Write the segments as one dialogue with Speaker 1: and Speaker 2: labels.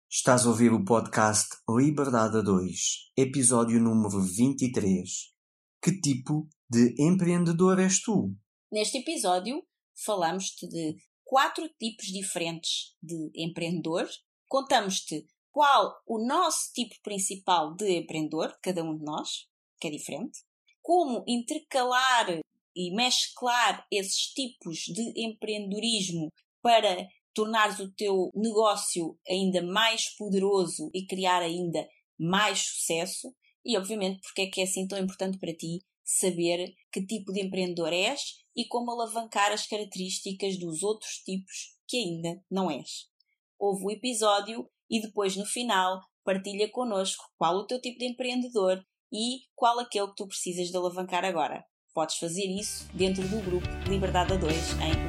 Speaker 1: Estás a ouvir o podcast Liberdade a 2, episódio número 23. Que tipo de empreendedor és tu?
Speaker 2: Neste episódio, falamos-te de 4 tipos diferentes de empreendedor, contamos-te qual o nosso tipo principal de empreendedor, cada um de nós, que é diferente, como intercalar e mesclar esses tipos de empreendedorismo para tornares o teu negócio ainda mais poderoso e criar ainda mais sucesso e, obviamente, porque é que é assim tão importante para ti saber que tipo de empreendedor és e como alavancar as características dos outros tipos que ainda não és. Ouve o episódio e depois, no final, partilha connosco qual o teu tipo de empreendedor e qual aquele que tu precisas de alavancar agora. Podes fazer isso dentro do grupo Liberdade a 2 em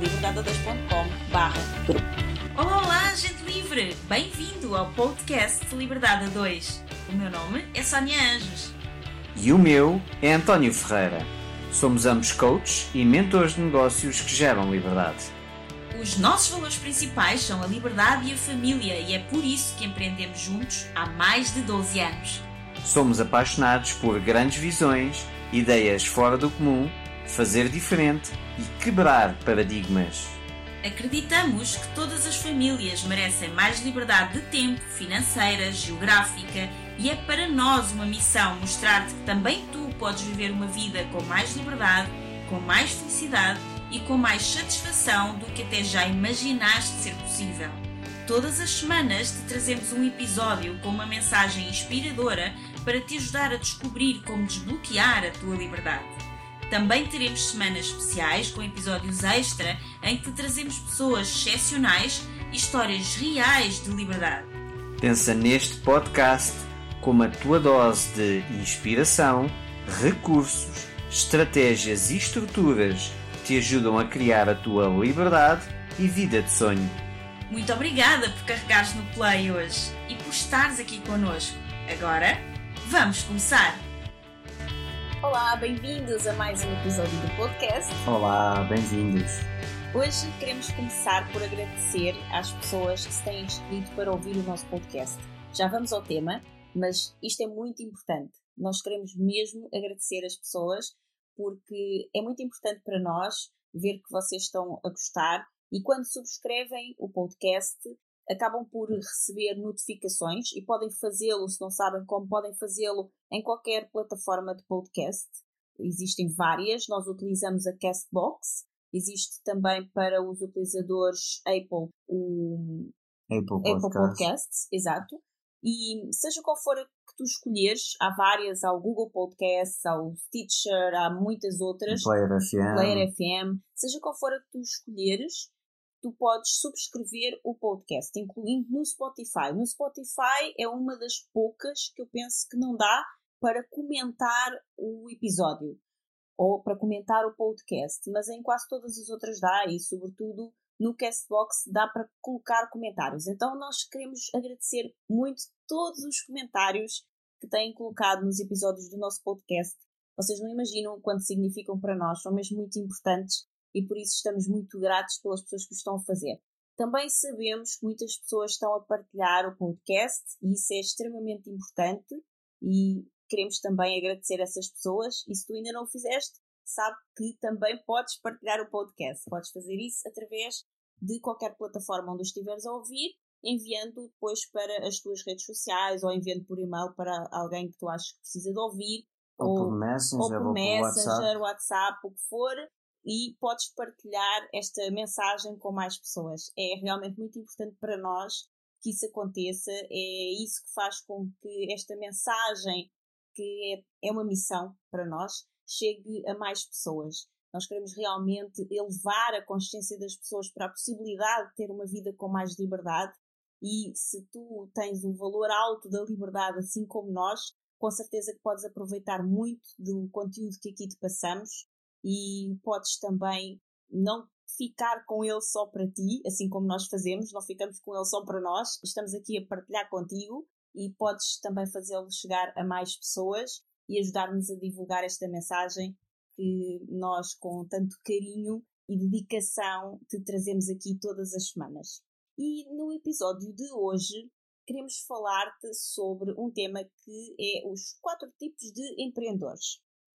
Speaker 2: liberdade2.com/grupo. Olá, gente livre! Bem-vindo ao podcast Liberdade a 2. O meu nome é Sónia Anjos.
Speaker 1: E o meu é António Ferreira. Somos ambos coaches e mentores de negócios que geram liberdade.
Speaker 2: Os nossos valores principais são a liberdade e a família e é por isso que empreendemos juntos há mais de 12 anos.
Speaker 1: Somos apaixonados por grandes visões, ideias fora do comum, fazer diferente e quebrar paradigmas.
Speaker 2: Acreditamos que todas as famílias merecem mais liberdade de tempo, financeira, geográfica e é para nós uma missão mostrar-te que também tu podes viver uma vida com mais liberdade, com mais felicidade e com mais satisfação do que até já imaginaste ser possível. Todas as semanas te trazemos um episódio com uma mensagem inspiradora para te ajudar a descobrir como desbloquear a tua liberdade. Também teremos semanas especiais com episódios extra em que te trazemos pessoas excepcionais e histórias reais de liberdade.
Speaker 1: Pensa neste podcast como a tua dose de inspiração, recursos, estratégias e estruturas que te ajudam a criar a tua liberdade e vida de sonho.
Speaker 2: Muito obrigada por carregares no play hoje e por estares aqui connosco. Agora, vamos começar! Olá, bem-vindos a mais um episódio do podcast.
Speaker 1: Olá, bem-vindos.
Speaker 2: Hoje queremos começar por agradecer às pessoas que se têm inscrito para ouvir o nosso podcast. Já vamos ao tema, mas isto é muito importante. Nós queremos mesmo agradecer as pessoas porque é muito importante para nós ver que vocês estão a gostar e quando subscrevem o podcast acabam por receber notificações e podem fazê-lo, se não sabem como, podem fazê-lo em qualquer plataforma de podcast. Existem várias, nós utilizamos a Castbox, existe também para os utilizadores Apple o Apple Podcasts, exato. E seja qual for a que tu escolheres, há várias, há o Google Podcasts, há o Stitcher, há muitas outras. Player FM. Seja qual for a que tu escolheres, tu podes subscrever o podcast, incluindo no Spotify. No Spotify é uma das poucas que eu penso que não dá para comentar o episódio ou para comentar o podcast, mas em quase todas as outras dá e, sobretudo, no Castbox dá para colocar comentários. Então nós queremos agradecer muito todos os comentários que têm colocado nos episódios do nosso podcast. Vocês não imaginam o quanto significam para nós, são mesmo muito importantes e por isso estamos muito gratos pelas pessoas que o estão a fazer. Também sabemos que muitas pessoas estão a partilhar o podcast e isso é extremamente importante e queremos também agradecer a essas pessoas e se tu ainda não o fizeste, sabe que também podes partilhar o podcast. Podes fazer isso através de qualquer plataforma onde estiveres a ouvir, enviando depois para as tuas redes sociais ou enviando por e-mail para alguém que tu achas que precisa de ouvir
Speaker 1: Ou por Messenger,
Speaker 2: WhatsApp, o que for. E podes partilhar esta mensagem com mais pessoas. É realmente muito importante para nós que isso aconteça. É isso que faz com que esta mensagem, que é uma missão para nós, chegue a mais pessoas. Nós queremos realmente elevar a consciência das pessoas para a possibilidade de ter uma vida com mais liberdade e se tu tens um valor alto da liberdade, assim como nós, com certeza que podes aproveitar muito do conteúdo que aqui te passamos e podes também não ficar com ele só para ti, assim como nós fazemos, não ficamos com ele só para nós, estamos aqui a partilhar contigo e podes também fazê-lo chegar a mais pessoas e ajudar-nos a divulgar esta mensagem que nós com tanto carinho e dedicação te trazemos aqui todas as semanas. E no episódio de hoje queremos falar-te sobre um tema que é os 4 tipos de empreendedores.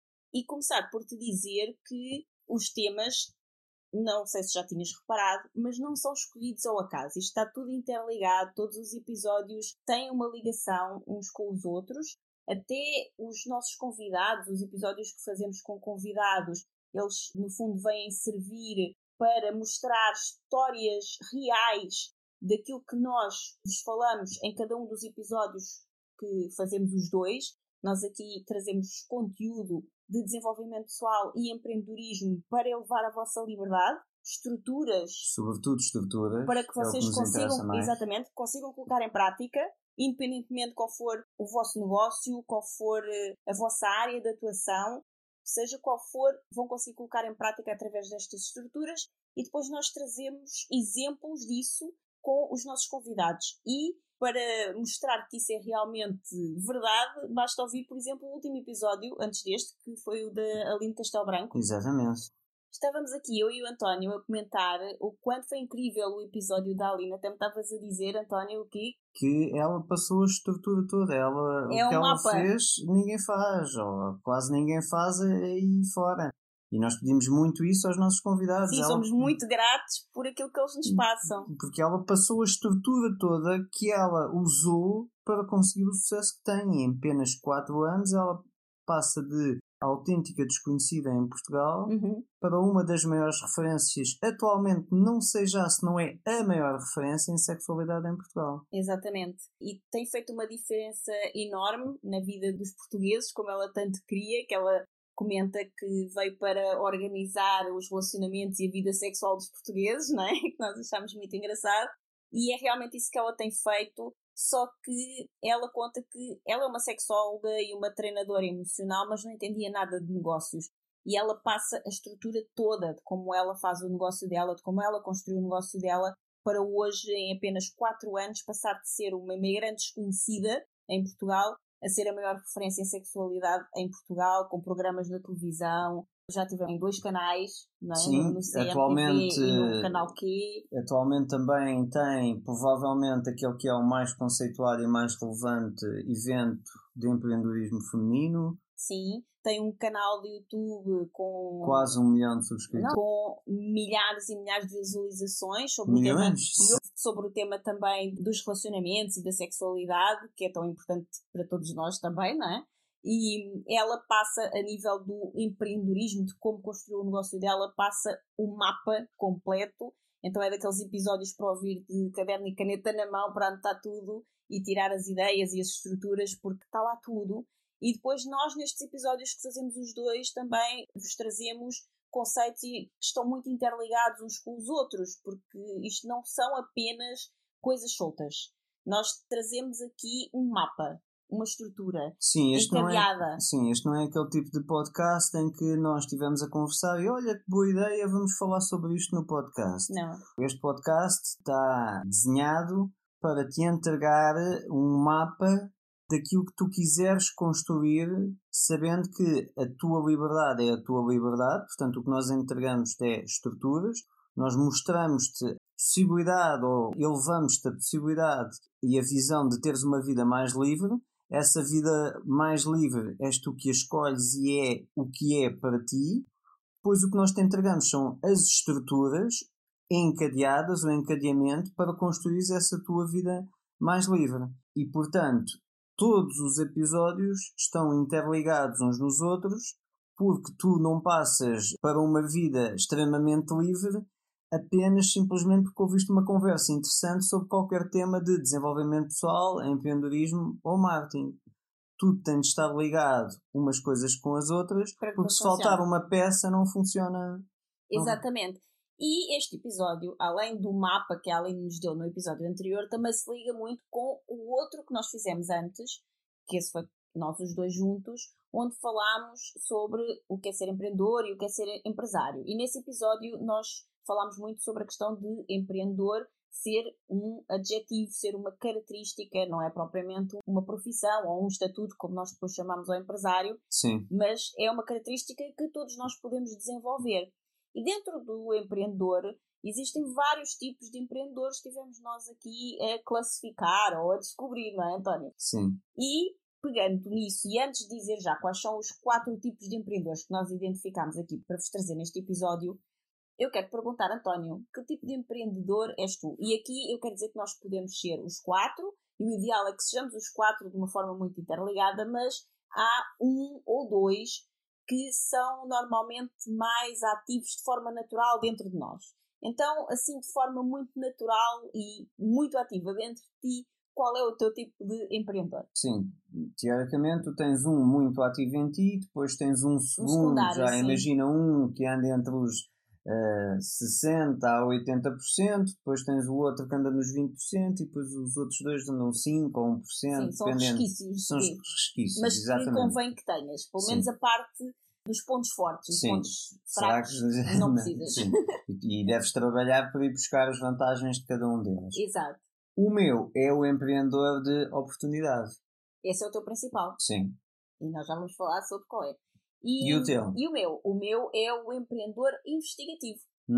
Speaker 2: E começar por te dizer que os temas, não sei se já tinhas reparado, mas não são escolhidos ao acaso. Isto está tudo interligado, todos os episódios têm uma ligação uns com os outros. Até os nossos convidados, os episódios que fazemos com convidados, eles no fundo vêm servir para mostrar histórias reais daquilo que nós vos falamos em cada um dos episódios que fazemos os dois. Nós aqui trazemos conteúdo de desenvolvimento pessoal e empreendedorismo para elevar a vossa liberdade, estruturas,
Speaker 1: sobretudo estruturas,
Speaker 2: para que vocês
Speaker 1: consigam,
Speaker 2: consigam colocar em prática, independentemente de qual for o vosso negócio, qual for a vossa área de atuação, seja qual for, vão conseguir colocar em prática através destas estruturas, e depois nós trazemos exemplos disso com os nossos convidados. E para mostrar que isso é realmente verdade, basta ouvir, por exemplo, o último episódio, antes deste, que foi o da Aline Castelo Branco.
Speaker 1: Exatamente.
Speaker 2: Estávamos aqui, eu e o António, a comentar o quanto foi incrível o episódio da Aline. Até me estavas a dizer, António, o quê?
Speaker 1: Que ela passou a estrutura toda. O que ela fez, ninguém faz, ou quase ninguém faz aí fora. E nós pedimos muito isso aos nossos convidados.
Speaker 2: Sim, somos muito gratos por aquilo que eles nos passam.
Speaker 1: Porque ela passou a estrutura toda que ela usou para conseguir o sucesso que tem. E em apenas 4 anos ela passa de autêntica desconhecida em Portugal para uma das maiores referências, atualmente não sei já se não é a maior referência em sexualidade em Portugal.
Speaker 2: Exatamente. E tem feito uma diferença enorme na vida dos portugueses, como ela tanto queria, que ela comenta que veio para organizar os relacionamentos e a vida sexual dos portugueses, não é? Que nós achamos muito engraçado. E é realmente isso que ela tem feito, só que ela conta que ela é uma sexóloga e uma treinadora emocional, mas não entendia nada de negócios. E ela passa a estrutura toda de como ela faz o negócio dela, de como ela construiu o negócio dela, para hoje, em apenas 4 anos, passar de ser uma grande desconhecida em Portugal a ser a maior referência em sexualidade em Portugal, com programas na televisão. Já tive em 2 canais, não é?
Speaker 1: Sim,
Speaker 2: no CMTV e no Canal Q.
Speaker 1: Atualmente também tem, provavelmente, aquele que é o mais conceituado e mais relevante evento de empreendedorismo feminino.
Speaker 2: Sim, tem um canal de YouTube com
Speaker 1: quase 1 milhão de subscritores.
Speaker 2: Com milhares e milhares de visualizações sobre o tema também dos relacionamentos e da sexualidade, que é tão importante para todos nós também, não é? E ela passa, a nível do empreendedorismo, de como construir o negócio dela, passa o mapa completo. Então é daqueles episódios para ouvir de caderno e caneta na mão, para anotar tudo e tirar as ideias e as estruturas, porque está lá tudo. E depois nós, nestes episódios que fazemos os dois, também vos trazemos conceitos que estão muito interligados uns com os outros, porque isto não são apenas coisas soltas. Nós trazemos aqui um mapa, uma estrutura encadeada.
Speaker 1: Este não é aquele tipo de podcast em que nós estivemos a conversar e olha que boa ideia, vamos falar sobre isto no podcast.
Speaker 2: Não.
Speaker 1: Este podcast está desenhado para te entregar um mapa daquilo que tu quiseres construir, sabendo que a tua liberdade é a tua liberdade. Portanto, o que nós entregamos é estruturas, nós mostramos-te a possibilidade ou elevamos-te a possibilidade e a visão de teres uma vida mais livre. Essa vida mais livre és tu que a escolhes e é o que é para ti. Pois o que nós te entregamos são as estruturas encadeadas, o encadeamento para construir essa tua vida mais livre. E, portanto, todos os episódios estão interligados uns nos outros, porque tu não passas para uma vida extremamente livre apenas simplesmente porque ouviste uma conversa interessante sobre qualquer tema de desenvolvimento pessoal, empreendedorismo ou marketing. Tudo tem de estar ligado umas coisas com as outras, porque se faltar uma peça não funciona.
Speaker 2: Exatamente. E este episódio, além do mapa que a Aline nos deu no episódio anterior, também se liga muito com o outro que nós fizemos antes, que esse foi nós os dois juntos, onde falámos sobre o que é ser empreendedor e o que é ser empresário. E nesse episódio nós falámos muito sobre a questão de empreendedor ser um adjetivo, ser uma característica, não é propriamente uma profissão ou um estatuto, como nós depois chamamos ao empresário.
Speaker 1: Sim.
Speaker 2: Mas é uma característica que todos nós podemos desenvolver. E dentro do empreendedor existem vários tipos de empreendedores que tivemos nós aqui a classificar ou a descobrir, não é, António?
Speaker 1: Sim.
Speaker 2: E, pegando nisso, e antes de dizer já quais são os 4 tipos de empreendedores que nós identificámos aqui para vos trazer neste episódio, eu quero te perguntar, António, que tipo de empreendedor és tu? E aqui eu quero dizer que nós podemos ser os 4, e o ideal é que sejamos os 4 de uma forma muito interligada, mas há 1 ou 2 que são normalmente mais ativos de forma natural dentro de nós. Então, assim, de forma muito natural e muito ativa dentro de ti, qual é o teu tipo de empreendedor?
Speaker 1: Sim, teoricamente tu tens um muito ativo em ti, depois tens um segundo, já
Speaker 2: sim.
Speaker 1: imagina um que anda entre os 60% a 80%, depois tens o outro que anda nos 20% e depois os outros dois andam 5% ou 1%.
Speaker 2: Sim, são resquícios.
Speaker 1: São resquícios,
Speaker 2: mas
Speaker 1: exatamente.
Speaker 2: que convém que tenhas, pelo menos a parte dos pontos fortes, os pontos fracos, não precisas.
Speaker 1: Sim. E deves trabalhar para ir buscar as vantagens de cada um deles.
Speaker 2: Exato.
Speaker 1: O meu é o empreendedor de oportunidade.
Speaker 2: Esse é o teu principal.
Speaker 1: Sim.
Speaker 2: E nós já vamos falar sobre qual é.
Speaker 1: E o teu?
Speaker 2: E o meu? O meu é o empreendedor investigativo.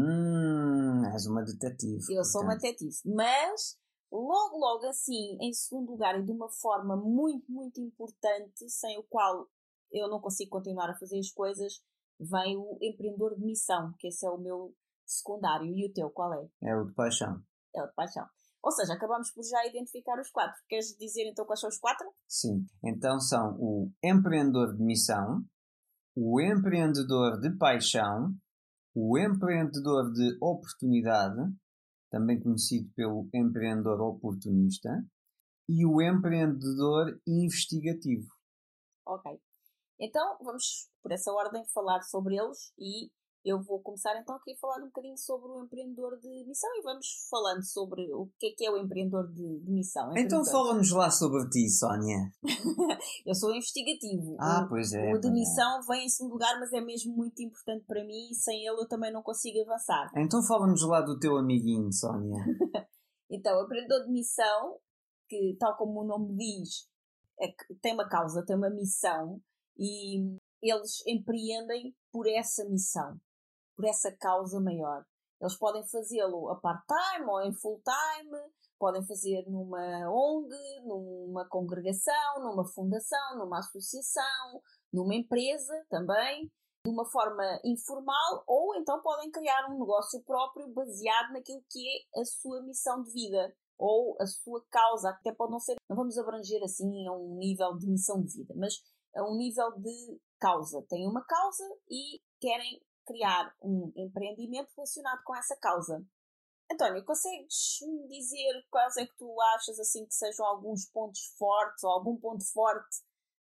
Speaker 1: És uma detetive.
Speaker 2: Eu sou uma detetive. Mas, logo assim, em segundo lugar, e de uma forma muito, muito importante, sem o qual eu não consigo continuar a fazer as coisas, vem o empreendedor de missão, que esse é o meu secundário. E o teu, qual é?
Speaker 1: É o de paixão.
Speaker 2: É o de paixão. Ou seja, acabamos por já identificar os 4. Queres dizer então quais são os 4?
Speaker 1: Sim. Então são o empreendedor de missão, o empreendedor de paixão, o empreendedor de oportunidade, também conhecido pelo empreendedor oportunista, e o empreendedor investigativo.
Speaker 2: Ok. Então, vamos, por essa ordem, falar sobre eles e eu vou começar então aqui a falar um bocadinho sobre o empreendedor de missão e vamos falando sobre o que é o empreendedor de missão.
Speaker 1: Então fala-nos lá sobre ti, Sónia.
Speaker 2: Eu sou investigativo.
Speaker 1: Pois é.
Speaker 2: O de missão vem em segundo lugar, mas é mesmo muito importante para mim e sem ele eu também não consigo avançar.
Speaker 1: Então fala-nos lá do teu amiguinho, Sónia.
Speaker 2: Então, o empreendedor de missão, que tal como o nome diz, é que tem uma causa, tem uma missão e eles empreendem por essa missão, por essa causa maior. Eles podem fazê-lo a part-time ou em full-time, podem fazer numa ONG, numa congregação, numa fundação, numa associação, numa empresa também, de uma forma informal, ou então podem criar um negócio próprio baseado naquilo que é a sua missão de vida ou a sua causa. Até pode não ser, não vamos abranger assim a um nível de missão de vida, mas a um nível de causa. Têm uma causa e querem criar um empreendimento relacionado com essa causa. António, consegues me dizer quais é que tu achas assim que sejam alguns pontos fortes ou algum ponto forte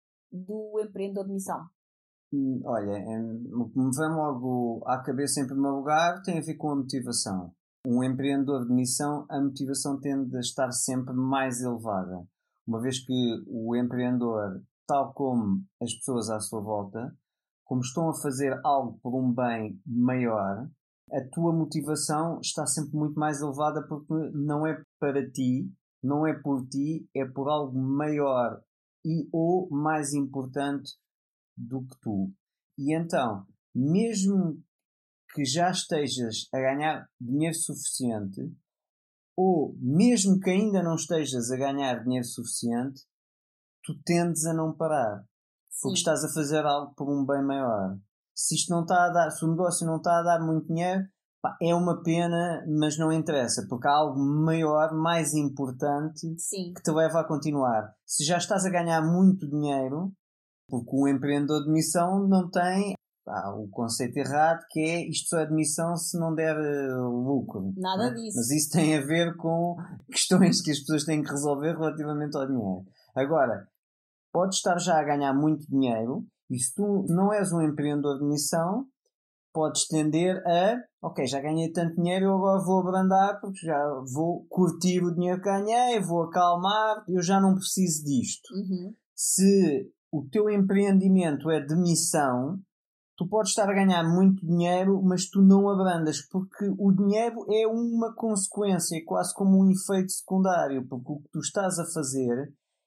Speaker 2: do empreendedor de missão?
Speaker 1: Olha, o que me vem logo à cabeça em primeiro lugar tem a ver com a motivação. Um empreendedor de missão, a motivação tende a estar sempre mais elevada. Uma vez que o empreendedor, tal como as pessoas à sua volta, como estão a fazer algo por um bem maior, a tua motivação está sempre muito mais elevada porque não é para ti, não é por ti, é por algo maior e ou mais importante do que tu. E então, mesmo que já estejas a ganhar dinheiro suficiente, ou mesmo que ainda não estejas a ganhar dinheiro suficiente, tu tendes a não parar. Porque estás a fazer algo por um bem maior. Se isto não está a dar, se o negócio não está a dar muito dinheiro, é uma pena, mas não interessa, porque há algo maior, mais importante, que te leva a continuar. Se já estás a ganhar muito dinheiro, porque o empreendedor de missão não tem o conceito errado, que é isto só é de missão se não der lucro.
Speaker 2: Nada disso.
Speaker 1: Mas isso tem a ver com questões que as pessoas têm que resolver relativamente ao dinheiro. Agora, podes estar já a ganhar muito dinheiro e se tu não és um empreendedor de missão, podes tender a, ok, já ganhei tanto dinheiro, eu agora vou abrandar porque já vou curtir o dinheiro que ganhei, vou acalmar, eu já não preciso disto. Se o teu empreendimento é de missão, tu podes estar a ganhar muito dinheiro, mas tu não abrandas, porque o dinheiro é uma consequência, quase como um efeito secundário, porque o que tu estás a fazer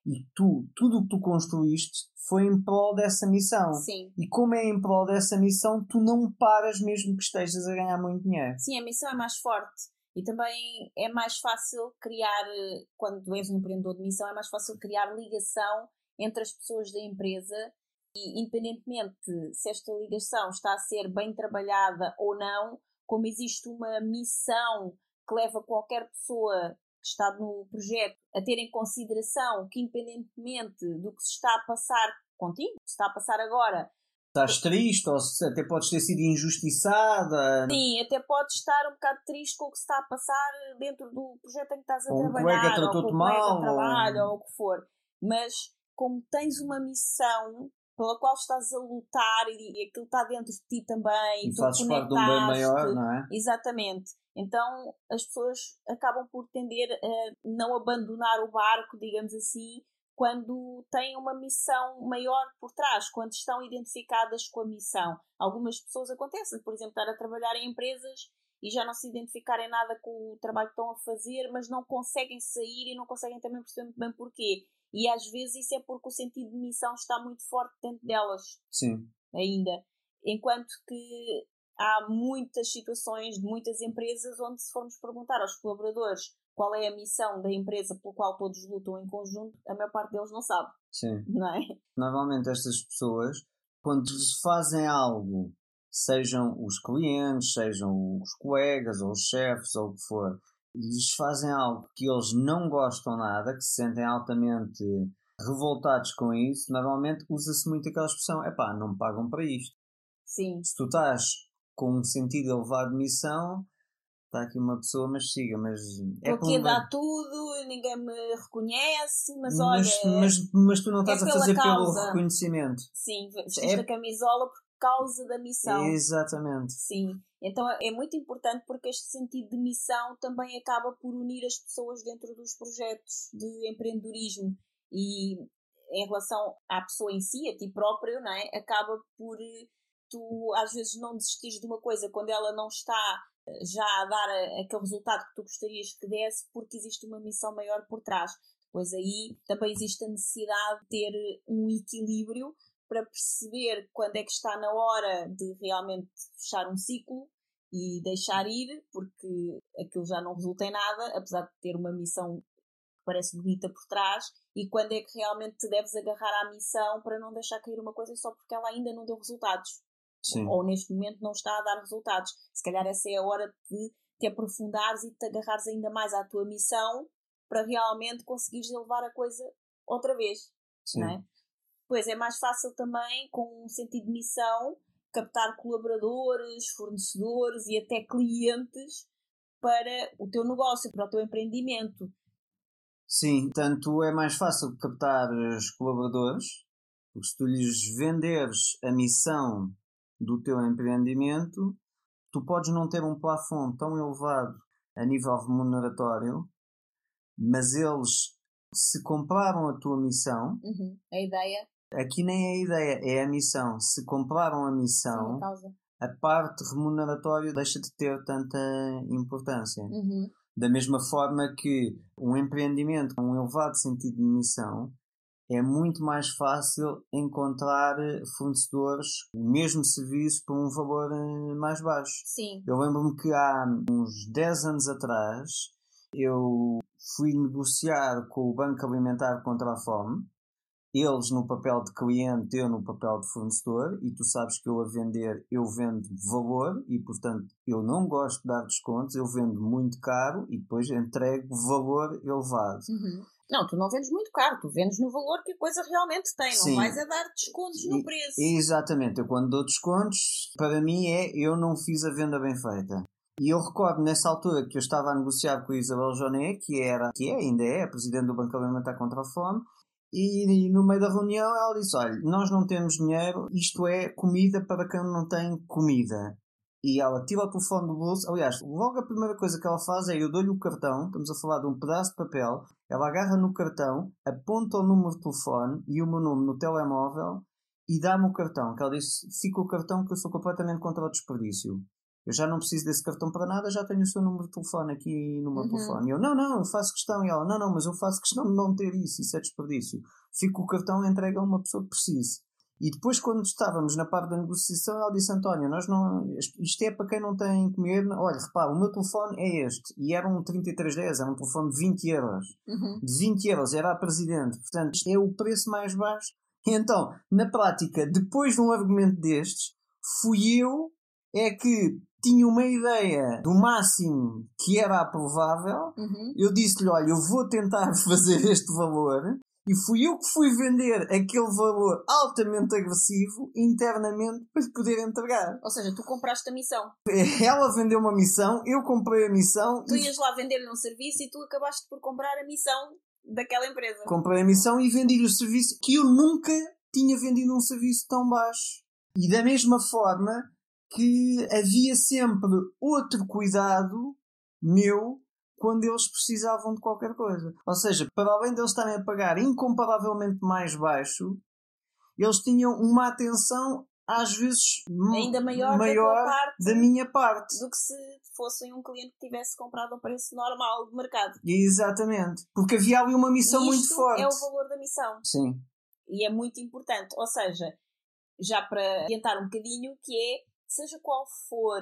Speaker 1: e tudo o que tu construíste foi em prol dessa missão.
Speaker 2: Sim.
Speaker 1: E como é em prol dessa missão, tu não paras mesmo que estejas a ganhar muito dinheiro.
Speaker 2: Sim, a missão é mais forte. E também é mais fácil criar, quando tu és um empreendedor de missão, é mais fácil criar ligação entre as pessoas da empresa e, independentemente se esta ligação está a ser bem trabalhada ou não, como existe uma missão que leva qualquer pessoa que está no projeto a ter em consideração que, independentemente do que se está a passar contigo, que se está a passar agora,
Speaker 1: estás triste ou até podes ter sido injustiçada.
Speaker 2: Sim, até podes estar um bocado triste com o que se está a passar dentro do projeto em que estás a
Speaker 1: ou
Speaker 2: trabalhar,
Speaker 1: colega
Speaker 2: ou
Speaker 1: tratou-te
Speaker 2: com o colega
Speaker 1: mal,
Speaker 2: de trabalho, ou o que for. Mas como tens uma missão pela qual estás a lutar e aquilo está dentro de ti também,
Speaker 1: e fazes parte de um bem maior, não é?
Speaker 2: Exatamente. Então as pessoas acabam por tender a não abandonar o barco, digamos assim, quando têm uma missão maior por trás, quando estão identificadas com a missão. Algumas pessoas acontecem, por exemplo, estar a trabalhar em empresas e já não se identificarem nada com o trabalho que estão a fazer, mas não conseguem sair e não conseguem também perceber muito bem porquê. E às vezes isso é porque o sentido de missão está muito forte dentro delas.
Speaker 1: Sim.
Speaker 2: Ainda. Enquanto que há muitas situações de muitas empresas onde, se formos perguntar aos colaboradores qual é a missão da empresa pela qual todos lutam em conjunto, a maior parte deles não sabe.
Speaker 1: Sim.
Speaker 2: Não é?
Speaker 1: Normalmente estas pessoas, quando fazem algo, sejam os clientes, sejam os colegas ou os chefes ou o que for, lhes fazem algo que eles não gostam nada, que se sentem altamente revoltados com isso, normalmente usa-se muito aquela expressão, não me pagam para isto.
Speaker 2: Sim.
Speaker 1: Se tu estás com um sentido elevado de missão, está aqui uma pessoa, mas siga, mas...
Speaker 2: Porque dá tudo, ninguém me reconhece, mas olha...
Speaker 1: Mas tu não estás a fazer pelo reconhecimento.
Speaker 2: Sim, vestiste a camisola por causa da missão.
Speaker 1: Exatamente.
Speaker 2: Sim, então é muito importante porque este sentido de missão também acaba por unir as pessoas dentro dos projetos de empreendedorismo e em relação à pessoa em si, a ti próprio, não é? Acaba por tu às vezes não desistires de uma coisa quando ela não está já a dar aquele resultado que tu gostarias que desse, porque existe uma missão maior por trás. Pois aí também existe a necessidade de ter um equilíbrio para perceber quando é que está na hora de realmente fechar um ciclo e deixar ir, porque aquilo já não resulta em nada, apesar de ter uma missão que parece bonita por trás, e quando é que realmente te deves agarrar à missão para não deixar cair uma coisa só porque ela ainda não deu resultados.
Speaker 1: Sim.
Speaker 2: Ou neste momento não está a dar resultados. Se calhar essa é a hora de te aprofundares e de te agarrares ainda mais à tua missão para realmente conseguires elevar a coisa outra vez.
Speaker 1: Sim.
Speaker 2: Não é? Pois é mais fácil também, com um sentido de missão, captar colaboradores, fornecedores e até clientes para o teu negócio, para o teu empreendimento.
Speaker 1: Sim, tanto é mais fácil captar os colaboradores, porque se tu lhes venderes a missão do teu empreendimento, tu podes não ter um plafond tão elevado a nível remuneratório, mas eles, se compraram a tua missão,
Speaker 2: a ideia,
Speaker 1: aqui nem é a ideia, é a missão. Se compraram a missão,
Speaker 2: sim,
Speaker 1: a parte remuneratória deixa de ter tanta importância. Da mesma forma que um empreendimento com um elevado sentido de missão, é muito mais fácil encontrar fornecedores o mesmo serviço por um valor mais baixo.
Speaker 2: Sim.
Speaker 1: Eu lembro-me que há uns 10 anos atrás eu fui negociar com o Banco Alimentar contra a Fome, eles no papel de cliente, eu no papel de fornecedor, e tu sabes que eu a vender, eu vendo valor e, portanto, eu não gosto de dar descontos, eu vendo muito caro e depois entrego valor elevado.
Speaker 2: Não, tu não vendes muito caro, tu vendes no valor que a coisa realmente tem,
Speaker 1: Sim.
Speaker 2: Não vais a dar descontos no preço.
Speaker 1: Exatamente, eu quando dou descontos, para mim eu não fiz a venda bem feita. E eu recordo nessa altura que eu estava a negociar com a Isabel Joné, ainda é a Presidente do Banco Alimentar contra a Fome, e no meio da reunião ela disse, olha, nós não temos dinheiro, isto é comida para quem não tem comida. E ela tira o telefone do bolso, aliás, logo a primeira coisa que ela faz é, eu dou-lhe o cartão, estamos a falar de um pedaço de papel, ela agarra no cartão, aponta o número de telefone e o meu nome no telemóvel e dá-me o cartão, que ela disse, fica o cartão que eu sou completamente contra o desperdício.
Speaker 3: eu já não preciso desse cartão para nada, já tenho o seu número de telefone aqui no meu telefone. E eu, não, eu faço questão. E ela, não, mas eu faço questão de não ter isso é desperdício. Fico com o cartão e entrega a uma pessoa que precise. E depois, quando estávamos na parte da negociação, ela disse, António, isto é para quem não tem comer. Olha, repara, o meu telefone é este. E era um 3310, era um telefone de 20 euros. De 20 euros, era a presidente. Portanto, isto é o preço mais baixo. E então, na prática, depois de um argumento destes, fui eu que tinha uma ideia do máximo que era aprovável. Eu disse-lhe, olha, eu vou tentar fazer este valor. E fui eu que fui vender aquele valor altamente agressivo internamente para lhe poder entregar.
Speaker 2: Ou seja, tu compraste a missão.
Speaker 3: Ela vendeu uma missão, eu comprei a missão.
Speaker 2: Tu ias lá vender-lhe um serviço e tu acabaste por comprar a missão daquela empresa.
Speaker 3: Comprei a missão e vendi-lhe o serviço que eu nunca tinha vendido um serviço tão baixo. E da mesma forma que havia sempre outro cuidado meu quando eles precisavam de qualquer coisa. Ou seja, para além de eles estarem a pagar incomparavelmente mais baixo, eles tinham uma atenção às vezes
Speaker 2: ainda maior
Speaker 3: da minha parte
Speaker 2: do que se fossem um cliente que tivesse comprado a preço normal de mercado.
Speaker 3: Exatamente. Porque havia ali uma missão muito forte.
Speaker 2: É o valor da missão.
Speaker 3: Sim.
Speaker 2: E é muito importante. Ou seja, já para adiantar um bocadinho, que é, seja qual for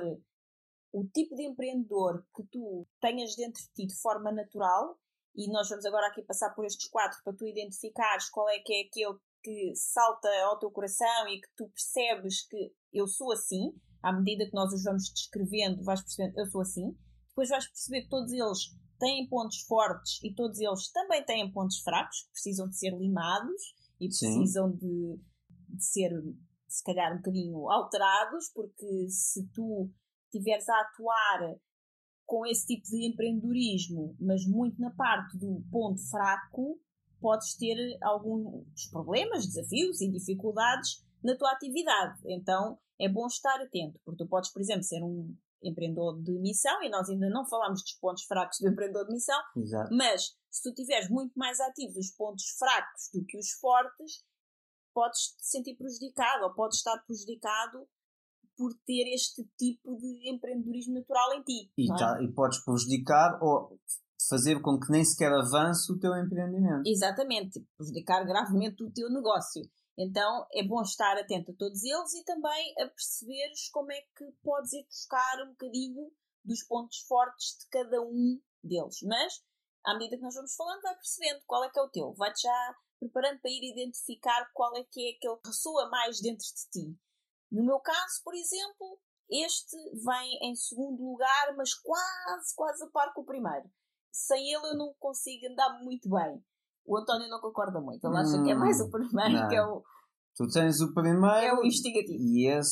Speaker 2: o tipo de empreendedor que tu tenhas dentro de ti de forma natural, e nós vamos agora aqui passar por estes 4 para tu identificares qual é aquele que salta ao teu coração e que tu percebes que eu sou assim, à medida que nós os vamos descrevendo, vais percebendo eu sou assim. Depois vais perceber que todos eles têm pontos fortes e todos eles também têm pontos fracos, que precisam de ser limados e precisam de ser, se calhar, um bocadinho alterados, porque se tu estiveres a atuar com esse tipo de empreendedorismo, mas muito na parte do ponto fraco, podes ter alguns problemas, desafios e dificuldades na tua atividade. Então é bom estar atento, porque tu podes, por exemplo, ser um empreendedor de missão, e nós ainda não falamos dos pontos fracos do empreendedor de missão.
Speaker 3: Exato.
Speaker 2: Mas se tu estiveres muito mais ativo nos pontos fracos do que os fortes, podes te sentir prejudicado, ou podes estar prejudicado por ter este tipo de empreendedorismo natural em ti.
Speaker 3: E podes prejudicar ou fazer com que nem sequer avance o teu empreendimento.
Speaker 2: Exatamente, prejudicar gravemente o teu negócio. Então é bom estar atento a todos eles e também a perceberes como é que podes ir buscar um bocadinho dos pontos fortes de cada um deles. Mas, à medida que nós vamos falando, vai percebendo qual é que é o teu. Vai-te já preparando para ir identificar qual é que é aquele que ressoa mais dentro de ti. No meu caso, por exemplo, este vem em segundo lugar, mas quase a par com o primeiro. Sem ele eu não consigo andar muito bem. O António não concorda muito. Ele acha que é mais o primeiro,
Speaker 3: não.
Speaker 2: que é o...
Speaker 3: Tu tens o primeiro...
Speaker 2: É o investigativo.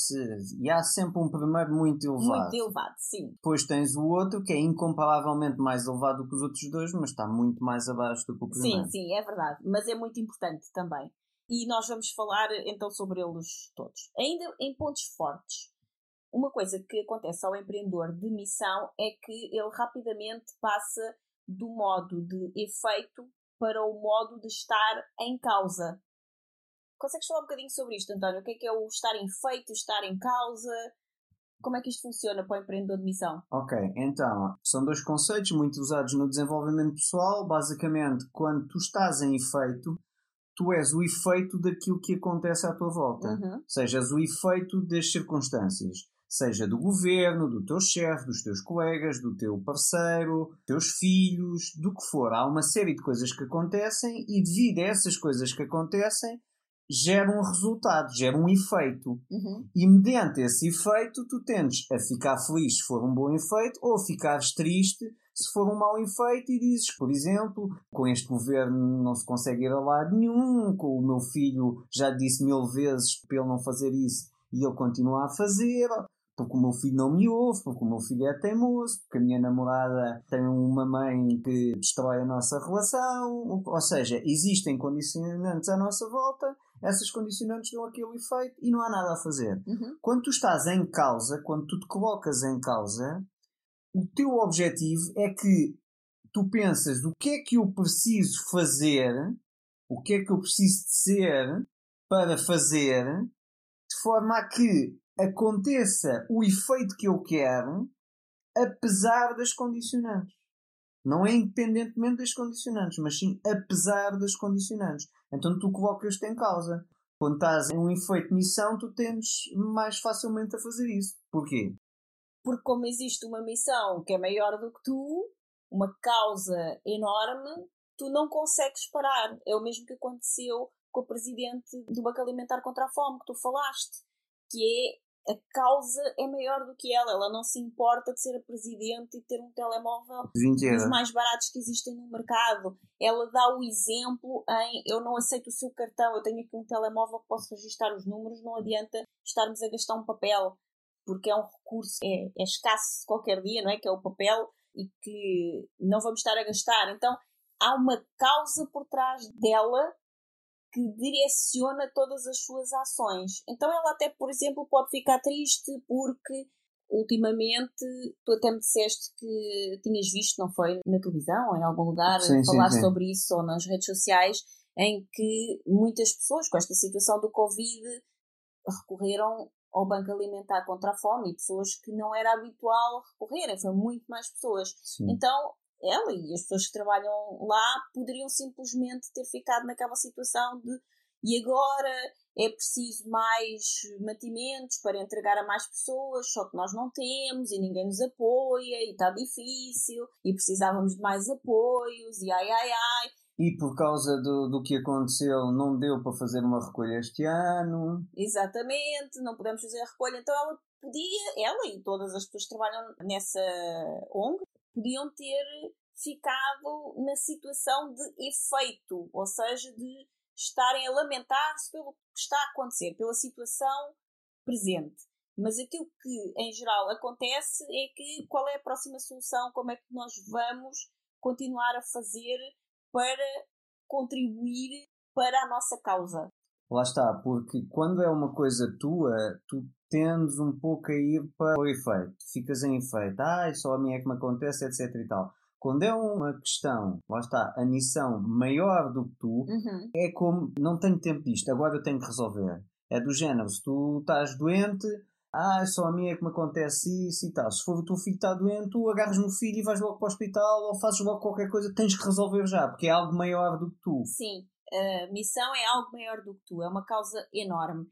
Speaker 3: E há sempre um primeiro muito elevado.
Speaker 2: Muito elevado, sim.
Speaker 3: Depois tens o outro, que é incomparavelmente mais elevado do que os outros dois, mas está muito mais abaixo do que o primeiro.
Speaker 2: Sim, é verdade. Mas é muito importante também. E nós vamos falar então sobre eles todos. Ainda em pontos fortes, uma coisa que acontece ao empreendedor de missão é que ele rapidamente passa do modo de efeito para o modo de estar em causa. Consegues falar um bocadinho sobre isto, António? O que é o estar em efeito, o estar em causa? Como é que isto funciona para o empreendedor de missão?
Speaker 3: Ok, então, são 2 conceitos muito usados no desenvolvimento pessoal. Basicamente, quando tu estás em efeito, tu és o efeito daquilo que acontece à tua volta. Sejas o efeito das circunstâncias. Seja do governo, do teu chefe, dos teus colegas, do teu parceiro, teus filhos, do que for. Há uma série de coisas que acontecem e devido a essas coisas que acontecem, gera um resultado, gera um efeito. E mediante esse efeito, tu tendes a ficar feliz se for um bom efeito ou a ficares triste se for um mau efeito e dizes, por exemplo, com este governo não se consegue ir a lado nenhum, com o meu filho já disse 1000 vezes para ele não fazer isso e ele continua a fazer, porque o meu filho não me ouve, porque o meu filho é teimoso, porque a minha namorada tem uma mãe que destrói a nossa relação. Ou seja, existem condicionantes à nossa volta, essas condicionantes dão aquele efeito e não há nada a fazer. Quando tu estás em causa, quando tu te colocas em causa, o teu objetivo é que tu pensas o que é que eu preciso fazer, o que é que eu preciso de ser para fazer, de forma a que aconteça o efeito que eu quero, apesar das condicionantes. Não é independentemente das condicionantes, mas sim apesar das condicionantes. Então tu colocas-te em causa. Quando estás em um efeito de missão, tu tendes mais facilmente a fazer isso. Porquê?
Speaker 2: Porque como existe uma missão que é maior do que tu, uma causa enorme, tu não consegues parar. É o mesmo que aconteceu com o presidente do Banco Alimentar contra a Fome, que tu falaste. Que é, a causa é maior do que ela. Ela não se importa de ser a presidente e ter um telemóvel dos mais baratos que existem no mercado. Ela dá o exemplo em eu não aceito o seu cartão, eu tenho aqui um telemóvel que posso registrar os números, não adianta estarmos a gastar um papel, porque é um recurso, é escasso qualquer dia, não é? Que é o papel e que não vamos estar a gastar. Então há uma causa por trás dela que direciona todas as suas ações. Então ela até, por exemplo, pode ficar triste porque ultimamente tu até me disseste que tinhas visto, não foi, na televisão ou em algum lugar, falar sobre isso ou nas redes sociais, em que muitas pessoas com esta situação do Covid recorreram ao Banco Alimentar contra a Fome, e pessoas que não era habitual recorrerem, foi muito mais pessoas.
Speaker 3: Sim.
Speaker 2: Então ela e as pessoas que trabalham lá poderiam simplesmente ter ficado naquela situação de e agora é preciso mais mantimentos para entregar a mais pessoas, só que nós não temos e ninguém nos apoia e está difícil e precisávamos de mais apoios e ai.
Speaker 3: E por causa do que aconteceu não deu para fazer uma recolha este ano.
Speaker 2: Exatamente, não podemos fazer a recolha. Então ela e todas as pessoas que trabalham nessa ONG podiam ter ficado na situação de efeito, ou seja, de estarem a lamentar-se pelo que está a acontecer, pela situação presente. Mas aquilo que, em geral, acontece é que qual é a próxima solução, como é que nós vamos continuar a fazer para contribuir para a nossa causa.
Speaker 3: Lá está, porque quando é uma coisa tua, tu tendes um pouco a ir para o efeito. Ficas em efeito. Só a mim é que me acontece, etc e tal. Quando é uma questão, lá está, a missão maior do que tu, é como, não tenho tempo disto, agora eu tenho que resolver. É do género, se tu estás doente, só a mim é que me acontece isso e tal. Se for o teu filho que está doente, tu agarras no filho e vais logo para o hospital ou fazes logo qualquer coisa, tens que resolver já, porque é algo maior do que tu.
Speaker 2: Sim. A missão é algo maior do que tu, é uma causa enorme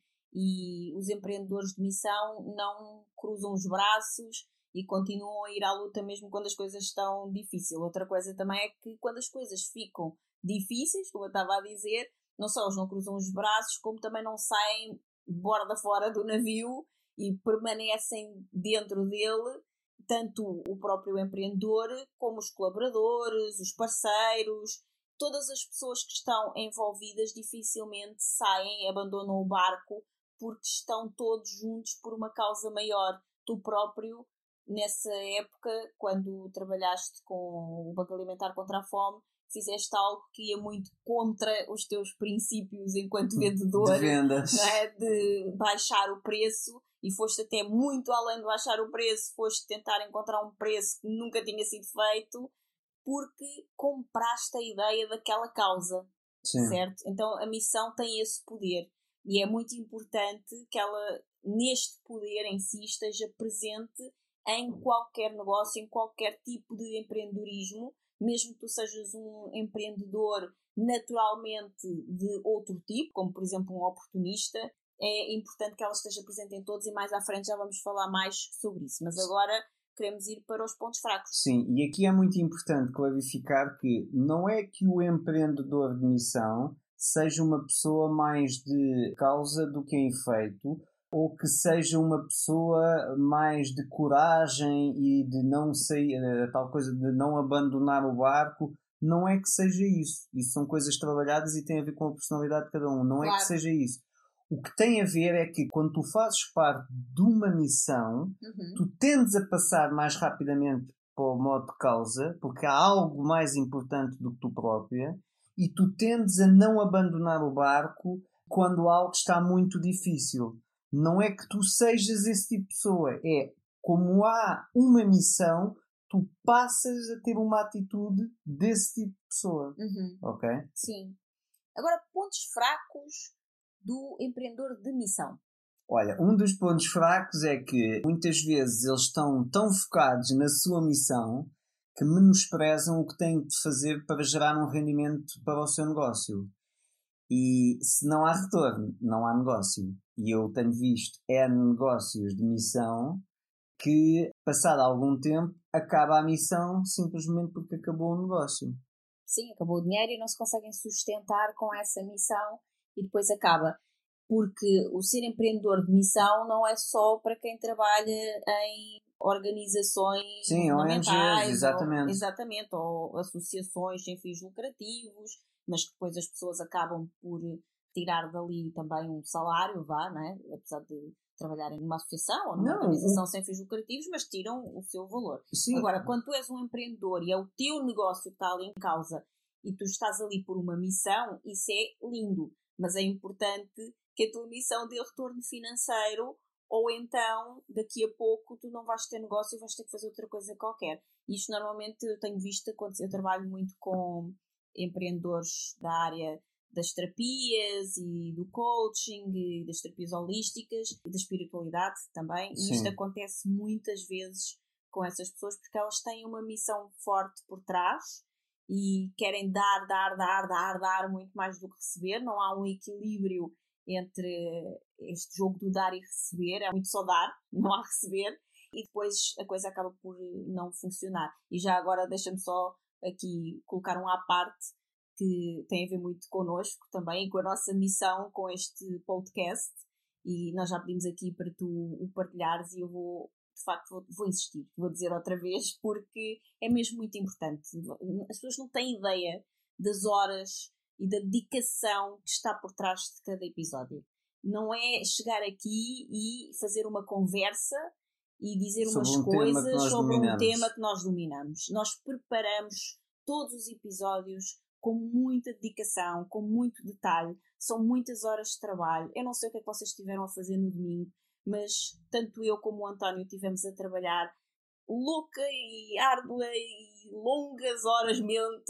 Speaker 2: e os empreendedores de missão não cruzam os braços e continuam a ir à luta mesmo quando as coisas estão difíceis. Outra coisa também é que quando as coisas ficam difíceis, como eu estava a dizer, não só eles não cruzam os braços, como também não saem borda fora do navio e permanecem dentro dele, tanto o próprio empreendedor como os colaboradores, os parceiros. Todas as pessoas que estão envolvidas dificilmente saem, abandonam o barco, porque estão todos juntos por uma causa maior. Tu próprio, nessa época, quando trabalhaste com o Banco Alimentar contra a Fome, fizeste algo que ia muito contra os teus princípios enquanto vendedor,
Speaker 3: de vendas,
Speaker 2: não é? De baixar o preço, e foste até muito além de baixar o preço, foste tentar encontrar um preço que nunca tinha sido feito, porque compraste a ideia daquela causa.
Speaker 3: Sim.
Speaker 2: Certo? Então a missão tem esse poder e é muito importante que ela, neste poder em si, esteja presente em qualquer negócio, em qualquer tipo de empreendedorismo, mesmo que tu sejas um empreendedor naturalmente de outro tipo, como por exemplo um oportunista, é importante que ela esteja presente em todos e mais à frente já vamos falar mais sobre isso. Mas agora queremos ir para os pontos fracos.
Speaker 3: Sim, e aqui é muito importante clarificar que não é que o empreendedor de missão seja uma pessoa mais de causa do que em efeito, ou que seja uma pessoa mais de coragem e de não sair, tal coisa de não abandonar o barco. Não é que seja isso. Isso são coisas trabalhadas e tem a ver com a personalidade de cada um. Não é que seja isso. O que tem a ver é que quando tu fazes parte de uma missão, tu tendes a passar mais rapidamente para o modo de causa, porque há algo mais importante do que tu própria, e tu tendes a não abandonar o barco quando algo está muito difícil. Não é que tu sejas esse tipo de pessoa, é como há uma missão, tu passas a ter uma atitude desse tipo de pessoa. Ok?
Speaker 2: Sim. Agora, pontos fracos do empreendedor de missão.
Speaker 3: Olha, um dos pontos fracos é que muitas vezes eles estão tão focados na sua missão que menosprezam o que têm de fazer para gerar um rendimento para o seu negócio. E se não há retorno, não há negócio. E eu tenho visto negócios de missão que, passado algum tempo, acaba a missão simplesmente porque acabou o negócio.
Speaker 2: Sim, acabou o dinheiro e não se conseguem sustentar com essa missão e depois acaba. Porque o ser empreendedor de missão não é só para quem trabalha em organizações
Speaker 3: ONGs,
Speaker 2: exatamente, ou associações sem fins lucrativos, mas que depois as pessoas acabam por tirar dali também um salário, não é? Apesar de trabalharem numa associação ou numa organização sem fins lucrativos, mas tiram o seu valor.
Speaker 3: Sim.
Speaker 2: Agora, quando tu és um empreendedor e é o teu negócio que está ali em causa e tu estás ali por uma missão, isso é lindo, mas é importante que a tua missão dê retorno financeiro, ou então daqui a pouco tu não vais ter negócio e vais ter que fazer outra coisa qualquer. Isto normalmente eu tenho visto acontecer. Eu trabalho muito com empreendedores da área das terapias e do coaching e das terapias holísticas e da espiritualidade também. E isto acontece muitas vezes com essas pessoas porque elas têm uma missão forte por trás e querem dar muito mais do que receber. Não há um equilíbrio entre este jogo do dar e receber. É muito só dar, não há receber, e depois a coisa acaba por não funcionar. E já agora deixa-me só aqui colocar um à parte que tem a ver muito connosco também e com a nossa missão com este podcast, e nós já pedimos aqui para tu o partilhares e eu vou insistir, vou dizer outra vez porque é mesmo muito importante. As pessoas não têm ideia das horas e da dedicação que está por trás de cada episódio. Não é chegar aqui e fazer uma conversa e dizer umas coisas sobre um tema que nós dominamos. Nós preparamos todos os episódios com muita dedicação, com muito detalhe. São muitas horas de trabalho. Eu não sei o que é que vocês estiveram a fazer no domingo, mas tanto eu como o António estivemos a trabalhar louca e árdua e longas horas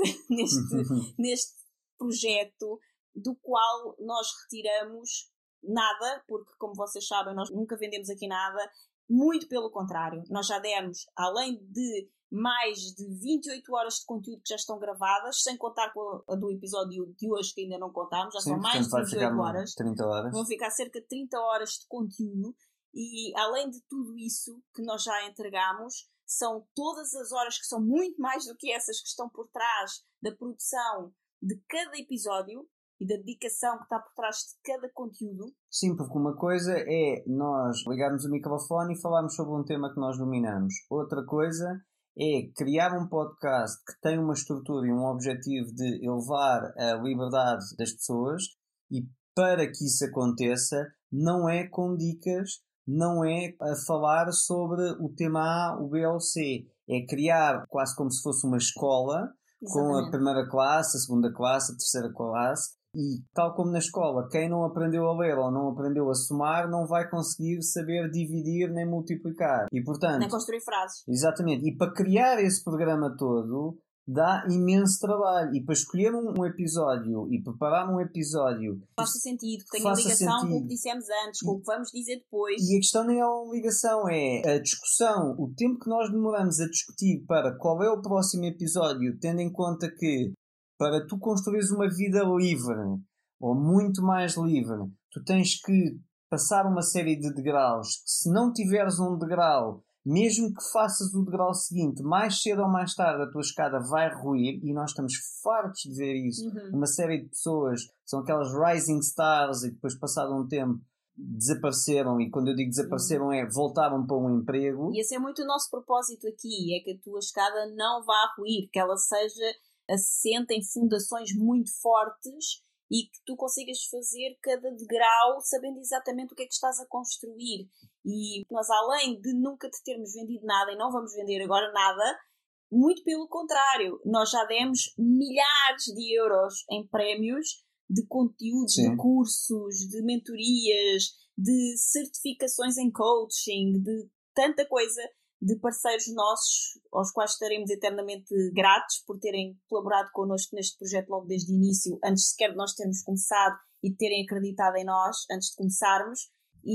Speaker 2: neste projeto, do qual nós retiramos nada, porque como vocês sabem nós nunca vendemos aqui nada, muito pelo contrário, nós já demos, além de mais de 28 horas de conteúdo que já estão gravadas, sem contar com a do episódio de hoje que ainda não contámos, já são mais de 28 horas,
Speaker 3: 30 horas,
Speaker 2: vão ficar cerca de 30 horas de conteúdo, e além de tudo isso que nós já entregamos, são todas as horas que são muito mais do que essas que estão por trás da produção de cada episódio e da dedicação que está por trás de cada conteúdo.
Speaker 3: Sim, porque uma coisa é nós ligarmos o microfone e falarmos sobre um tema que nós dominamos. Outra coisa é criar um podcast que tem uma estrutura e um objetivo de elevar a liberdade das pessoas, e para que isso aconteça não é com dicas, não é a falar sobre o tema A, o B ou o C. É criar quase como se fosse uma escola. Exatamente. Com a primeira classe, a segunda classe, a terceira classe, e tal como na escola, quem não aprendeu a ler ou não aprendeu a somar não vai conseguir saber dividir nem multiplicar. E portanto,
Speaker 2: nem construir frases.
Speaker 3: Exatamente. E para criar esse programa todo dá imenso trabalho. E para escolher um episódio e preparar um episódio
Speaker 2: faça sentido, que tenha ligação com o que dissemos antes, com o que vamos dizer depois.
Speaker 3: E a questão nem é uma ligação, é a discussão. O tempo que nós demoramos a discutir para qual é o próximo episódio, tendo em conta que para tu construires uma vida livre, ou muito mais livre, tu tens que passar uma série de degraus, que se não tiveres um degrau, mesmo que faças o degrau seguinte, mais cedo ou mais tarde a tua escada vai ruir, e nós estamos fartos de ver isso. Uma série de pessoas, são aquelas rising stars, e depois passado um tempo desapareceram, e quando eu digo desapareceram voltaram para um emprego.
Speaker 2: E esse é muito o nosso propósito aqui, é que a tua escada não vá ruir, que ela seja assente em fundações muito fortes e que tu consigas fazer cada degrau sabendo exatamente o que é que estás a construir. E nós, além de nunca te termos vendido nada, e não vamos vender agora nada, muito pelo contrário, nós já demos milhares de euros em prémios de conteúdos, de cursos, de mentorias, de certificações em coaching, de tanta coisa, de parceiros nossos, aos quais estaremos eternamente gratos por terem colaborado connosco neste projeto logo desde o início, antes sequer de nós termos começado, e terem acreditado em nós antes de começarmos. E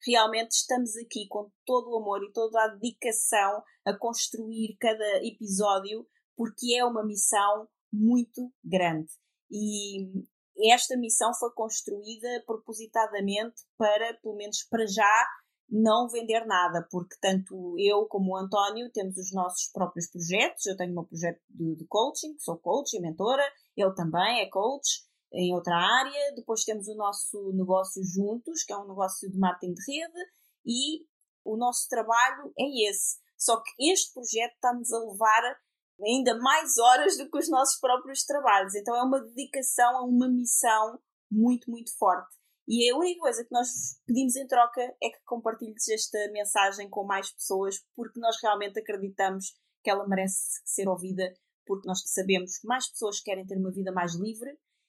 Speaker 2: realmente estamos aqui com todo o amor e toda a dedicação a construir cada episódio, porque é uma missão muito grande. E esta missão foi construída propositadamente para, pelo menos para já, não vender nada, porque tanto eu como o António temos os nossos próprios projetos. Eu tenho o meu projeto de coaching, sou coach e mentora, ele também é coach em outra área. Depois temos o nosso negócio juntos, que é um negócio de marketing de rede, e o nosso trabalho é esse. Só que este projeto está-nos a levar ainda mais horas do que os nossos próprios trabalhos. Então é uma dedicação a uma missão muito, muito forte. E a única coisa que nós pedimos em troca é que compartilhes esta mensagem com mais pessoas, porque nós realmente acreditamos que ela merece ser ouvida, porque nós sabemos que mais pessoas querem ter uma vida mais livre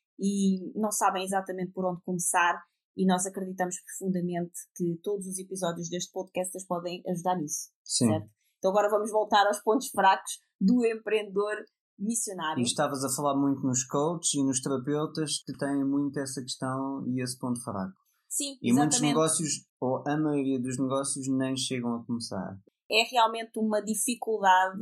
Speaker 2: e não sabem exatamente por onde começar, e nós acreditamos profundamente que todos os episódios deste podcast podem ajudar nisso.
Speaker 3: Sim.
Speaker 2: Certo? Então agora vamos voltar aos pontos fracos do empreendedor missionário.
Speaker 3: E estavas a falar muito nos coaches e nos terapeutas que têm muito essa questão e esse ponto fraco.
Speaker 2: Sim,
Speaker 3: e
Speaker 2: exatamente.
Speaker 3: Muitos negócios, ou a maioria dos negócios, nem chegam a começar.
Speaker 2: É realmente uma dificuldade,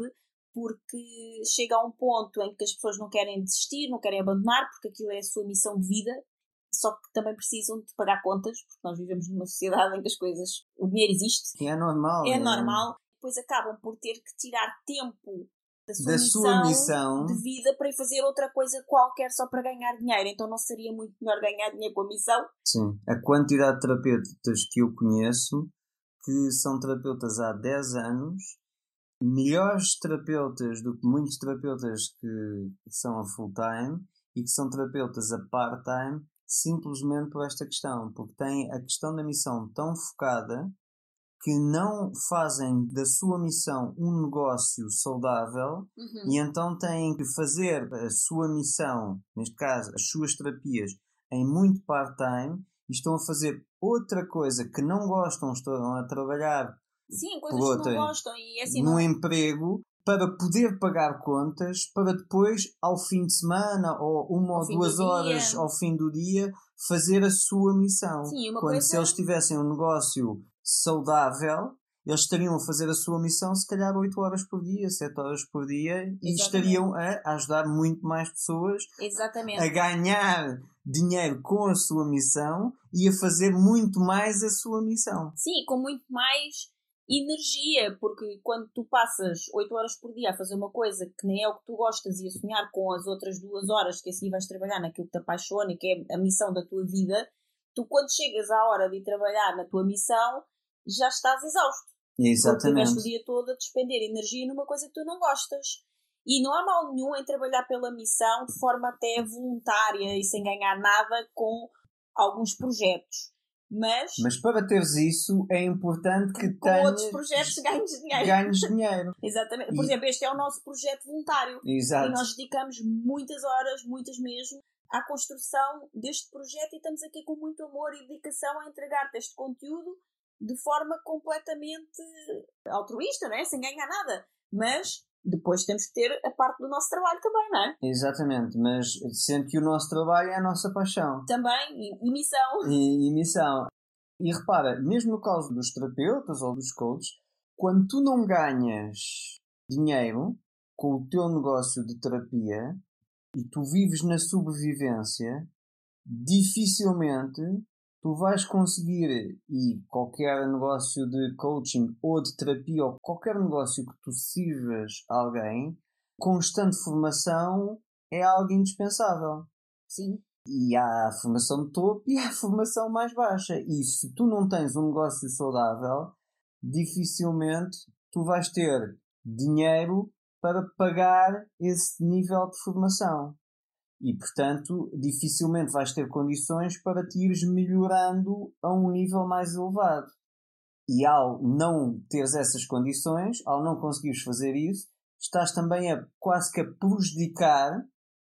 Speaker 2: porque chega a um ponto em que as pessoas não querem desistir, não querem abandonar, porque aquilo é a sua missão de vida, só que também precisam de pagar contas, porque nós vivemos numa sociedade em que as coisas, o dinheiro existe.
Speaker 3: E é normal.
Speaker 2: É normal. Depois acabam por ter que tirar tempo da sua missão de vida para ir fazer outra coisa qualquer só para ganhar dinheiro. Então não seria muito melhor ganhar dinheiro com a missão?
Speaker 3: Sim. A quantidade de terapeutas que eu conheço, que são terapeutas há 10 anos, melhores terapeutas do que muitos terapeutas que são a full-time e que são terapeutas a part-time, simplesmente por esta questão, porque têm a questão da missão tão focada que não fazem da sua missão um negócio saudável. E então têm que fazer a sua missão, neste caso as suas terapias, em muito part-time, e estão a fazer outra coisa que não gostam, estão a trabalhar
Speaker 2: coisas que não gostam, e assim
Speaker 3: num emprego para poder pagar contas, para depois, ao fim de semana ou uma ou 2 horas ao fim do dia, fazer a sua missão. Quando se eles tivessem um negócio saudável, eles estariam a fazer a sua missão se calhar 8 horas por dia, 7 horas por dia. Exatamente. E estariam a ajudar muito mais pessoas.
Speaker 2: Exatamente.
Speaker 3: A ganhar dinheiro com a sua missão e a fazer muito mais a sua missão.
Speaker 2: Sim, com muito mais energia, porque quando tu passas 8 horas por dia a fazer uma coisa que nem é o que tu gostas e a sonhar com as outras 2 horas que assim vais trabalhar naquilo que te apaixona e que é a missão da tua vida, tu quando chegas à hora de ir trabalhar na tua missão já estás exausto.
Speaker 3: Exatamente.
Speaker 2: Porque tiveste o dia todo a despender energia numa coisa que tu não gostas. E não há mal nenhum em trabalhar pela missão de forma até voluntária e sem ganhar nada com alguns projetos. Mas
Speaker 3: para teres isso é importante que
Speaker 2: com outros projetos ganhes dinheiro. Exatamente. Por exemplo, este é o nosso projeto voluntário.
Speaker 3: Exato.
Speaker 2: E nós dedicamos muitas horas, muitas mesmo, à construção deste projeto, e estamos aqui com muito amor e dedicação a entregar-te este conteúdo de forma completamente altruísta, não é? Sem ganhar nada. Mas depois temos que ter a parte do nosso trabalho também, não é?
Speaker 3: Exatamente, mas sendo que o nosso trabalho é a nossa paixão.
Speaker 2: Também, e missão.
Speaker 3: E missão. E repara, mesmo no caso dos terapeutas ou dos coaches, quando tu não ganhas dinheiro com o teu negócio de terapia e tu vives na sobrevivência, dificilmente tu vais conseguir, e qualquer negócio de coaching ou de terapia ou qualquer negócio que tu sirvas a alguém, constante formação é algo indispensável.
Speaker 2: Sim.
Speaker 3: E há a formação de topo e há a formação mais baixa. E se tu não tens um negócio saudável, dificilmente tu vais ter dinheiro para pagar esse nível de formação. E, portanto, dificilmente vais ter condições para te ires melhorando a um nível mais elevado. E ao não teres essas condições, ao não conseguires fazer isso, estás também quase que a prejudicar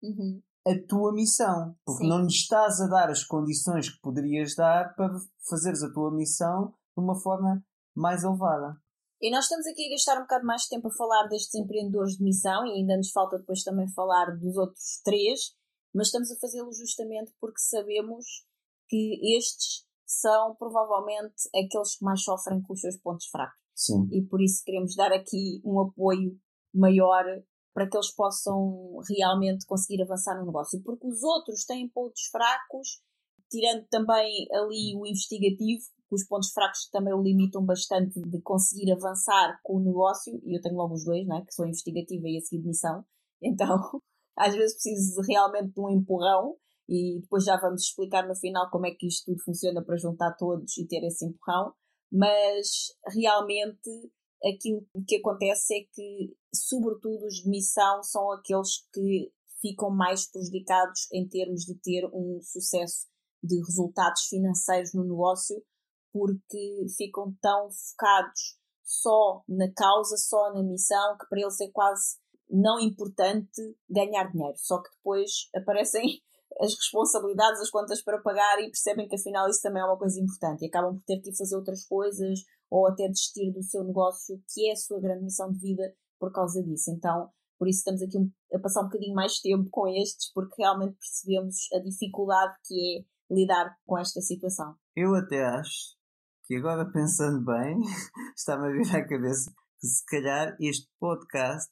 Speaker 3: a tua missão. Porque
Speaker 2: Sim.
Speaker 3: não lhe estás a dar as condições que poderias dar para fazeres a tua missão de uma forma mais elevada.
Speaker 2: E nós estamos aqui a gastar um bocado mais de tempo a falar destes empreendedores de missão, e ainda nos falta depois também falar dos outros 3, mas estamos a fazê-lo justamente porque sabemos que estes são provavelmente aqueles que mais sofrem com os seus pontos fracos.
Speaker 3: Sim.
Speaker 2: E por isso queremos dar aqui um apoio maior para que eles possam realmente conseguir avançar no negócio. Porque os outros têm pontos fracos, tirando também ali o investigativo, os pontos fracos também o limitam bastante de conseguir avançar com o negócio, e eu tenho logo os dois, não é? Que sou investigativa e a seguir de missão. Então, às vezes preciso realmente de um empurrão, e depois já vamos explicar no final como é que isto tudo funciona para juntar todos e ter esse empurrão. Mas realmente aquilo que acontece é que, sobretudo, os de missão são aqueles que ficam mais prejudicados em termos de ter um sucesso de resultados financeiros no negócio, porque ficam tão focados só na causa, só na missão, que para eles é quase não importante ganhar dinheiro. Só que depois aparecem as responsabilidades, as contas para pagar, e percebem que afinal isso também é uma coisa importante e acabam por ter que ir fazer outras coisas ou até desistir do seu negócio, que é a sua grande missão de vida, por causa disso. Então, por isso estamos aqui a passar um bocadinho mais tempo com estes, porque realmente percebemos a dificuldade que é lidar com esta situação.
Speaker 3: Eu até acho que agora, pensando bem, está-me a vir à cabeça que se calhar este podcast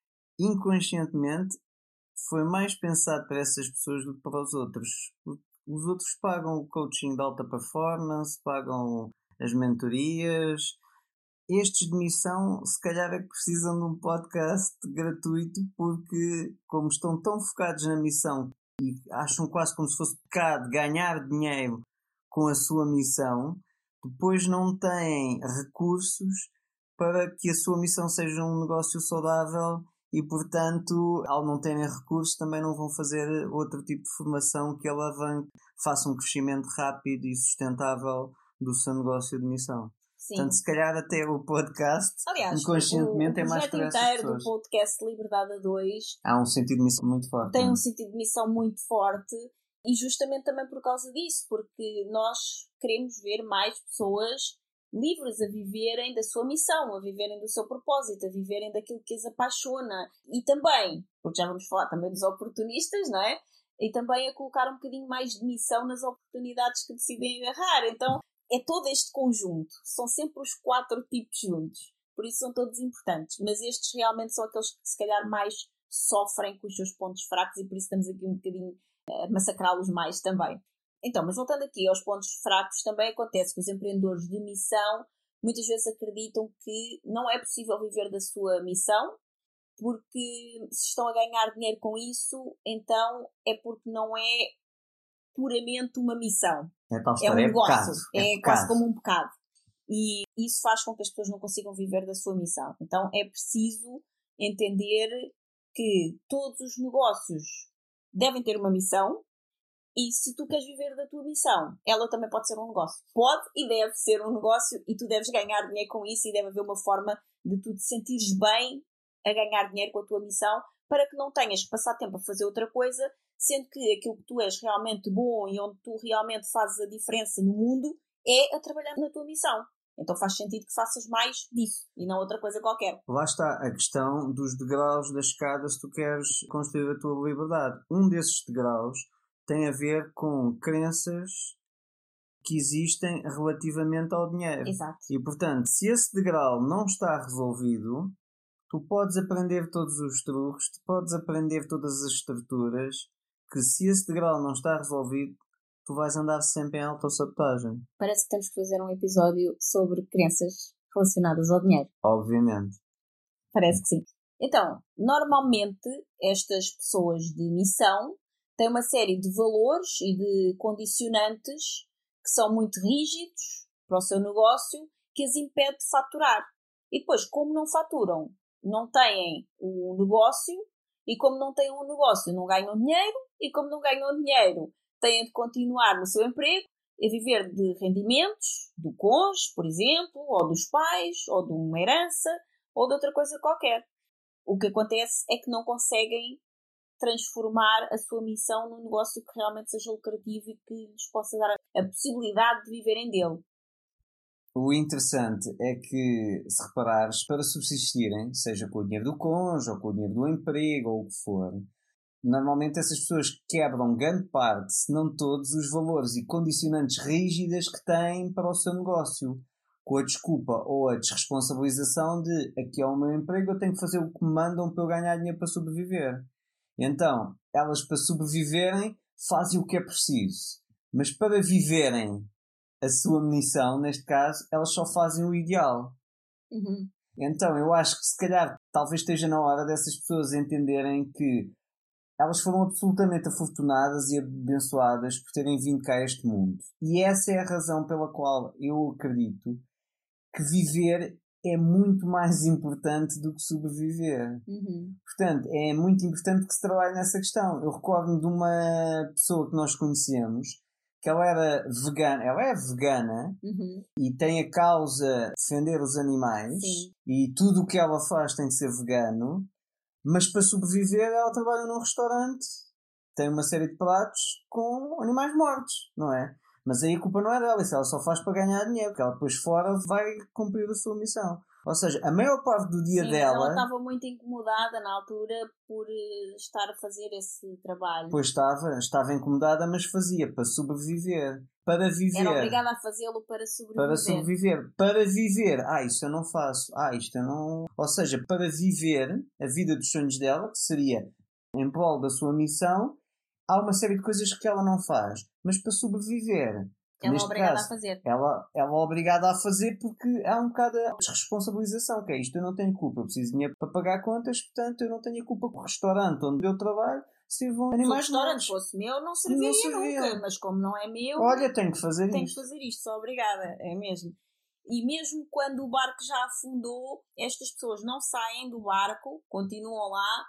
Speaker 3: inconscientemente foi mais pensado para essas pessoas do que para os outros. Os outros pagam o coaching de alta performance, pagam as mentorias. Estes de missão, se calhar é que precisam de um podcast gratuito, porque como estão tão focados na missão e acham quase como se fosse pecado ganhar dinheiro com a sua missão, depois não têm recursos para que a sua missão seja um negócio saudável. E, portanto, ao não terem recursos, também não vão fazer outro tipo de formação que alavanque, faça um crescimento rápido e sustentável do seu negócio de missão.
Speaker 2: Sim.
Speaker 3: Portanto, se calhar até o podcast,
Speaker 2: aliás,
Speaker 3: inconscientemente, é mais para essas pessoas. O
Speaker 2: inteiro do podcast Liberdade a 2
Speaker 3: há um sentido de missão muito forte.
Speaker 2: Tem um sentido de missão muito forte, e justamente também por causa disso, porque nós queremos ver mais pessoas livres a viverem da sua missão, a viverem do seu propósito, a viverem daquilo que as apaixona. E também, porque já vamos falar também dos oportunistas, não é? E também a colocar um bocadinho mais de missão nas oportunidades que decidem agarrar. Então, é todo este conjunto. São sempre os 4 tipos juntos. Por isso são todos importantes. Mas estes realmente são aqueles que se calhar mais sofrem com os seus pontos fracos, e por isso estamos aqui um bocadinho a massacrá-los mais também. Então, mas voltando aqui aos pontos fracos, também acontece que os empreendedores de missão muitas vezes acreditam que não é possível viver da sua missão, porque se estão a ganhar dinheiro com isso, então é porque não é puramente uma missão.
Speaker 3: É um
Speaker 2: negócio.
Speaker 3: É
Speaker 2: quase como um pecado. E isso faz com que as pessoas não consigam viver da sua missão. Então é preciso entender que todos os negócios devem ter uma missão. E se tu queres viver da tua missão, ela também pode ser um negócio. Pode e deve ser um negócio, e tu deves ganhar dinheiro com isso, e deve haver uma forma de tu te sentires bem a ganhar dinheiro com a tua missão, para que não tenhas que passar tempo a fazer outra coisa, sendo que aquilo que tu és realmente bom e onde tu realmente fazes a diferença no mundo é a trabalhar na tua missão. Então faz sentido que faças mais disso e não outra coisa qualquer.
Speaker 3: Lá está a questão dos degraus da escada se tu queres construir a tua liberdade. Um desses degraus tem a ver com crenças que existem relativamente ao dinheiro.
Speaker 2: Exato.
Speaker 3: E, portanto, se esse degrau não está resolvido, tu podes aprender todos os truques, tu podes aprender todas as estruturas, que se esse degrau não está resolvido, tu vais andar sempre em autossabotagem.
Speaker 2: Parece que temos que fazer um episódio sobre crenças relacionadas ao dinheiro.
Speaker 3: Obviamente.
Speaker 2: Parece que sim. Então, normalmente, estas pessoas de missão têm uma série de valores e de condicionantes que são muito rígidos para o seu negócio, que as impede de faturar. E depois, como não faturam, não têm o negócio, e como não têm um negócio, não ganham dinheiro, e como não ganham dinheiro, têm de continuar no seu emprego a viver de rendimentos do cônjuge, por exemplo, ou dos pais, ou de uma herança, ou de outra coisa qualquer. O que acontece é que não conseguem transformar a sua missão num negócio que realmente seja lucrativo e que lhes possa dar a possibilidade de viverem dele.
Speaker 3: O interessante é que, se reparares, para subsistirem, seja com o dinheiro do cônjuge, ou com o dinheiro do emprego, ou o que for, Normalmente essas pessoas quebram grande parte, se não todos, os valores e condicionantes rígidas que têm para o seu negócio, com a desculpa ou a desresponsabilização de aqui é o meu emprego, eu tenho que fazer o que me mandam para eu ganhar dinheiro para sobreviver. Então, elas para sobreviverem fazem o que é preciso, mas para viverem a sua missão, neste caso, elas só fazem o ideal.
Speaker 2: Uhum.
Speaker 3: Então, eu acho que se calhar talvez esteja na hora dessas pessoas entenderem que elas foram absolutamente afortunadas e abençoadas por terem vindo cá a este mundo. E essa é a razão pela qual eu acredito que viver é muito mais importante do que sobreviver.
Speaker 2: Uhum.
Speaker 3: Portanto, é muito importante que se trabalhe nessa questão. Eu recordo-me de uma pessoa que nós conhecemos, que ela era vegana, ela é vegana, e tem a causa de defender os animais.
Speaker 2: Sim.
Speaker 3: E tudo o que ela faz tem de ser vegano, mas para sobreviver ela trabalha num restaurante, tem uma série de pratos com animais mortos, não é? Mas aí a culpa não é dela, isso ela só faz para ganhar dinheiro, porque ela depois fora vai cumprir a sua missão. Ou seja, a maior parte do dia dela...
Speaker 2: Ela estava muito incomodada na altura por estar a fazer esse trabalho.
Speaker 3: Pois estava incomodada, mas fazia para sobreviver. Para viver.
Speaker 2: Era obrigada a fazê-lo para sobreviver.
Speaker 3: Para sobreviver. Para viver. Isto eu não faço. Isto eu não... Ou seja, para viver a vida dos sonhos dela, que seria em prol da sua missão, há uma série de coisas que ela não faz. Mas para sobreviver...
Speaker 2: Ela é obrigada a fazer.
Speaker 3: Ela é obrigada a fazer porque há um bocado de desresponsabilização, que é isto, eu não tenho culpa, eu preciso de dinheiro para pagar contas, portanto eu não tenho a culpa que o restaurante onde eu trabalho sirvam animais.
Speaker 2: Se o restaurante fosse meu, não serviria nunca, mas como não é meu,
Speaker 3: olha, tenho que fazer
Speaker 2: tenho que fazer isto, sou obrigada, é mesmo. E mesmo quando o barco já afundou, estas pessoas não saem do barco, continuam lá,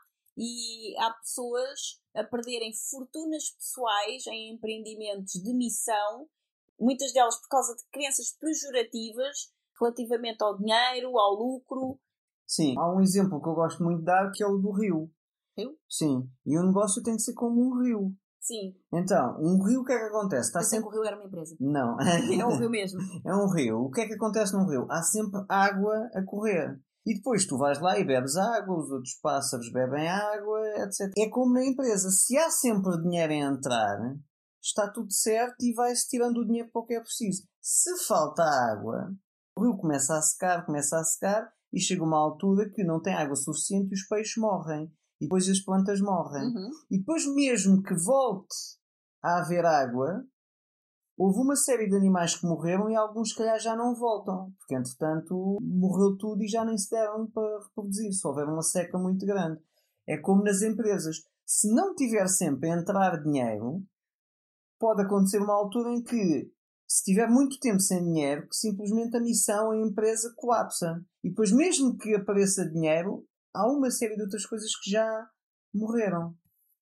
Speaker 2: e há pessoas a perderem fortunas pessoais em empreendimentos de missão, muitas delas por causa de crenças pejorativas relativamente ao dinheiro, ao lucro.
Speaker 3: Sim, há um exemplo que eu gosto muito de dar, que é o do rio.
Speaker 2: Rio?
Speaker 3: Sim, e o negócio tem que ser como um rio.
Speaker 2: Sim.
Speaker 3: Então, um rio, o que é que acontece?
Speaker 2: Está sempre... que o rio era uma empresa.
Speaker 3: Não.
Speaker 2: É um rio mesmo.
Speaker 3: É um rio. O que é que acontece num rio? Há sempre água a correr. E depois tu vais lá e bebes água, os outros pássaros bebem água, etc. É como na empresa. Se há sempre dinheiro a entrar, está tudo certo e vai-se tirando o dinheiro para o que é preciso. Se falta água, o rio começa a secar e chega uma altura que não tem água suficiente e os peixes morrem. E depois as plantas morrem. E depois mesmo que volte a haver água, houve uma série de animais que morreram e alguns se calhar já não voltam. Porque entretanto morreu tudo e já nem se deram para reproduzir. Se houver uma seca muito grande. É como nas empresas. Se não tiver sempre a entrar dinheiro, pode acontecer uma altura em que, se tiver muito tempo sem dinheiro, que simplesmente a missão, a empresa colapsa. E depois mesmo que apareça dinheiro, há uma série de outras coisas que já morreram.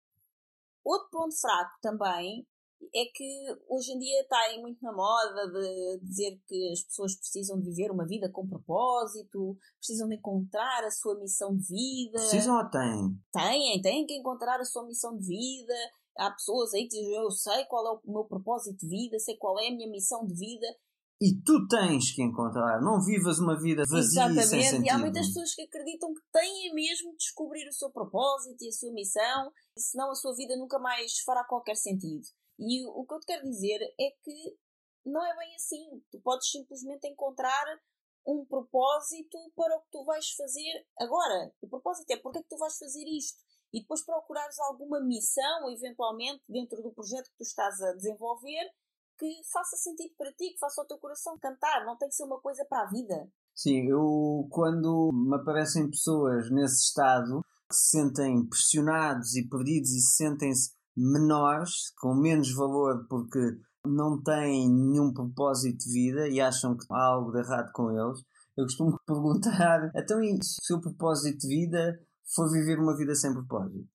Speaker 2: Outro ponto fraco também é que hoje em dia está muito na moda de dizer que as pessoas precisam de viver uma vida com propósito, precisam de encontrar a sua missão de vida.
Speaker 3: Precisam ou têm?
Speaker 2: Têm que encontrar a sua missão de vida. Há pessoas aí que dizem, eu sei qual é o meu propósito de vida, sei qual é a minha missão de vida.
Speaker 3: E tu tens que encontrar, não vivas uma vida vazia e sem sentido.
Speaker 2: E há muitas pessoas que acreditam que têm mesmo de descobrir o seu propósito e a sua missão, senão a sua vida nunca mais fará qualquer sentido. E o que eu te quero dizer é que não é bem assim. Tu podes simplesmente encontrar um propósito para o que tu vais fazer agora. O propósito é porque é que tu vais fazer isto. E depois procurares alguma missão, eventualmente, dentro do projeto que tu estás a desenvolver, que faça sentido para ti, que faça o teu coração cantar. Não tem que ser uma coisa para a vida.
Speaker 3: Sim, quando me aparecem pessoas nesse estado, que se sentem pressionados e perdidos e sentem-se menores, com menos valor porque não têm nenhum propósito de vida e acham que há algo de errado com eles, eu costumo perguntar, então e se o seu propósito de vida for viver uma vida sem propósito?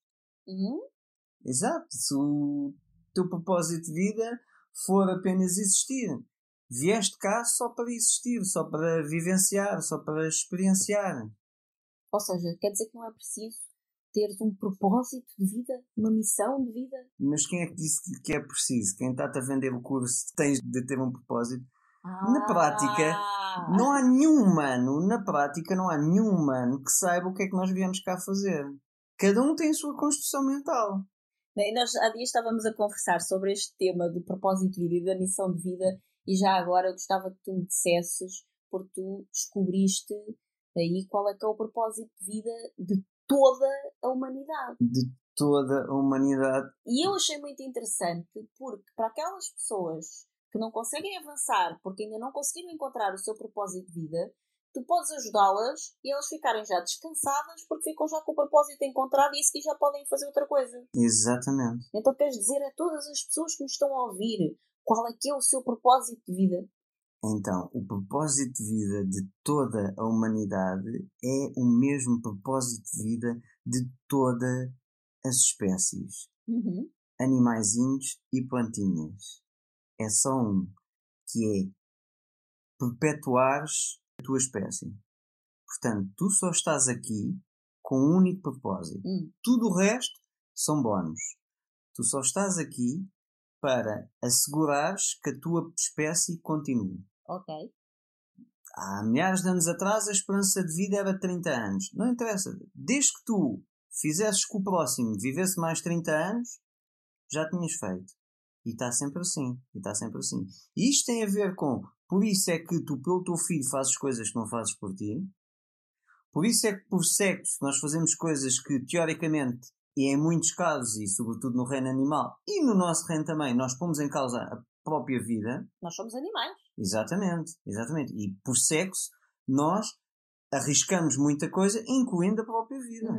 Speaker 3: Exato, se o teu propósito de vida for apenas existir, vieste cá só para existir, só para vivenciar, só para experienciar.
Speaker 2: Ou seja, quer dizer que não é preciso teres um propósito de vida, uma missão de vida?
Speaker 3: Mas quem é que disse que é preciso? Quem está-te a vender o curso tens de ter um propósito? Na prática, não há nenhum humano que saiba o que é que nós viemos cá fazer. Cada um tem a sua construção mental.
Speaker 2: Nós há dias estávamos a conversar sobre este tema do propósito de vida e da missão de vida, e já agora eu gostava que tu me dissesses, porque tu descobriste aí qual é que é o propósito de vida de toda a humanidade.
Speaker 3: De toda a humanidade.
Speaker 2: E eu achei muito interessante, porque para aquelas pessoas que não conseguem avançar porque ainda não conseguiram encontrar o seu propósito de vida, tu podes ajudá-las e elas ficarem já descansadas porque ficam já com o propósito encontrado e isso que já podem fazer outra coisa.
Speaker 3: Exatamente.
Speaker 2: Então queres dizer a todas as pessoas que nos estão a ouvir qual é que é o seu propósito de vida?
Speaker 3: Então, o propósito de vida de toda a humanidade é o mesmo propósito de vida de todas as espécies. Animaizinhos e plantinhas. É só um, que é perpetuares a tua espécie. Portanto, tu só estás aqui com um único propósito. Tudo o resto são bónus. Tu só estás aqui para assegurares que a tua espécie continue.
Speaker 2: Ok.
Speaker 3: Há milhares de anos atrás a esperança de vida era 30 anos. Não interessa. Desde que tu fizesses que o próximo vivesse mais 30 anos, já tinhas feito. E está sempre assim. E isto tem a ver com... Por isso é que tu, pelo teu filho, fazes coisas que não fazes por ti. Por isso é que, por sexo, nós fazemos coisas que, teoricamente, e em muitos casos, e sobretudo no reino animal, e no nosso reino também, nós pomos em causa a própria vida.
Speaker 2: Nós somos animais.
Speaker 3: Exatamente. E por sexo, nós arriscamos muita coisa, incluindo a própria vida.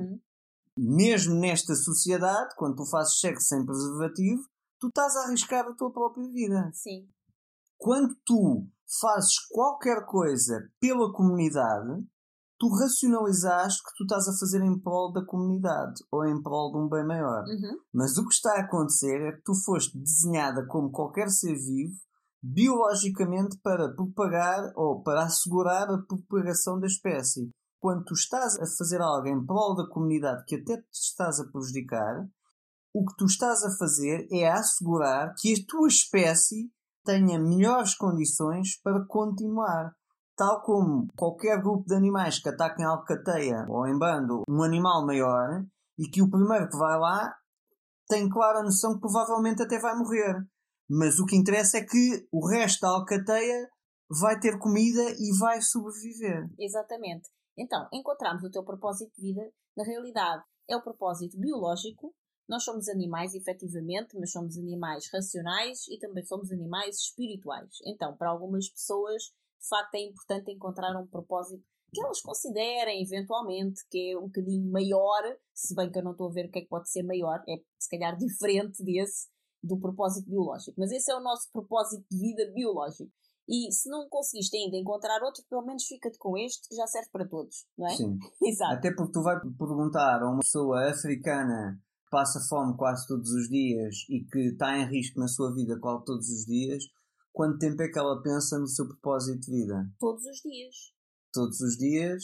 Speaker 3: Mesmo nesta sociedade, quando tu fazes sexo sem preservativo, tu estás a arriscar a tua própria vida.
Speaker 2: Sim.
Speaker 3: Quando tu fazes qualquer coisa pela comunidade, tu racionalizaste que tu estás a fazer em prol da comunidade ou em prol de um bem maior. Mas o que está a acontecer é que tu foste desenhada como qualquer ser vivo, biologicamente para propagar ou para assegurar a propagação da espécie. Quando tu estás a fazer algo em prol da comunidade que até te estás a prejudicar, o que tu estás a fazer é assegurar que a tua espécie tenha melhores condições para continuar. Tal como qualquer grupo de animais que ataquem em alcateia ou em bando um animal maior e que o primeiro que vai lá tem clara noção que provavelmente até vai morrer. Mas o que interessa é que o resto da alcateia vai ter comida e vai sobreviver.
Speaker 2: Exatamente. Então, encontramos o teu propósito de vida. Na realidade, é o propósito biológico. Nós somos animais, efetivamente, mas somos animais racionais e também somos animais espirituais. Então, para algumas pessoas, de facto, é importante encontrar um propósito que elas considerem, eventualmente, que é um bocadinho maior, se bem que eu não estou a ver o que é que pode ser maior, é se calhar diferente do propósito biológico. Mas esse é o nosso propósito de vida biológico. E se não conseguiste ainda encontrar outro, pelo menos fica-te com este, que já serve para todos, não é?
Speaker 3: Sim.
Speaker 2: Exato.
Speaker 3: Até porque tu vais perguntar a uma pessoa africana que passa fome quase todos os dias e que está em risco na sua vida quase todos os dias, quanto tempo é que ela pensa no seu propósito de vida?
Speaker 2: Todos os dias.
Speaker 3: Todos os dias.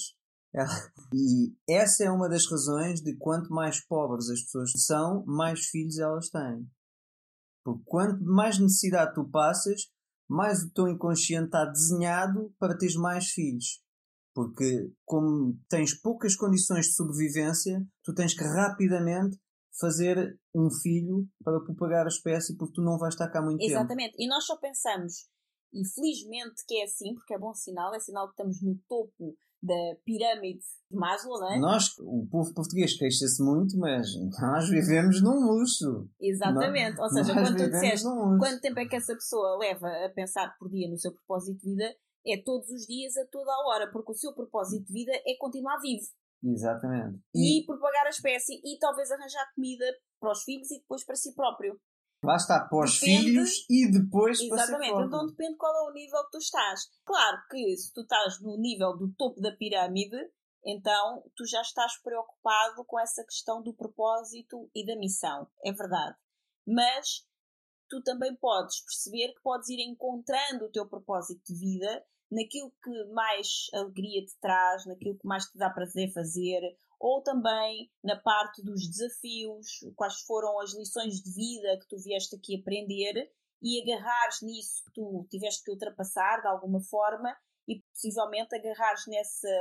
Speaker 3: E essa é uma das razões de quanto mais pobres as pessoas são, mais filhos elas têm. Porque quanto mais necessidade tu passas, mais o teu inconsciente está desenhado para teres mais filhos. Porque como tens poucas condições de sobrevivência, tu tens que rapidamente fazer um filho para propagar a espécie, porque tu não vais estar cá muito tempo.
Speaker 2: Exatamente. E nós só pensamos, e felizmente que é assim, porque é bom sinal, é sinal que estamos no topo da pirâmide de Maslow, não é?
Speaker 3: Nós, o povo português, queixa-se muito, mas nós vivemos num luxo.
Speaker 2: Exatamente. Ou seja, quando tu disseste quanto tempo é que essa pessoa leva a pensar por dia no seu propósito de vida, é todos os dias, a toda a hora, porque o seu propósito de vida é continuar vivo.
Speaker 3: Exatamente.
Speaker 2: E propagar a espécie e talvez arranjar comida para os filhos e depois para si próprio.
Speaker 3: Lá está, para os filhos e depois para si próprio.
Speaker 2: Exatamente, então depende qual é o nível que tu estás. Claro que se tu estás no nível do topo da pirâmide, então tu já estás preocupado com essa questão do propósito e da missão. É verdade. Mas tu também podes perceber que podes ir encontrando o teu propósito de vida naquilo que mais alegria te traz, naquilo que mais te dá prazer fazer, ou também na parte dos desafios, quais foram as lições de vida que tu vieste aqui aprender e agarrares nisso que tu tiveste que ultrapassar de alguma forma e possivelmente agarrares nessa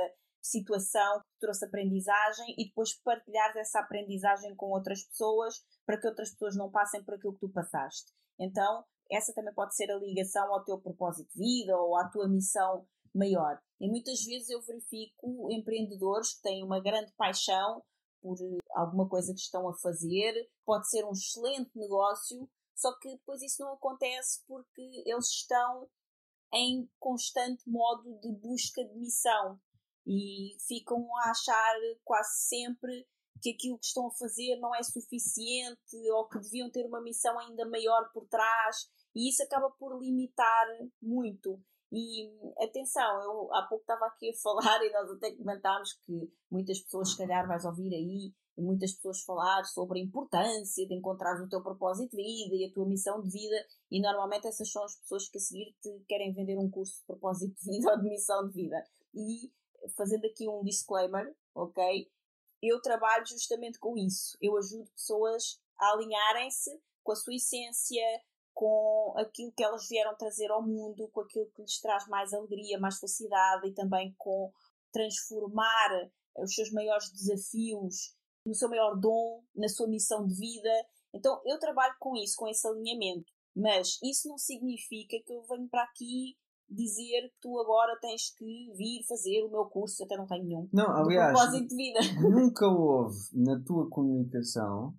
Speaker 2: situação que trouxe aprendizagem e depois partilhares essa aprendizagem com outras pessoas para que outras pessoas não passem por aquilo que tu passaste. Então, essa também pode ser a ligação ao teu propósito de vida ou à tua missão maior. E muitas vezes eu verifico empreendedores que têm uma grande paixão por alguma coisa que estão a fazer, pode ser um excelente negócio, só que depois isso não acontece porque eles estão em constante modo de busca de missão e ficam a achar quase sempre que aquilo que estão a fazer não é suficiente ou que deviam ter uma missão ainda maior por trás, e isso acaba por limitar muito. E atenção, eu há pouco estava aqui a falar e nós até comentámos que muitas pessoas, se calhar vais ouvir aí, muitas pessoas falar sobre a importância de encontrar o teu propósito de vida e a tua missão de vida, e normalmente essas são as pessoas que a seguir te querem vender um curso de propósito de vida ou de missão de vida. E fazendo aqui um disclaimer, ok? Eu trabalho justamente com isso. Eu ajudo pessoas a alinharem-se com a sua essência, com aquilo que elas vieram trazer ao mundo, com aquilo que lhes traz mais alegria, mais felicidade, e também com transformar os seus maiores desafios no seu maior dom, na sua missão de vida. Então eu trabalho com isso, com esse alinhamento. Mas isso não significa que eu venho para aqui dizer que tu agora tens que vir fazer o meu curso. Eu até não tenho nenhum.
Speaker 3: Não, aliás,
Speaker 2: propósito de vida.
Speaker 3: Nunca houve na tua comunicação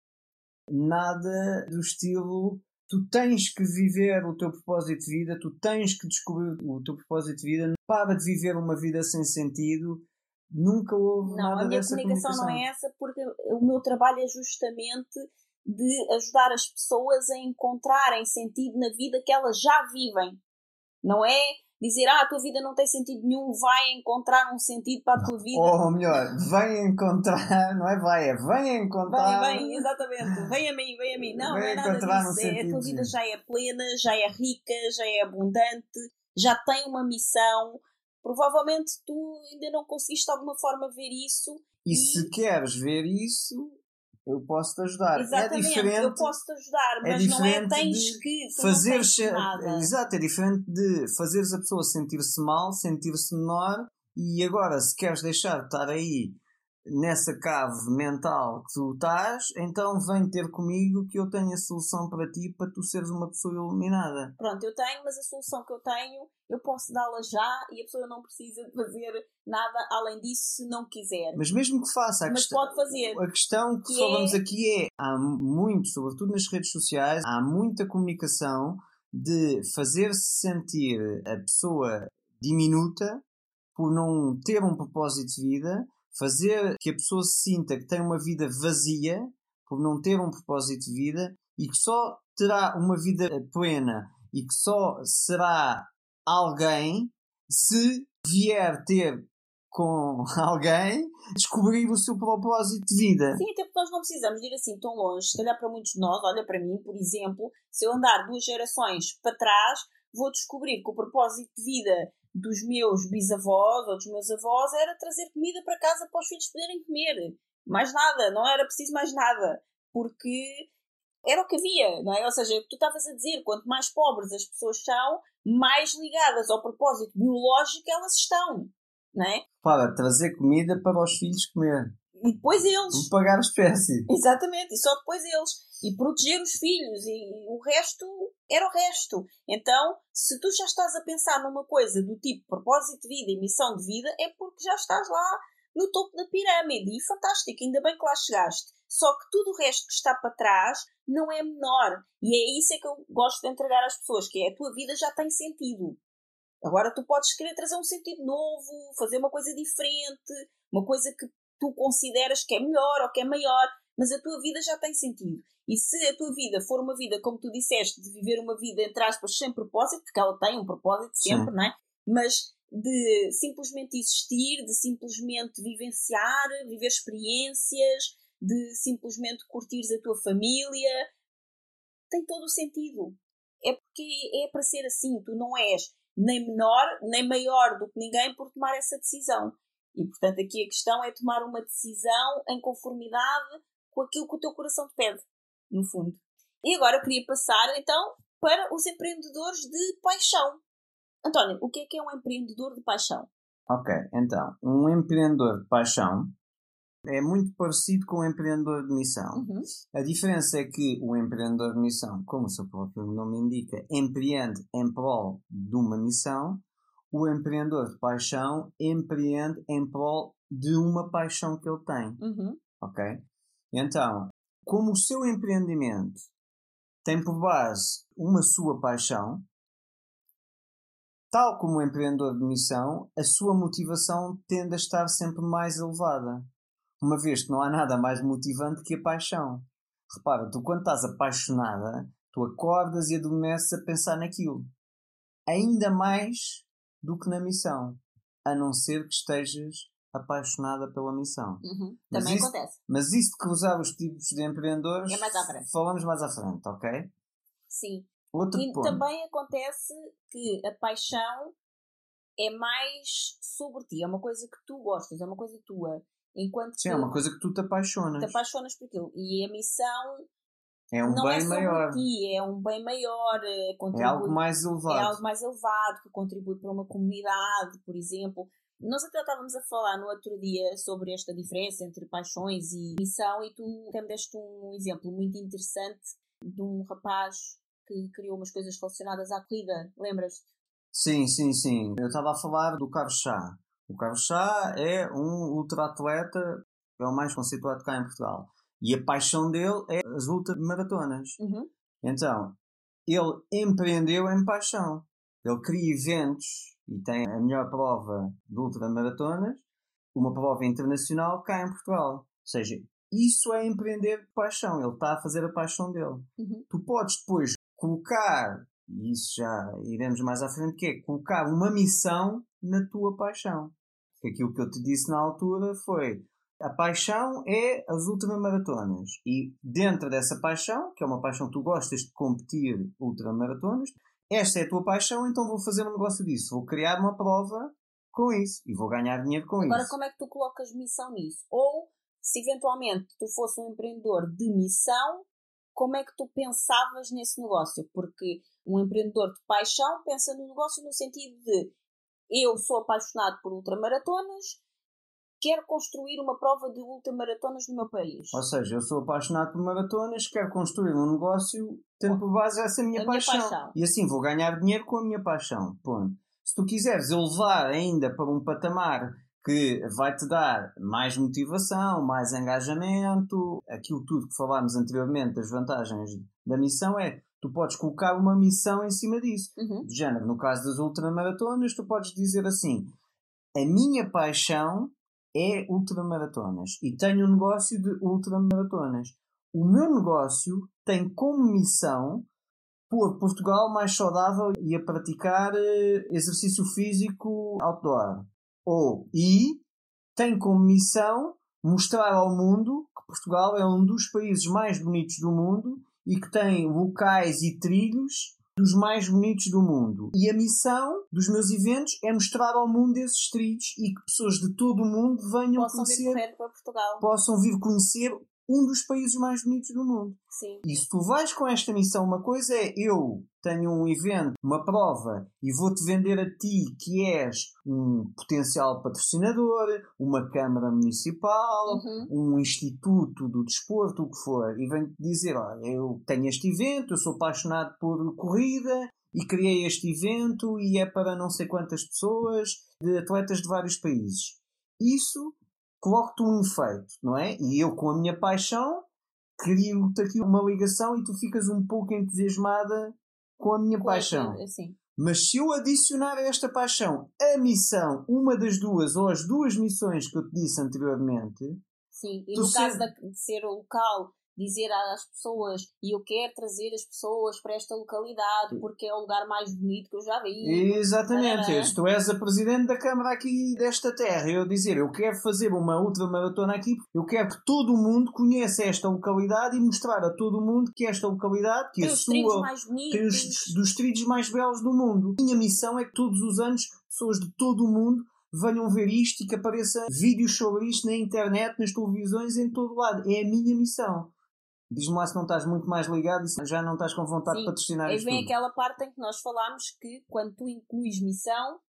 Speaker 3: nada do estilo: tu tens que viver o teu propósito de vida, tu tens que descobrir o teu propósito de vida, para de viver uma vida sem sentido. Nunca houve nada dessa comunicação.
Speaker 2: Não, a minha comunicação não é essa, porque o meu trabalho é justamente de ajudar as pessoas a encontrarem sentido na vida que elas já vivem. Não é dizer, a tua vida não tem sentido nenhum, vai encontrar um sentido para a tua vida.
Speaker 3: Ou melhor, vem encontrar, não é vai, é vem encontrar.
Speaker 2: Vem, exatamente. Vem a mim. Não,
Speaker 3: vem
Speaker 2: não é nada disso. A tua vida já é plena, já é rica, já é abundante, já tem uma missão. Provavelmente tu ainda não conseguiste de alguma forma ver isso.
Speaker 3: E se queres ver isso, eu posso-te ajudar.
Speaker 2: Exatamente,
Speaker 3: é diferente,
Speaker 2: eu posso-te ajudar, mas não é tens que, tu fazer não tens nada.
Speaker 3: Exato, é diferente de fazeres a pessoa sentir-se mal, sentir-se menor, e agora se queres deixar de estar aí nessa cave mental que tu estás, então vem ter comigo que eu tenho a solução para ti, para tu seres uma pessoa iluminada.
Speaker 2: Pronto, eu tenho, mas a solução que eu tenho, eu posso dá-la já e a pessoa não precisa de fazer nada além disso se não quiser.
Speaker 3: Mas mesmo que faça,
Speaker 2: pode fazer.
Speaker 3: A questão que falamos aqui é, há muito, sobretudo nas redes sociais, há muita comunicação de fazer-se sentir a pessoa diminuta por não ter um propósito de vida, fazer que a pessoa se sinta que tem uma vida vazia por não ter um propósito de vida e que só terá uma vida plena e que só será alguém se vier ter com alguém descobrir o seu propósito de vida.
Speaker 2: Sim, até porque nós não precisamos de ir assim tão longe. Se calhar para muitos de nós, olha para mim, por exemplo, se eu andar 2 gerações para trás, vou descobrir que o propósito de vida dos meus bisavós ou dos meus avós era trazer comida para casa para os filhos poderem comer. Mais nada, não era preciso mais nada. Porque era o que havia, não é? Ou seja, o que tu estavas a dizer, quanto mais pobres as pessoas são, mais ligadas ao propósito biológico elas estão, não é?
Speaker 3: Para trazer comida para os filhos comer.
Speaker 2: E depois eles.
Speaker 3: Vou pagar a espécie.
Speaker 2: Exatamente, e só depois eles. E proteger os filhos, e o resto era o resto. Então, se tu já estás a pensar numa coisa do tipo propósito de vida e missão de vida, é porque já estás lá no topo da pirâmide. E fantástico, ainda bem que lá chegaste. Só que tudo o resto que está para trás não é menor. E é isso que eu gosto de entregar às pessoas, que é a tua vida já tem sentido. Agora tu podes querer trazer um sentido novo, fazer uma coisa diferente, uma coisa que tu consideras que é melhor ou que é maior, mas a tua vida já tem sentido. E se a tua vida for uma vida, como tu disseste, de viver uma vida, entre aspas, sem propósito, porque ela tem um propósito sempre, não é? Mas de simplesmente existir, de simplesmente vivenciar, viver experiências, de simplesmente curtires a tua família, tem todo o sentido. É porque é para ser assim. Tu não és nem menor, nem maior do que ninguém por tomar essa decisão. E, portanto, aqui a questão é tomar uma decisão em conformidade com aquilo que o teu coração te pede, no fundo. E agora eu queria passar, então, para os empreendedores de paixão. António, o que é um empreendedor de paixão?
Speaker 3: Ok, então, um empreendedor de paixão é muito parecido com um empreendedor de missão. A diferença é que o empreendedor de missão, como o seu próprio nome indica, empreende em prol de uma missão. O empreendedor de paixão empreende em prol de uma paixão que ele tem. Ok? Então, como o seu empreendimento tem por base uma sua paixão, tal como o empreendedor de missão, a sua motivação tende a estar sempre mais elevada. Uma vez que não há nada mais motivante que a paixão. Repara, tu quando estás apaixonada, tu acordas e adormeces a pensar naquilo. Ainda mais do que na missão. A não ser que estejas apaixonada pela missão.
Speaker 2: Também acontece.
Speaker 3: Mas isso de cruzar os tipos de empreendedores...
Speaker 2: É mais à frente.
Speaker 3: Falamos mais à frente, ok?
Speaker 2: Sim.
Speaker 3: Outro
Speaker 2: e
Speaker 3: ponto.
Speaker 2: Também acontece que a paixão é mais sobre ti. É uma coisa que tu gostas. É uma coisa tua. Enquanto
Speaker 3: Sim, é uma coisa que tu te apaixonas.
Speaker 2: Te apaixonas por aquilo. E a missão
Speaker 3: é um
Speaker 2: não
Speaker 3: bem
Speaker 2: é sobre
Speaker 3: maior.
Speaker 2: ti, é um bem maior.
Speaker 3: É algo mais elevado.
Speaker 2: É algo mais elevado, que contribui para uma comunidade, por exemplo. Nós até estávamos a falar no outro dia sobre esta diferença entre paixões e missão, e tu até me deste um exemplo muito interessante de um rapaz que criou umas coisas relacionadas à corrida. Lembras-te?
Speaker 3: Sim. Eu estava a falar do Carlos Chá. O Carlos Chá é um ultra-atleta, é o mais conceituado cá em Portugal. E a paixão dele é as ultramaratonas. Então, ele empreendeu em paixão. Ele cria eventos e tem a melhor prova de ultramaratonas, uma prova internacional cá em Portugal. Ou seja, isso é empreender de paixão. Ele está a fazer a paixão dele. Tu podes depois colocar, e isso já iremos mais à frente, que é colocar uma missão na tua paixão. Aquilo que eu te disse na altura foi: a paixão é as ultramaratonas. E dentro dessa paixão, que é uma paixão que tu gostas de competir ultramaratonas, esta é a tua paixão, então vou fazer um negócio disso. Vou criar uma prova com isso. E vou ganhar dinheiro com isso.
Speaker 2: Agora, como é que tu colocas missão nisso? Ou, se eventualmente tu fosse um empreendedor de missão, como é que tu pensavas nesse negócio? Porque um empreendedor de paixão pensa no negócio no sentido de: eu sou apaixonado por ultramaratonas, quero construir uma prova de ultramaratonas no meu país.
Speaker 3: Ou seja, eu sou apaixonado por maratonas, quero construir um negócio tendo por base essa minha paixão. E assim vou ganhar dinheiro com a minha paixão. Ponto. Se tu quiseres elevar ainda para um patamar que vai-te dar mais motivação, mais engajamento, aquilo tudo que falámos anteriormente das vantagens da missão, é tu podes colocar uma missão em cima disso. Do género, no caso das ultramaratonas, tu podes dizer assim: a minha paixão é ultramaratonas e tenho um negócio de ultramaratonas. O meu negócio tem como missão pôr Portugal mais saudável e a praticar exercício físico outdoor. E tem como missão mostrar ao mundo que Portugal é um dos países mais bonitos do mundo e que tem locais e trilhos dos mais bonitos do mundo. E a missão dos meus eventos é mostrar ao mundo esses trilhos e que pessoas de todo o mundo venham conhecer,
Speaker 2: vir para Portugal.
Speaker 3: Possam vir conhecer um dos países mais bonitos do mundo.
Speaker 2: Sim.
Speaker 3: E se tu vais com esta missão, uma coisa é: eu tenho um evento, uma prova, e vou-te vender a ti que és um potencial patrocinador, uma Câmara Municipal, um Instituto do Desporto, o que for, e venho-te dizer: olha, eu tenho este evento, eu sou apaixonado por corrida, e criei este evento, e é para não sei quantas pessoas, de atletas de vários países. Isso coloco-te um efeito, não é? E eu, com a minha paixão, crio-te aqui uma ligação e tu ficas um pouco entusiasmada com a minha paixão.
Speaker 2: Sim.
Speaker 3: Mas se eu adicionar a esta paixão a missão, uma das duas, ou as duas missões que eu te disse anteriormente...
Speaker 2: Sim, e no caso de ser o local, dizer às pessoas: e eu quero trazer as pessoas para esta localidade porque é o lugar mais bonito que eu já vi.
Speaker 3: Exatamente. Se tu és a presidente da Câmara aqui desta terra, eu dizer: eu quero fazer uma ultramaratona aqui, eu quero que todo o mundo conheça esta localidade e mostrar a todo o mundo que esta localidade, que
Speaker 2: tem
Speaker 3: a
Speaker 2: os
Speaker 3: sua,
Speaker 2: trilhos mais bonitos,
Speaker 3: tem dos trilhos mais belos do mundo. A minha missão é que todos os anos pessoas de todo o mundo venham ver isto e que apareça vídeos sobre isto na internet, nas televisões, em todo lado. É a minha missão. Diz-me lá se não estás muito mais ligado e já não estás com vontade de patrocinar isto.
Speaker 2: Aí vem aquela parte em que nós falámos que quando tu incluís missão,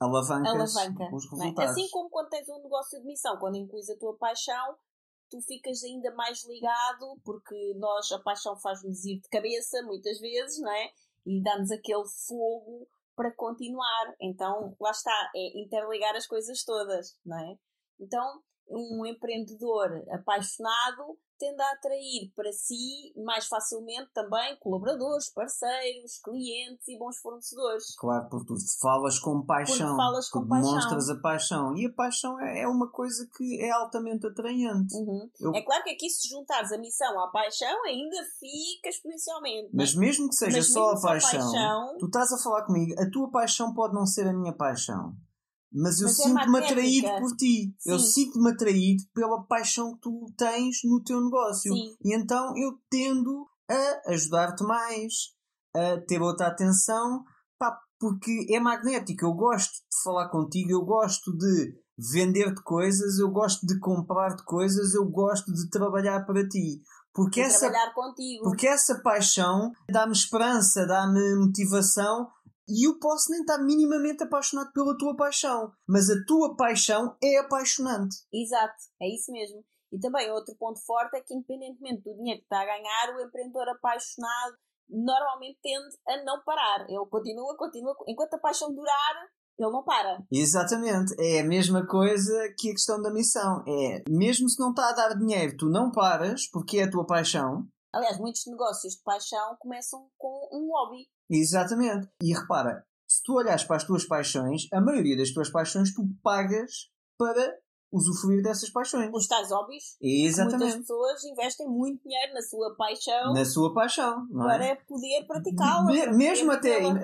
Speaker 3: alavancas os resultados.
Speaker 2: Assim como quando tens um negócio de missão, quando incluís a tua paixão, tu ficas ainda mais ligado, porque a paixão faz-nos ir de cabeça, muitas vezes, não é? E dá-nos aquele fogo para continuar. Então, lá está, é interligar as coisas todas, não é? Então, um empreendedor apaixonado tende a atrair para si mais facilmente também colaboradores, parceiros, clientes e bons fornecedores.
Speaker 3: Claro, porque tu falas com paixão. Tu demonstras a paixão. E a paixão é uma coisa que é altamente atraente.
Speaker 2: É claro que aqui, se juntares a missão à paixão, ainda fica exponencialmente.
Speaker 3: Mas mesmo que seja só a paixão, tu estás a falar comigo, a tua paixão pode não ser a minha paixão. Mas eu sinto-me atraído por ti. Sim. Eu sinto-me atraído pela paixão que tu tens no teu negócio.
Speaker 2: Sim.
Speaker 3: E então eu tendo a ajudar-te mais, a ter outra atenção, porque é magnético. Eu gosto de falar contigo, eu gosto de vender-te coisas, eu gosto de comprar-te coisas, eu gosto de trabalhar para ti.
Speaker 2: Trabalhar contigo.
Speaker 3: Porque essa paixão dá-me esperança, dá-me motivação. E eu posso nem estar minimamente apaixonado pela tua paixão, mas a tua paixão é apaixonante.
Speaker 2: Exato, é isso mesmo. E também outro ponto forte é que, independentemente do dinheiro que está a ganhar, o empreendedor apaixonado normalmente tende a não parar. Ele continua. Enquanto a paixão durar, ele não para.
Speaker 3: Exatamente. É a mesma coisa que a questão da missão. É, mesmo se não está a dar dinheiro, tu não paras, porque é a tua paixão.
Speaker 2: Aliás, muitos negócios de paixão começam com um hobby.
Speaker 3: Exatamente. E repara, se tu olhares para as tuas paixões, a maioria das tuas paixões tu pagas para usufruir dessas paixões.
Speaker 2: Os tais hobbies.
Speaker 3: Exatamente.
Speaker 2: Muitas pessoas investem muito dinheiro na sua paixão.
Speaker 3: Na sua paixão, não é?
Speaker 2: Para poder praticá-la.
Speaker 3: Mesmo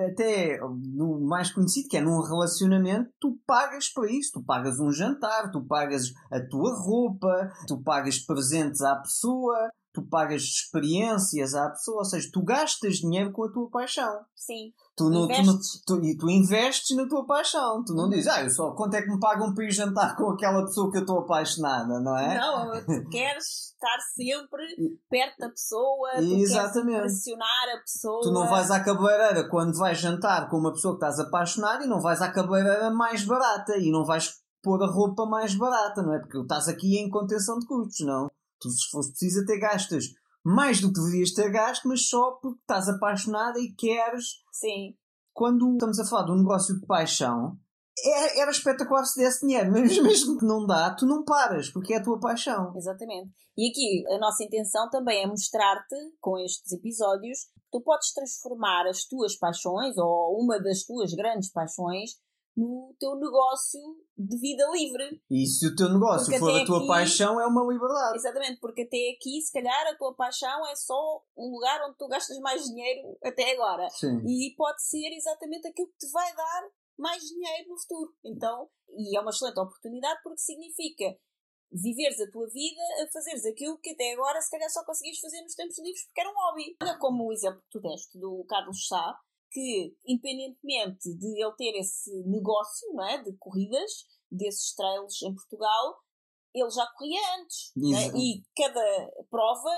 Speaker 3: até no mais conhecido, que é num relacionamento, tu pagas para isso. Tu pagas um jantar, tu pagas a tua roupa, tu pagas presentes à pessoa, tu pagas experiências à pessoa, ou seja, tu gastas dinheiro com a tua paixão.
Speaker 2: Sim.
Speaker 3: Tu investes na tua paixão. Tu não dizes, quanto é que me pagam para ir jantar com aquela pessoa que eu estou apaixonada, não é?
Speaker 2: Não, tu queres estar sempre perto da pessoa, tu
Speaker 3: Exatamente.
Speaker 2: queres impressionar a pessoa.
Speaker 3: Tu não vais à cabeleireira quando vais jantar com uma pessoa que estás apaixonada e não vais à cabeleireira mais barata e não vais pôr a roupa mais barata, não é? Porque estás aqui em contenção de custos, não? Tu, se fosse preciso, até gastas mais do que deverias ter gasto, mas só porque estás apaixonada e queres.
Speaker 2: Sim.
Speaker 3: Quando estamos a falar de um negócio de paixão, era espetacular se desse dinheiro, mas mesmo que não dá, tu não paras, porque é a tua paixão.
Speaker 2: Exatamente. E aqui a nossa intenção também é mostrar-te, com estes episódios, que tu podes transformar as tuas paixões, ou uma das tuas grandes paixões, no teu negócio de vida livre.
Speaker 3: E se o teu negócio for a tua paixão, é uma liberdade.
Speaker 2: Exatamente, porque até aqui, se calhar, a tua paixão é só um lugar onde tu gastas mais dinheiro até agora.
Speaker 3: Sim.
Speaker 2: E pode ser exatamente aquilo que te vai dar mais dinheiro no futuro. Então, e é uma excelente oportunidade porque significa viveres a tua vida a fazeres aquilo que até agora se calhar só conseguias fazer nos tempos livres porque era um hobby. Olha como o exemplo que tu deste do Carlos Sá, que independentemente de ele ter esse negócio, não é, de corridas, desses trails em Portugal, ele já corria antes. Né? E cada prova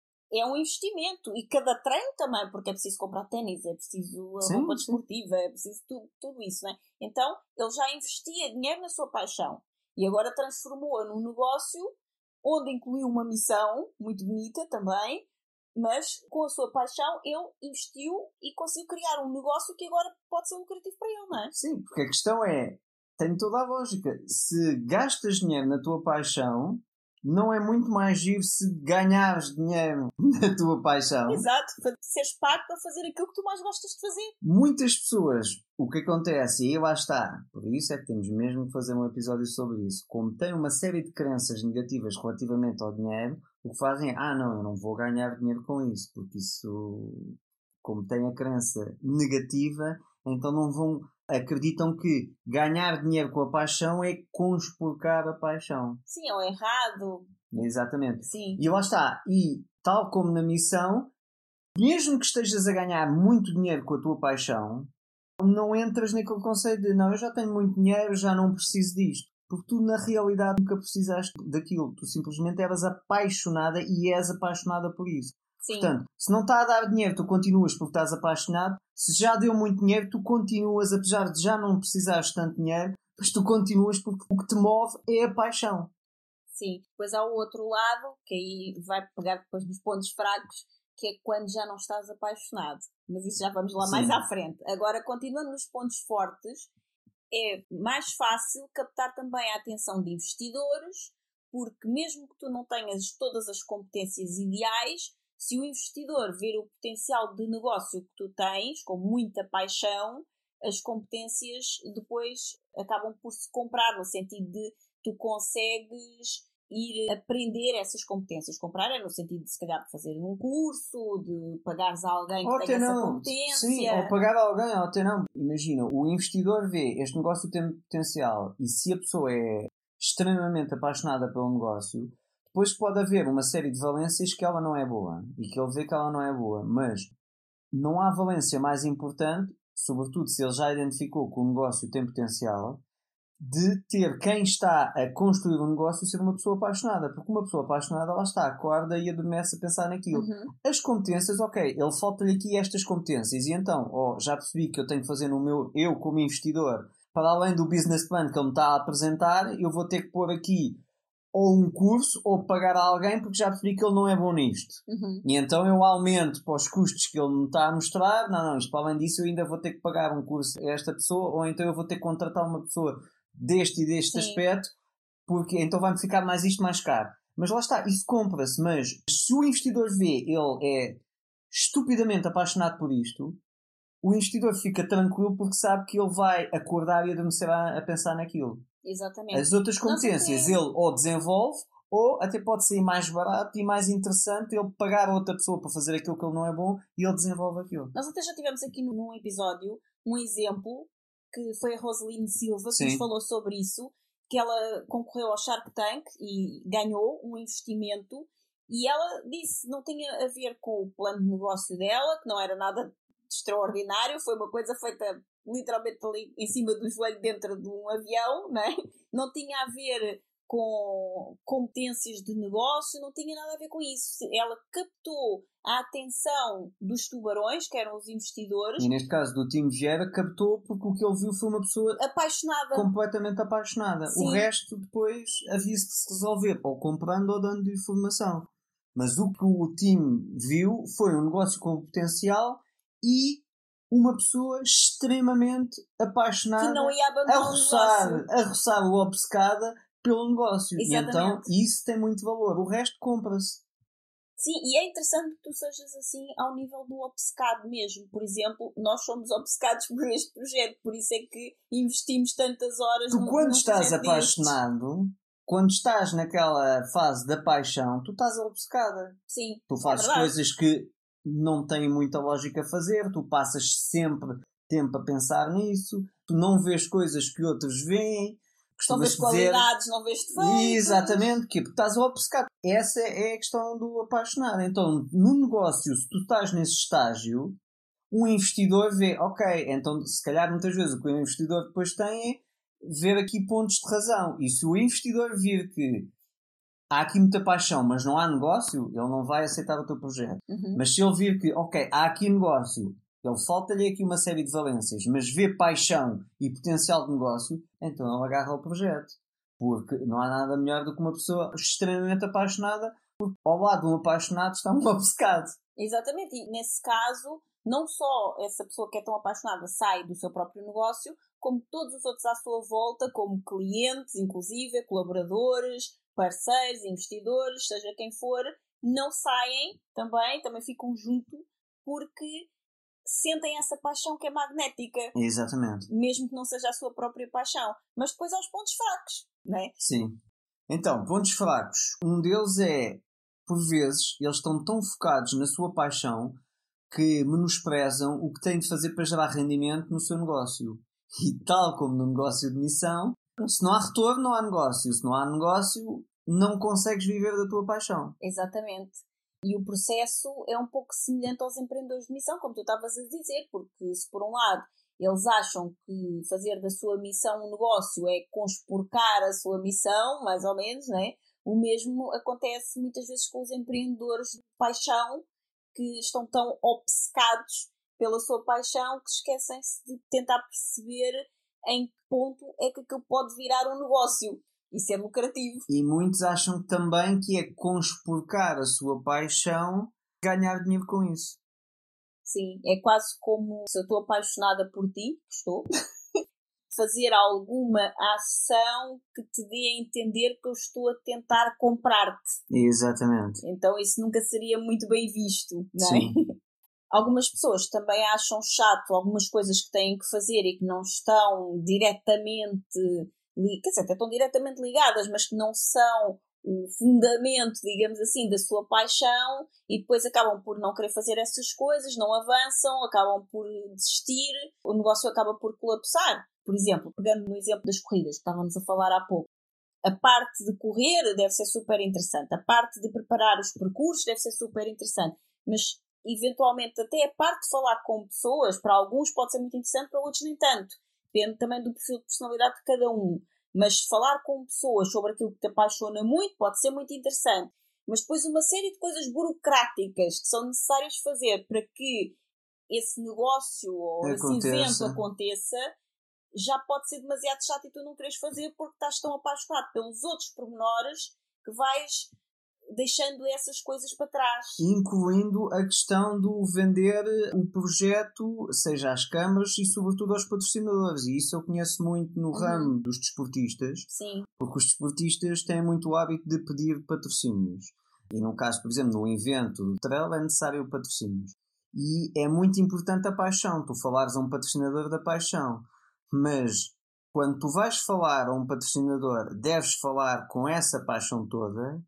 Speaker 2: é um investimento. E cada treino também, porque é preciso comprar ténis, é preciso roupa desportiva, é preciso tudo isso. Né? Então, ele já investia dinheiro na sua paixão. E agora transformou-a num negócio onde incluiu uma missão muito bonita também, mas com a sua paixão ele investiu e conseguiu criar um negócio que agora pode ser lucrativo para ele, não é?
Speaker 3: Sim, porque a questão tem toda a lógica. Se gastas dinheiro na tua paixão, não é muito mais giro se ganhares dinheiro na tua paixão.
Speaker 2: Exato, para seres pago para fazer aquilo que tu mais gostas de fazer.
Speaker 3: Muitas pessoas, o que acontece, e lá está, por isso é que temos mesmo que fazer um episódio sobre isso, como tem uma série de crenças negativas relativamente ao dinheiro, o que fazem é, não, eu não vou ganhar dinheiro com isso, porque isso, como tem a crença negativa, então não vão, acreditam que ganhar dinheiro com a paixão é conspurcar a paixão.
Speaker 2: Sim, é o errado.
Speaker 3: Exatamente.
Speaker 2: Sim.
Speaker 3: E lá está, e tal como na missão, mesmo que estejas a ganhar muito dinheiro com a tua paixão, não entras naquele conceito de, não, eu já tenho muito dinheiro, já não preciso disto. Porque tu, na realidade, nunca precisaste daquilo. Tu simplesmente eras apaixonada e és apaixonada por isso.
Speaker 2: Sim.
Speaker 3: Portanto, se não está a dar dinheiro, tu continuas porque estás apaixonado. Se já deu muito dinheiro, tu continuas, apesar de já não precisares de tanto dinheiro, mas tu continuas porque o que te move é a paixão.
Speaker 2: Sim. Depois há o outro lado, que aí vai pegar depois nos pontos fracos, que é quando já não estás apaixonado. Mas isso já vamos lá mais à frente. Agora, continuando nos pontos fortes, é mais fácil captar também a atenção de investidores, porque mesmo que tu não tenhas todas as competências ideais, se o investidor ver o potencial de negócio que tu tens, com muita paixão, as competências depois acabam por se comprar, no sentido de tu consegues ir aprender essas competências. Comprar é no sentido de, se calhar, de fazer um curso, de pagares a alguém que tenha essa competência.
Speaker 3: Sim, ou pagar a alguém, ou até não. Imagina, o investidor vê este negócio tem potencial e se a pessoa é extremamente apaixonada pelo negócio, depois pode haver uma série de valências que ela não é boa e que ele vê que ela não é boa, mas não há valência mais importante, sobretudo se ele já identificou que o negócio tem potencial, de ter quem está a construir um negócio ser uma pessoa apaixonada, porque uma pessoa apaixonada, lá está, acorda e adormece a pensar naquilo. As competências, ok, ele falta-lhe aqui estas competências e então, já percebi que eu tenho que fazer no meu, eu como investidor, para além do business plan que ele me está a apresentar, eu vou ter que pôr aqui ou um curso ou pagar a alguém porque já percebi que ele não é bom nisto. E então eu aumento para os custos que ele me está a mostrar, não, isto para além disso eu ainda vou ter que pagar um curso a esta pessoa ou então eu vou ter que contratar uma pessoa deste e deste aspecto, porque então vai-me ficar mais isto mais caro. Mas lá está, isso compra-se, mas se o investidor vê, ele é estupidamente apaixonado por isto, o investidor fica tranquilo porque sabe que ele vai acordar e adormecer a pensar naquilo.
Speaker 2: Exatamente.
Speaker 3: As outras competências ele ou desenvolve ou até pode ser mais barato e mais interessante ele pagar a outra pessoa para fazer aquilo que ele não é bom e ele desenvolve aquilo.
Speaker 2: Nós até já tivemos aqui num episódio um exemplo que foi a Roseline Silva que nos falou sobre isso, que ela concorreu ao Shark Tank e ganhou um investimento e ela disse não tinha a ver com o plano de negócio dela, que não era nada de extraordinário, foi uma coisa feita literalmente ali em cima do joelho dentro de um avião, né? Não tinha a ver com competências de negócio, não tinha nada a ver com isso. Ela captou a atenção dos tubarões, que eram os investidores.
Speaker 3: E neste caso do Tim Vieira, captou porque o que ele viu foi uma pessoa
Speaker 2: apaixonada.
Speaker 3: Completamente apaixonada.
Speaker 2: Sim.
Speaker 3: O resto depois havia-se de se resolver, ou comprando ou dando informação. Mas o que o Tim viu foi um negócio com potencial e uma pessoa extremamente apaixonada
Speaker 2: que não ia abandonar
Speaker 3: a roçar o obcecada pelo negócio.
Speaker 2: Exatamente.
Speaker 3: E então isso tem muito valor. O resto compra-se.
Speaker 2: Sim, e é interessante que tu sejas assim ao nível do obcecado mesmo. Por exemplo, nós somos obcecados por este projeto, por isso é que investimos tantas horas
Speaker 3: tu quando estás apaixonado, quando estás naquela fase da paixão, tu estás obcecada.
Speaker 2: Sim,
Speaker 3: tu fazes coisas que não têm muita lógica a fazer, tu passas sempre tempo a pensar nisso, tu não vês coisas que outros veem.
Speaker 2: Não vês qualidades, não vês defeitos.
Speaker 3: Exatamente, porque estás obcecado. Essa é a questão do apaixonado. Então, no negócio, se tu estás nesse estágio, um investidor vê, ok, então se calhar muitas vezes o que o investidor depois tem é ver aqui pontos de razão. E se o investidor vir que há aqui muita paixão, mas não há negócio, ele não vai aceitar o teu projeto. Mas se ele vir que, ok, há aqui negócio, ele falta-lhe aqui uma série de valências, mas vê paixão e potencial de negócio, então ele agarra o projeto. Porque não há nada melhor do que uma pessoa extremamente apaixonada, porque ao lado de um apaixonado está um obcecado.
Speaker 2: Exatamente, e nesse caso, não só essa pessoa que é tão apaixonada sai do seu próprio negócio, como todos os outros à sua volta, como clientes, inclusive, colaboradores, parceiros, investidores, seja quem for, não saem também ficam junto, porque sentem essa paixão que é magnética.
Speaker 3: Exatamente.
Speaker 2: Mesmo que não seja a sua própria paixão. Mas depois há os pontos fracos, não é?
Speaker 3: Sim. Então, pontos fracos. Um deles é, por vezes, eles estão tão focados na sua paixão que menosprezam o que têm de fazer para gerar rendimento no seu negócio. E tal como no negócio de missão, se não há retorno, não há negócio. Se não há negócio, não consegues viver da tua paixão.
Speaker 2: Exatamente. E o processo é um pouco semelhante aos empreendedores de missão, como tu estavas a dizer, porque se por um lado eles acham que fazer da sua missão um negócio é conspurcar a sua missão, mais ou menos, né? O mesmo acontece muitas vezes com os empreendedores de paixão, porque estão tão obcecados pela sua paixão que esquecem-se de tentar perceber em que ponto é que aquilo pode virar um negócio. Isso é lucrativo.
Speaker 3: E muitos acham também que é conspurcar a sua paixão, ganhar dinheiro com isso.
Speaker 2: Sim, é quase como se eu estou apaixonada por ti, que estou, fazer alguma ação que te dê a entender que eu estou a tentar comprar-te.
Speaker 3: Exatamente.
Speaker 2: Então isso nunca seria muito bem visto, não é?
Speaker 3: Sim.
Speaker 2: Algumas pessoas também acham chato algumas coisas que têm que fazer e que não estão diretamente, quer dizer, até estão diretamente ligadas, mas que não são o fundamento, digamos assim, da sua paixão, e depois acabam por não querer fazer essas coisas, não avançam, acabam por desistir, o negócio acaba por colapsar. Por exemplo, pegando no exemplo das corridas que estávamos a falar há pouco, a parte de correr deve ser super interessante, a parte de preparar os percursos deve ser super interessante, mas eventualmente até a parte de falar com pessoas, para alguns pode ser muito interessante, para outros nem tanto. Depende também do perfil de personalidade de cada um. Mas falar com pessoas sobre aquilo que te apaixona muito pode ser muito interessante. Mas depois uma série de coisas burocráticas que são necessárias fazer para que esse negócio ou esse evento aconteça, já pode ser demasiado chato e tu não queres fazer porque estás tão apaixonado pelos outros pormenores que vais deixando essas coisas para trás.
Speaker 3: Incluindo a questão do vender o projeto, seja às câmaras e sobretudo aos patrocinadores. E isso eu conheço muito no ramo dos desportistas.
Speaker 2: Sim.
Speaker 3: Porque os desportistas têm muito o hábito de pedir patrocínios. E no caso, por exemplo, num evento de trail é necessário patrocínios. E é muito importante a paixão. Tu falares a um patrocinador da paixão. Mas quando tu vais falar a um patrocinador, deves falar com essa paixão toda.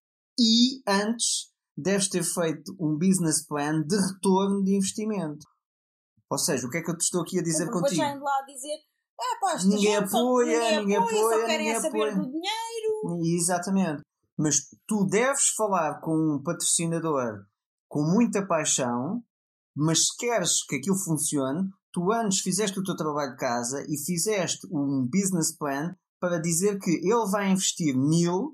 Speaker 3: E antes deves ter feito um business plan de retorno de investimento. Ou seja, o que é que eu te estou aqui a dizer contigo?
Speaker 2: Depois já indo lá a dizer
Speaker 3: ninguém apoia,
Speaker 2: só querem saber do dinheiro.
Speaker 3: Exatamente. Mas tu deves falar com um patrocinador com muita paixão, mas se queres que aquilo funcione, tu antes fizeste o teu trabalho de casa e fizeste um business plan para dizer que ele vai investir 1000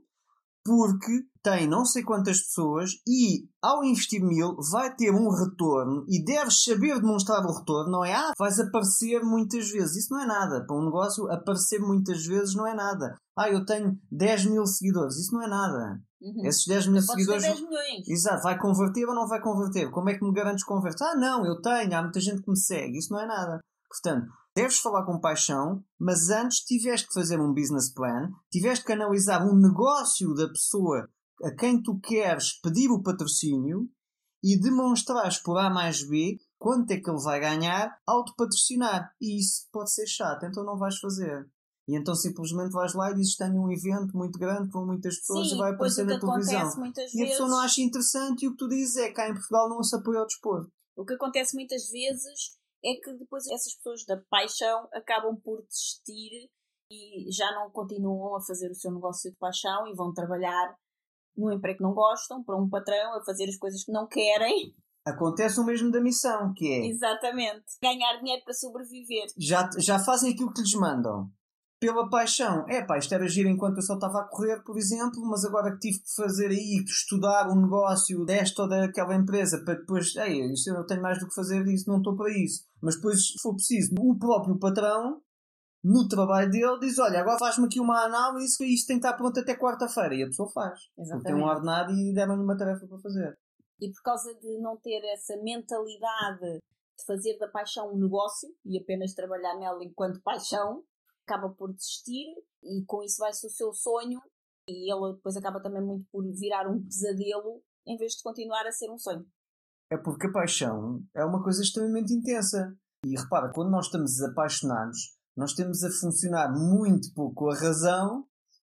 Speaker 3: porque tem não sei quantas pessoas e ao investir 1000 vai ter um retorno e deves saber demonstrar o retorno, não é? Vais aparecer muitas vezes. Isso não é nada. Para um negócio, aparecer muitas vezes não é nada. Eu tenho 10.000 seguidores. Isso não é nada. Esses 10.000 seguidores...
Speaker 2: 10 milhões.
Speaker 3: Exato. Vai converter ou não vai converter? Como é que me garantes que converte? Não, eu tenho. Há muita gente que me segue. Isso não é nada. Portanto, deves falar com paixão, mas antes tiveste que fazer um business plan, tiveste que analisar o negócio da pessoa a quem tu queres pedir o patrocínio e demonstrares por A mais B quanto é que ele vai ganhar ao te patrocinar. E isso pode ser chato, então não vais fazer. E então simplesmente vais lá e dizes: tenho um evento muito grande com muitas pessoas.
Speaker 2: Sim,
Speaker 3: e vai aparecer na televisão. E a pessoa não acha interessante e o que tu dizes é: cá em Portugal não se apoia ao desporto.
Speaker 2: O que acontece muitas vezes é que depois essas pessoas da paixão acabam por desistir e já não continuam a fazer o seu negócio de paixão e vão trabalhar num emprego que não gostam, para um patrão, a fazer as coisas que não querem.
Speaker 3: Acontece o mesmo da missão, que é...
Speaker 2: Exatamente. Ganhar dinheiro para sobreviver.
Speaker 3: Já fazem aquilo que lhes mandam. Pela paixão. Isto era giro enquanto eu só estava a correr, por exemplo, mas agora que tive que fazer aí, estudar um negócio desta ou daquela empresa, para depois, isso eu tenho mais do que fazer disso, não estou para isso. Mas depois, se for preciso, o próprio patrão, no trabalho dele, diz: olha, agora faz-me aqui uma análise e isto tem que estar pronto até quarta-feira. E a pessoa faz.
Speaker 2: Exatamente.
Speaker 3: Porque tem um ordenado e deram-lhe uma tarefa para fazer.
Speaker 2: E por causa de não ter essa mentalidade de fazer da paixão um negócio e apenas trabalhar nela enquanto paixão, acaba por desistir e com isso vai-se o seu sonho e ele depois acaba também muito por virar um pesadelo em vez de continuar a ser um sonho.
Speaker 3: É porque a paixão é uma coisa extremamente intensa. E repara, quando nós estamos apaixonados, nós temos a funcionar muito pouco a razão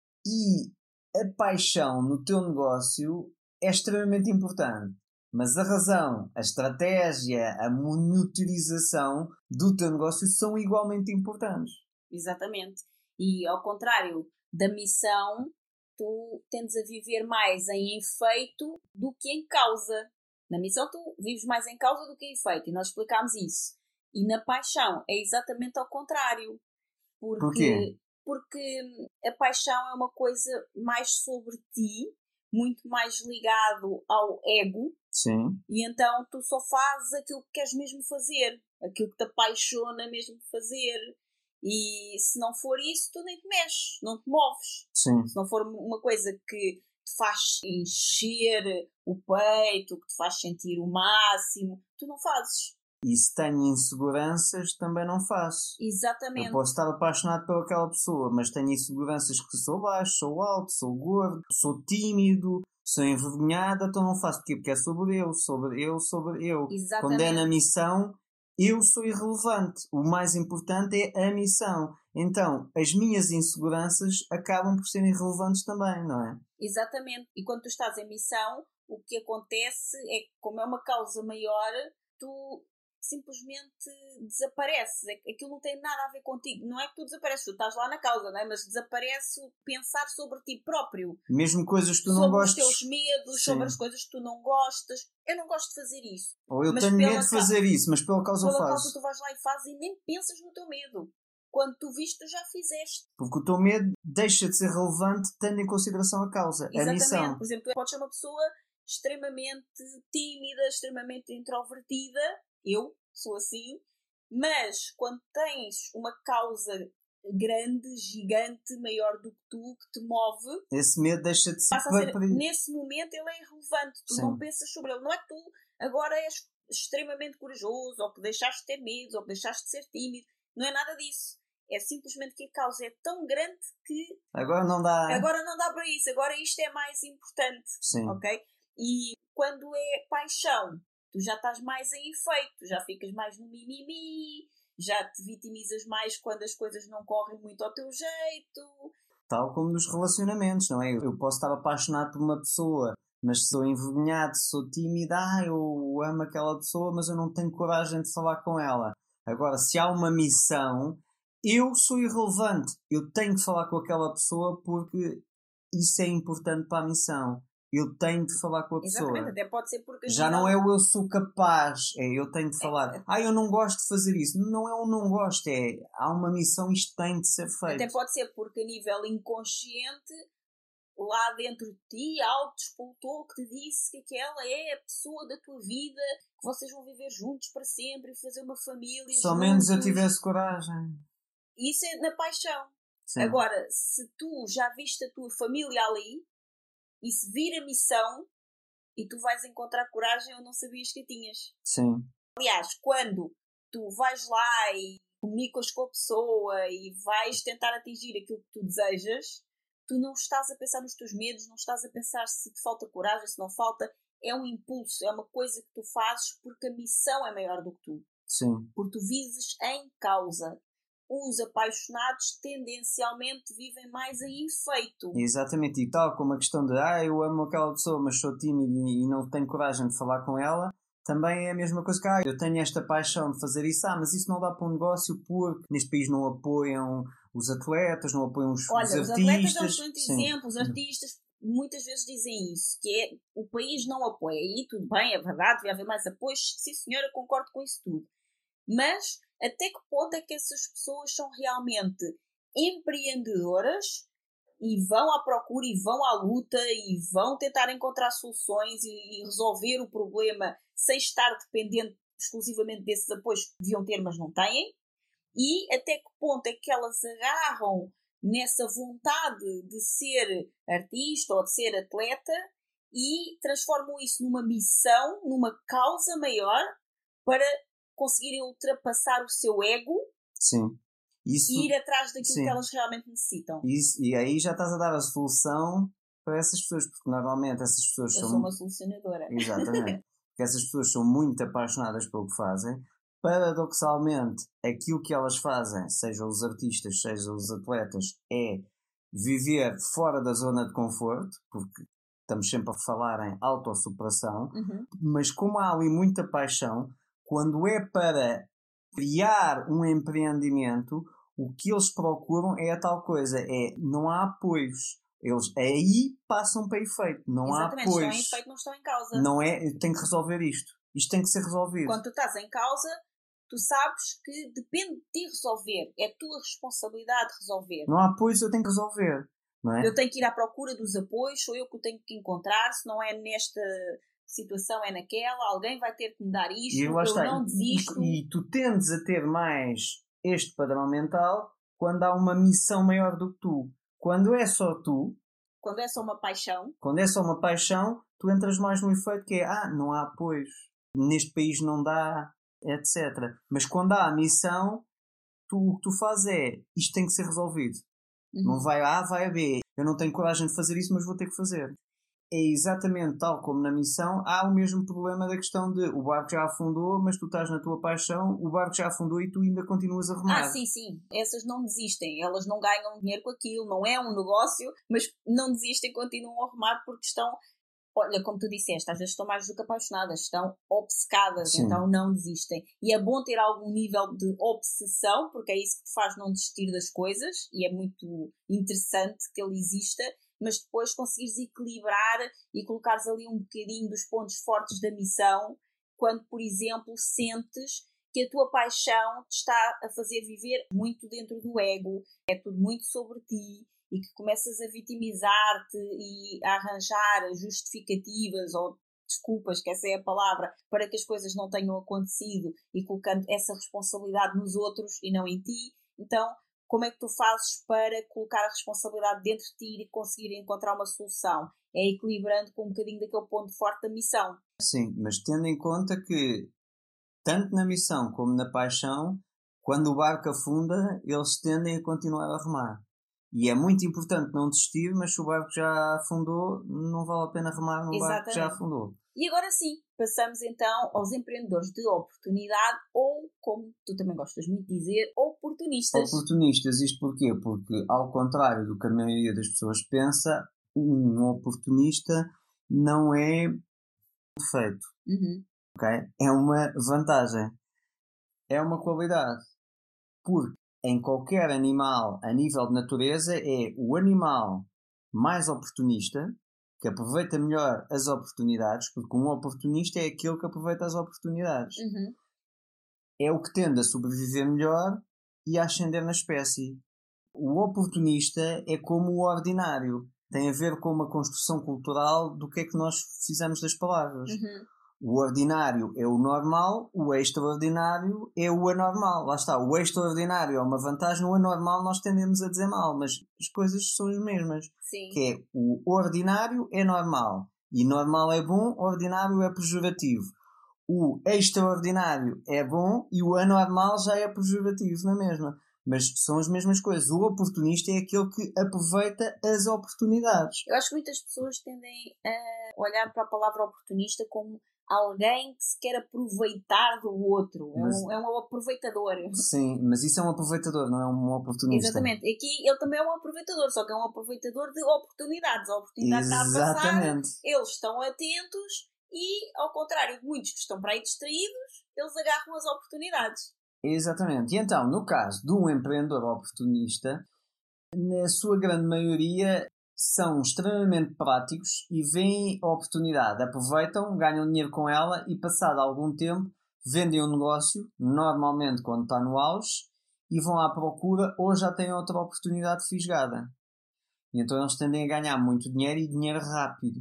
Speaker 3: e a paixão no teu negócio é extremamente importante. Mas a razão, a estratégia, a monitorização do teu negócio são igualmente importantes.
Speaker 2: Exatamente. E ao contrário da missão, tu tendes a viver mais em efeito do que em causa. Na missão tu vives mais em causa do que em efeito. E nós explicámos isso. E na paixão é exatamente ao contrário.
Speaker 3: Porquê?
Speaker 2: Porque a paixão é uma coisa mais sobre ti, muito mais ligado ao ego.
Speaker 3: Sim.
Speaker 2: E então tu só fazes aquilo que queres mesmo fazer, aquilo que te apaixona mesmo de fazer. E se não for isso, tu nem te mexes, não te moves.
Speaker 3: Sim.
Speaker 2: Se não for uma coisa que te faz encher o peito, que te faz sentir o máximo, tu não fazes.
Speaker 3: E se tenho inseguranças, também não faço.
Speaker 2: Exatamente.
Speaker 3: Eu posso estar apaixonado por aquela pessoa, mas tenho inseguranças que sou baixo, sou alto, sou gordo, sou tímido, sou envergonhada, então não faço. Porque é sobre eu.
Speaker 2: Exatamente.
Speaker 3: Quando é na missão, eu sou irrelevante. O mais importante é a missão. Então, as minhas inseguranças acabam por serem relevantes também, não é?
Speaker 2: Exatamente. E quando tu estás em missão, o que acontece é que, como é uma causa maior, tu simplesmente desapareces. Aquilo não tem nada a ver contigo. Não é que tu desapareces, tu estás lá na causa, não é? Mas desaparece o pensar sobre ti próprio.
Speaker 3: Mesmo coisas que tu não gostas.
Speaker 2: Sobre os teus medos,
Speaker 3: Sim.
Speaker 2: sobre as coisas que tu não gostas. Eu não gosto de fazer isso.
Speaker 3: Ou eu tenho medo de fazer isso, mas pela causa eu faço.
Speaker 2: Pela causa tu vais lá e fazes e nem pensas no teu medo. Quando tu viste, tu já fizeste.
Speaker 3: Porque o teu medo deixa de ser relevante tendo em consideração a causa,
Speaker 2: exatamente.
Speaker 3: A missão.
Speaker 2: Por exemplo, tu podes ser uma pessoa extremamente tímida, extremamente introvertida. Eu sou assim. Mas quando tens uma causa grande, gigante, maior do que tu, que te move,
Speaker 3: esse medo deixa de ser...
Speaker 2: Nesse momento ele é irrelevante. Tu não pensas sobre ele. Não é que tu agora és extremamente corajoso, ou que deixaste de ter medo, ou que deixaste de ser tímido. Não é nada disso. É simplesmente que a causa é tão grande que...
Speaker 3: Agora não dá
Speaker 2: para isso. Agora isto é mais importante.
Speaker 3: Sim.
Speaker 2: Ok? E quando é paixão, tu já estás mais em efeito. Já ficas mais no mimimi. Já te vitimizas mais quando as coisas não correm muito ao teu jeito.
Speaker 3: Tal como nos relacionamentos, não é? Eu posso estar apaixonado por uma pessoa, mas sou envergonhado, sou tímido. Eu amo aquela pessoa, mas eu não tenho coragem de falar com ela. Agora, se há uma missão, eu sou irrelevante. Eu tenho de falar com aquela pessoa porque isso é importante para a missão. Eu tenho de falar com a pessoa.
Speaker 2: Exatamente, até pode ser porque...
Speaker 3: Já não é o eu sou capaz, é eu tenho de falar. Eu não gosto de fazer isso. Não é o não gosto, há uma missão, isto tem de ser feito.
Speaker 2: Até pode ser porque a nível inconsciente, lá dentro de ti, algo te expultou que te disse que aquela é a pessoa da tua vida, que vocês vão viver juntos para sempre e fazer uma família.
Speaker 3: Só menos eu tivesse coragem.
Speaker 2: Isso é na paixão.
Speaker 3: Sim.
Speaker 2: Agora, se tu já viste a tua família ali, e se vir a missão, e tu vais encontrar coragem ou não sabias que a tinhas.
Speaker 3: Sim.
Speaker 2: Aliás, quando tu vais lá e comunicas com a pessoa e vais tentar atingir aquilo que tu desejas, tu não estás a pensar nos teus medos, não estás a pensar se te falta coragem, se não falta. É um impulso, é uma coisa que tu fazes porque a missão é maior do que tu.
Speaker 3: Sim.
Speaker 2: Porque tu vives em causa. Os apaixonados tendencialmente vivem mais em efeito.
Speaker 3: Exatamente, e tal como a questão de eu amo aquela pessoa mas sou tímido e não tenho coragem de falar com ela, também é a mesma coisa que eu tenho esta paixão de fazer isso, mas isso não dá para um negócio porque neste país não apoiam os atletas, não apoiam os artistas.
Speaker 2: Olha, os atletas é um excelente exemplo, os artistas muitas vezes dizem isso, que é o país não apoia, e tudo bem, é verdade, devia haver mais apoios, sim senhora, concordo com isso tudo. Mas até que ponto é que essas pessoas são realmente empreendedoras e vão à procura e vão à luta e vão tentar encontrar soluções e resolver o problema sem estar dependente exclusivamente desses apoios que deviam ter, mas não têm? E até que ponto é que elas agarram nessa vontade de ser artista ou de ser atleta e transformam isso numa missão, numa causa maior para conseguirem ultrapassar o seu ego.
Speaker 3: Sim.
Speaker 2: E ir atrás daquilo que elas realmente necessitam.
Speaker 3: E aí já estás a dar a solução para essas pessoas, porque normalmente essas pessoas
Speaker 2: Eu sou uma solucionadora.
Speaker 3: Exatamente. Porque essas pessoas são muito apaixonadas pelo que fazem. Paradoxalmente, aquilo que elas fazem, sejam os artistas, sejam os atletas, é viver fora da zona de conforto, porque estamos sempre a falar em autossuperação, mas como há ali muita paixão, quando é para criar um empreendimento, o que eles procuram é a tal coisa, não há apoios. Eles aí passam para efeito, não
Speaker 2: Exatamente,
Speaker 3: há apoios.
Speaker 2: Estão em efeito, não estão em causa.
Speaker 3: Não é, eu tenho que resolver isto. Isto tem que ser resolvido.
Speaker 2: Quando tu estás em causa, tu sabes que depende de ti resolver. É tua responsabilidade resolver.
Speaker 3: Não há apoios, eu tenho que resolver. não é?
Speaker 2: Eu tenho que ir à procura dos apoios, sou eu que o tenho que encontrar, se não é nesta situação é naquela, alguém vai ter que me dar isto, eu não desisto.
Speaker 3: E tu tendes a ter mais este padrão mental quando há uma missão maior do que tu. Quando é só tu...
Speaker 2: Quando é só uma paixão...
Speaker 3: Quando é só uma paixão, tu entras mais no efeito que é, não há apoios, neste país não dá, etc. Mas quando há a missão, o que tu fazes é, isto tem que ser resolvido. Não vai a A, vai a B. Eu não tenho coragem de fazer isso, mas vou ter que fazer. É exatamente tal como na missão, há o mesmo problema da questão de o barco já afundou, mas tu estás na tua paixão, o barco já afundou e tu ainda continuas a remar.
Speaker 2: Sim. Essas não desistem. Elas não ganham dinheiro com aquilo, não é um negócio, mas não desistem, continuam a remar porque estão, olha, como tu disseste, às vezes estão mais do que apaixonadas, estão obcecadas,
Speaker 3: Sim.
Speaker 2: Então não desistem. E é bom ter algum nível de obsessão, porque é isso que te faz não desistir das coisas, e é muito interessante que ele exista, mas depois conseguires equilibrar e colocares ali um bocadinho dos pontos fortes da missão, quando, por exemplo, sentes que a tua paixão te está a fazer viver muito dentro do ego, é tudo muito sobre ti, e que começas a vitimizar-te e a arranjar justificativas ou desculpas, que essa é a palavra, para que as coisas não tenham acontecido e colocando essa responsabilidade nos outros e não em ti. Então, como é que tu fazes para colocar a responsabilidade dentro de ti e conseguir encontrar uma solução? É equilibrando com um bocadinho daquele ponto forte da missão.
Speaker 3: Sim, mas tendo em conta que tanto na missão como na paixão, quando o barco afunda, eles tendem a continuar a remar. E é muito importante não desistir, mas se o barco já afundou, não vale a pena remar no barco que já afundou.
Speaker 2: E agora sim, passamos então aos empreendedores de oportunidade, ou, como tu também gostas muito de dizer, oportunistas.
Speaker 3: Oportunistas, isto porquê? Porque, ao contrário do que a maioria das pessoas pensa, um oportunista não é defeito. Okay? É uma vantagem. É uma qualidade. Porque em qualquer animal, a nível de natureza, é o animal mais oportunista, que aproveita melhor as oportunidades, porque um oportunista é aquele que aproveita as oportunidades. É o que tende a sobreviver melhor e a ascender na espécie. O oportunista é como o ordinário. Tem a ver com uma construção cultural do que é que nós fizemos das palavras. O ordinário é o normal, o extraordinário é o anormal. Lá está, o extraordinário é uma vantagem, o anormal nós tendemos a dizer mal, mas as coisas são as mesmas.
Speaker 2: Sim.
Speaker 3: Que é, o ordinário é normal, e normal é bom, ordinário é pejorativo. O extraordinário é bom e o anormal já é pejorativo, não é mesmo? Mas são as mesmas coisas. O oportunista é aquele que aproveita as oportunidades.
Speaker 2: Eu acho que muitas pessoas tendem a olhar para a palavra oportunista como alguém que se quer aproveitar do outro. É um aproveitador.
Speaker 3: Sim, mas isso é um aproveitador, não é um oportunista.
Speaker 2: Exatamente. Aqui ele também é um aproveitador, só que é um aproveitador de oportunidades. A oportunidade está a passar, eles estão atentos e, ao contrário de muitos que estão para aí distraídos, eles agarram as oportunidades.
Speaker 3: Exatamente. E então, no caso de um empreendedor oportunista, na sua grande maioria são extremamente práticos e veem a oportunidade, aproveitam, ganham dinheiro com ela e, passado algum tempo, vendem um negócio, normalmente quando está no auge, e vão à procura ou já têm outra oportunidade fisgada. E então eles tendem a ganhar muito dinheiro e dinheiro rápido.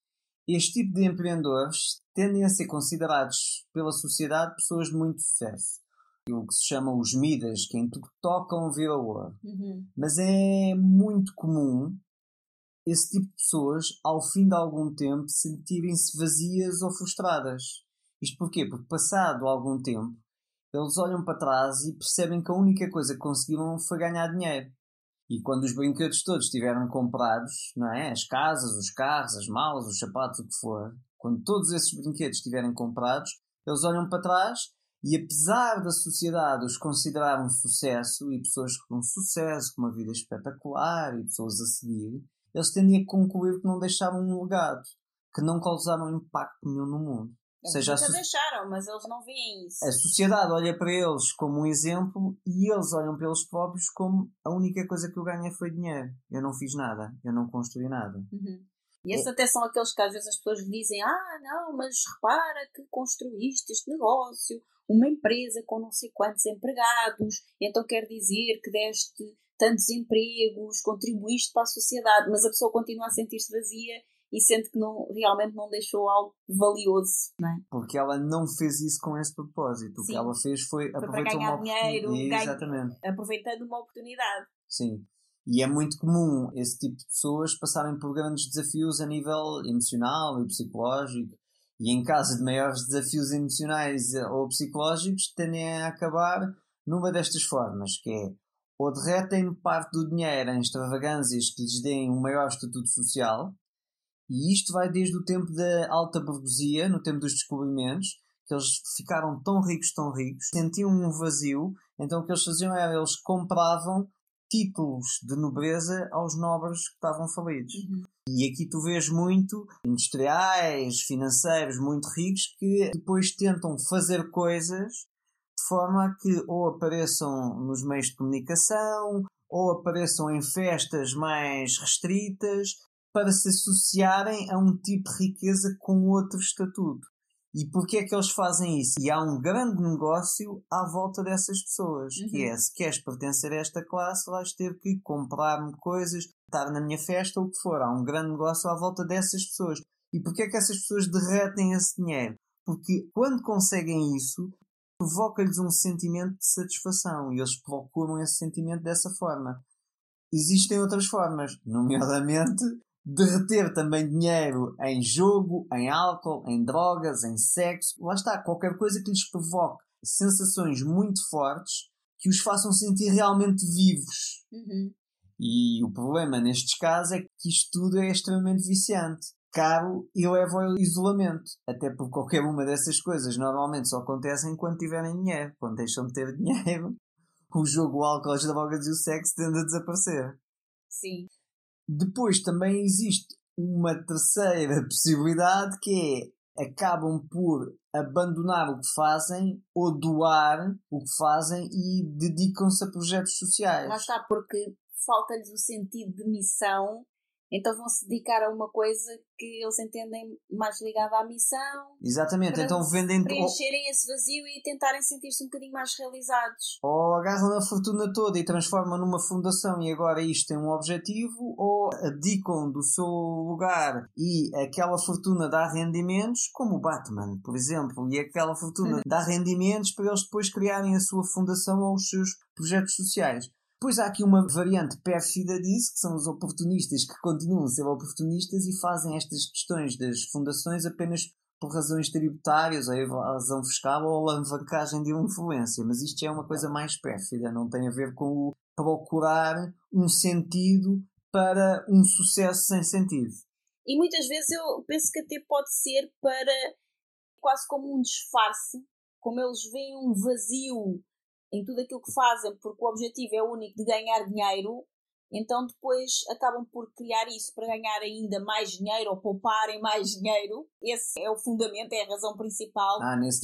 Speaker 3: Este tipo de empreendedores tendem a ser considerados pela sociedade pessoas de muito sucesso. O que se chama os Midas, que em tudo tocam vira ouro. Mas é muito comum esse tipo de pessoas, ao fim de algum tempo, sentirem-se vazias ou frustradas. Isto porquê? Porque passado algum tempo, eles olham para trás e percebem que a única coisa que conseguiram foi ganhar dinheiro. E quando os brinquedos todos estiveram comprados, não é? As casas, os carros, as malas, os sapatos, o que for, quando todos esses brinquedos estiverem comprados, eles olham para trás e, apesar da sociedade os considerar um sucesso, e pessoas com sucesso, com uma vida espetacular, e pessoas a seguir, eles tendem a concluir que não deixaram um legado, que não causaram impacto nenhum no mundo.
Speaker 2: Ou seja, nunca deixaram, mas eles não veem isso.
Speaker 3: A sociedade olha para eles como um exemplo e eles olham para eles próprios como a única coisa que eu ganhei foi dinheiro. Eu não fiz nada, eu não construí nada.
Speaker 2: E esses até são aqueles que às vezes as pessoas dizem: não, mas repara que construíste este negócio, uma empresa com não sei quantos empregados, então quer dizer que deste tantos empregos, contribuíste para a sociedade, mas a pessoa continua a sentir-se vazia e sente que realmente não deixou algo valioso, não é?
Speaker 3: Porque ela não fez isso com esse propósito. Sim. O que ela fez foi
Speaker 2: aproveitar para ganhar dinheiro, aproveitando uma oportunidade.
Speaker 3: Sim. E é muito comum esse tipo de pessoas passarem por grandes desafios a nível emocional e psicológico. E em caso de maiores desafios emocionais ou psicológicos, tendem a acabar numa destas formas, que é ou derretem parte do dinheiro em extravagâncias que lhes deem um maior estatuto social, e isto vai desde o tempo da alta burguesia, no tempo dos descobrimentos, que eles ficaram tão ricos, sentiam um vazio, então o que eles faziam era, eles compravam títulos de nobreza aos nobres que estavam falidos.
Speaker 2: Uhum.
Speaker 3: E aqui tu vês muito industriais, financeiros muito ricos que depois tentam fazer coisas de forma a que ou apareçam nos meios de comunicação ou apareçam em festas mais restritas para se associarem a um tipo de riqueza com outro estatuto. E porquê é que eles fazem isso? E há um grande negócio à volta dessas pessoas, que é, se queres pertencer a esta classe, vais ter que comprar-me coisas, estar na minha festa ou o que for. Há um grande negócio à volta dessas pessoas. E porquê é que essas pessoas derretem esse dinheiro? Porque quando conseguem isso, provoca-lhes um sentimento de satisfação e eles procuram esse sentimento dessa forma. Existem outras formas, nomeadamente derreter também dinheiro em jogo, em álcool, em drogas, em sexo. Lá está, qualquer coisa que lhes provoque sensações muito fortes que os façam sentir realmente vivos.
Speaker 2: Uhum.
Speaker 3: E o problema nestes casos é que isto tudo é extremamente viciante, caro e leva ao isolamento. Até porque qualquer uma dessas coisas normalmente só acontecem quando tiverem dinheiro. Quando deixam de ter dinheiro, o jogo, o álcool, as drogas e o sexo tendem a desaparecer.
Speaker 2: Sim.
Speaker 3: Depois também existe uma terceira possibilidade, que é, acabam por abandonar o que fazem ou doar o que fazem e dedicam-se a projetos sociais.
Speaker 2: Lá está, porque falta-lhes o sentido de missão, então vão se dedicar a uma coisa que eles entendem mais ligada à missão.
Speaker 3: Exatamente, então vendem...
Speaker 2: preencherem esse vazio e tentarem sentir-se um bocadinho mais realizados.
Speaker 3: Ou agarram a fortuna toda e transformam numa fundação e agora isto tem um objetivo, ou abdicam do seu lugar e aquela fortuna dá rendimentos, como o Batman, por exemplo, e aquela fortuna dá rendimentos para eles depois criarem a sua fundação ou os seus projetos sociais. Depois há aqui uma variante pérfida disso, que são os oportunistas, que continuam a ser oportunistas e fazem estas questões das fundações apenas por razões tributárias, ou evasão fiscal ou alavancagem de influência. Mas isto já é uma coisa mais pérfida, não tem a ver com o procurar um sentido para um sucesso sem sentido.
Speaker 2: E muitas vezes eu penso que até pode ser para quase como um disfarce, como eles veem um vazio em tudo aquilo que fazem, porque o objetivo é único de ganhar dinheiro, então depois acabam por criar isso para ganhar ainda mais dinheiro ou pouparem mais dinheiro. Esse é o fundamento, é a razão principal.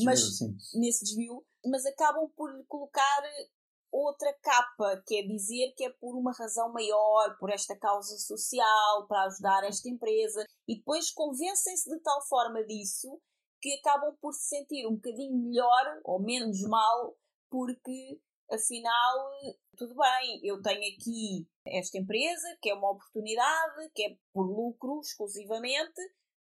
Speaker 3: Nesse
Speaker 2: desvio, mas acabam por colocar outra capa, que é dizer que é por uma razão maior, por esta causa social, para ajudar esta empresa, e depois convencem-se de tal forma disso que acabam por se sentir um bocadinho melhor ou menos mal, porque afinal, tudo bem, eu tenho aqui esta empresa, que é uma oportunidade, que é por lucro exclusivamente,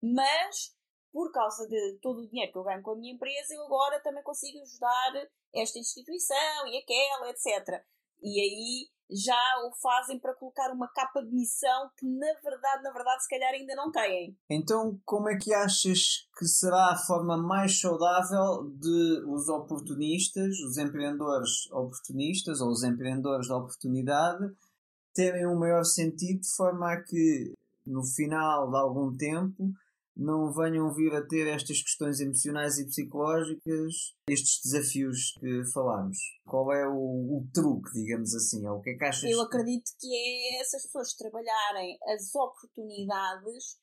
Speaker 2: mas por causa de todo o dinheiro que eu ganho com a minha empresa, eu agora também consigo ajudar esta instituição e aquela, etc. E aí já o fazem para colocar uma capa de missão que na verdade se calhar ainda não têm.
Speaker 3: Então como é que achas que será a forma mais saudável de os oportunistas, os empreendedores oportunistas ou os empreendedores da oportunidade terem um maior sentido, de forma a que no final de algum tempo não venham vir a ter estas questões emocionais e psicológicas, estes desafios que falámos? Qual é o truque, digamos assim? Ou o que é que achas?
Speaker 2: Eu acredito que é essas pessoas trabalharem as oportunidades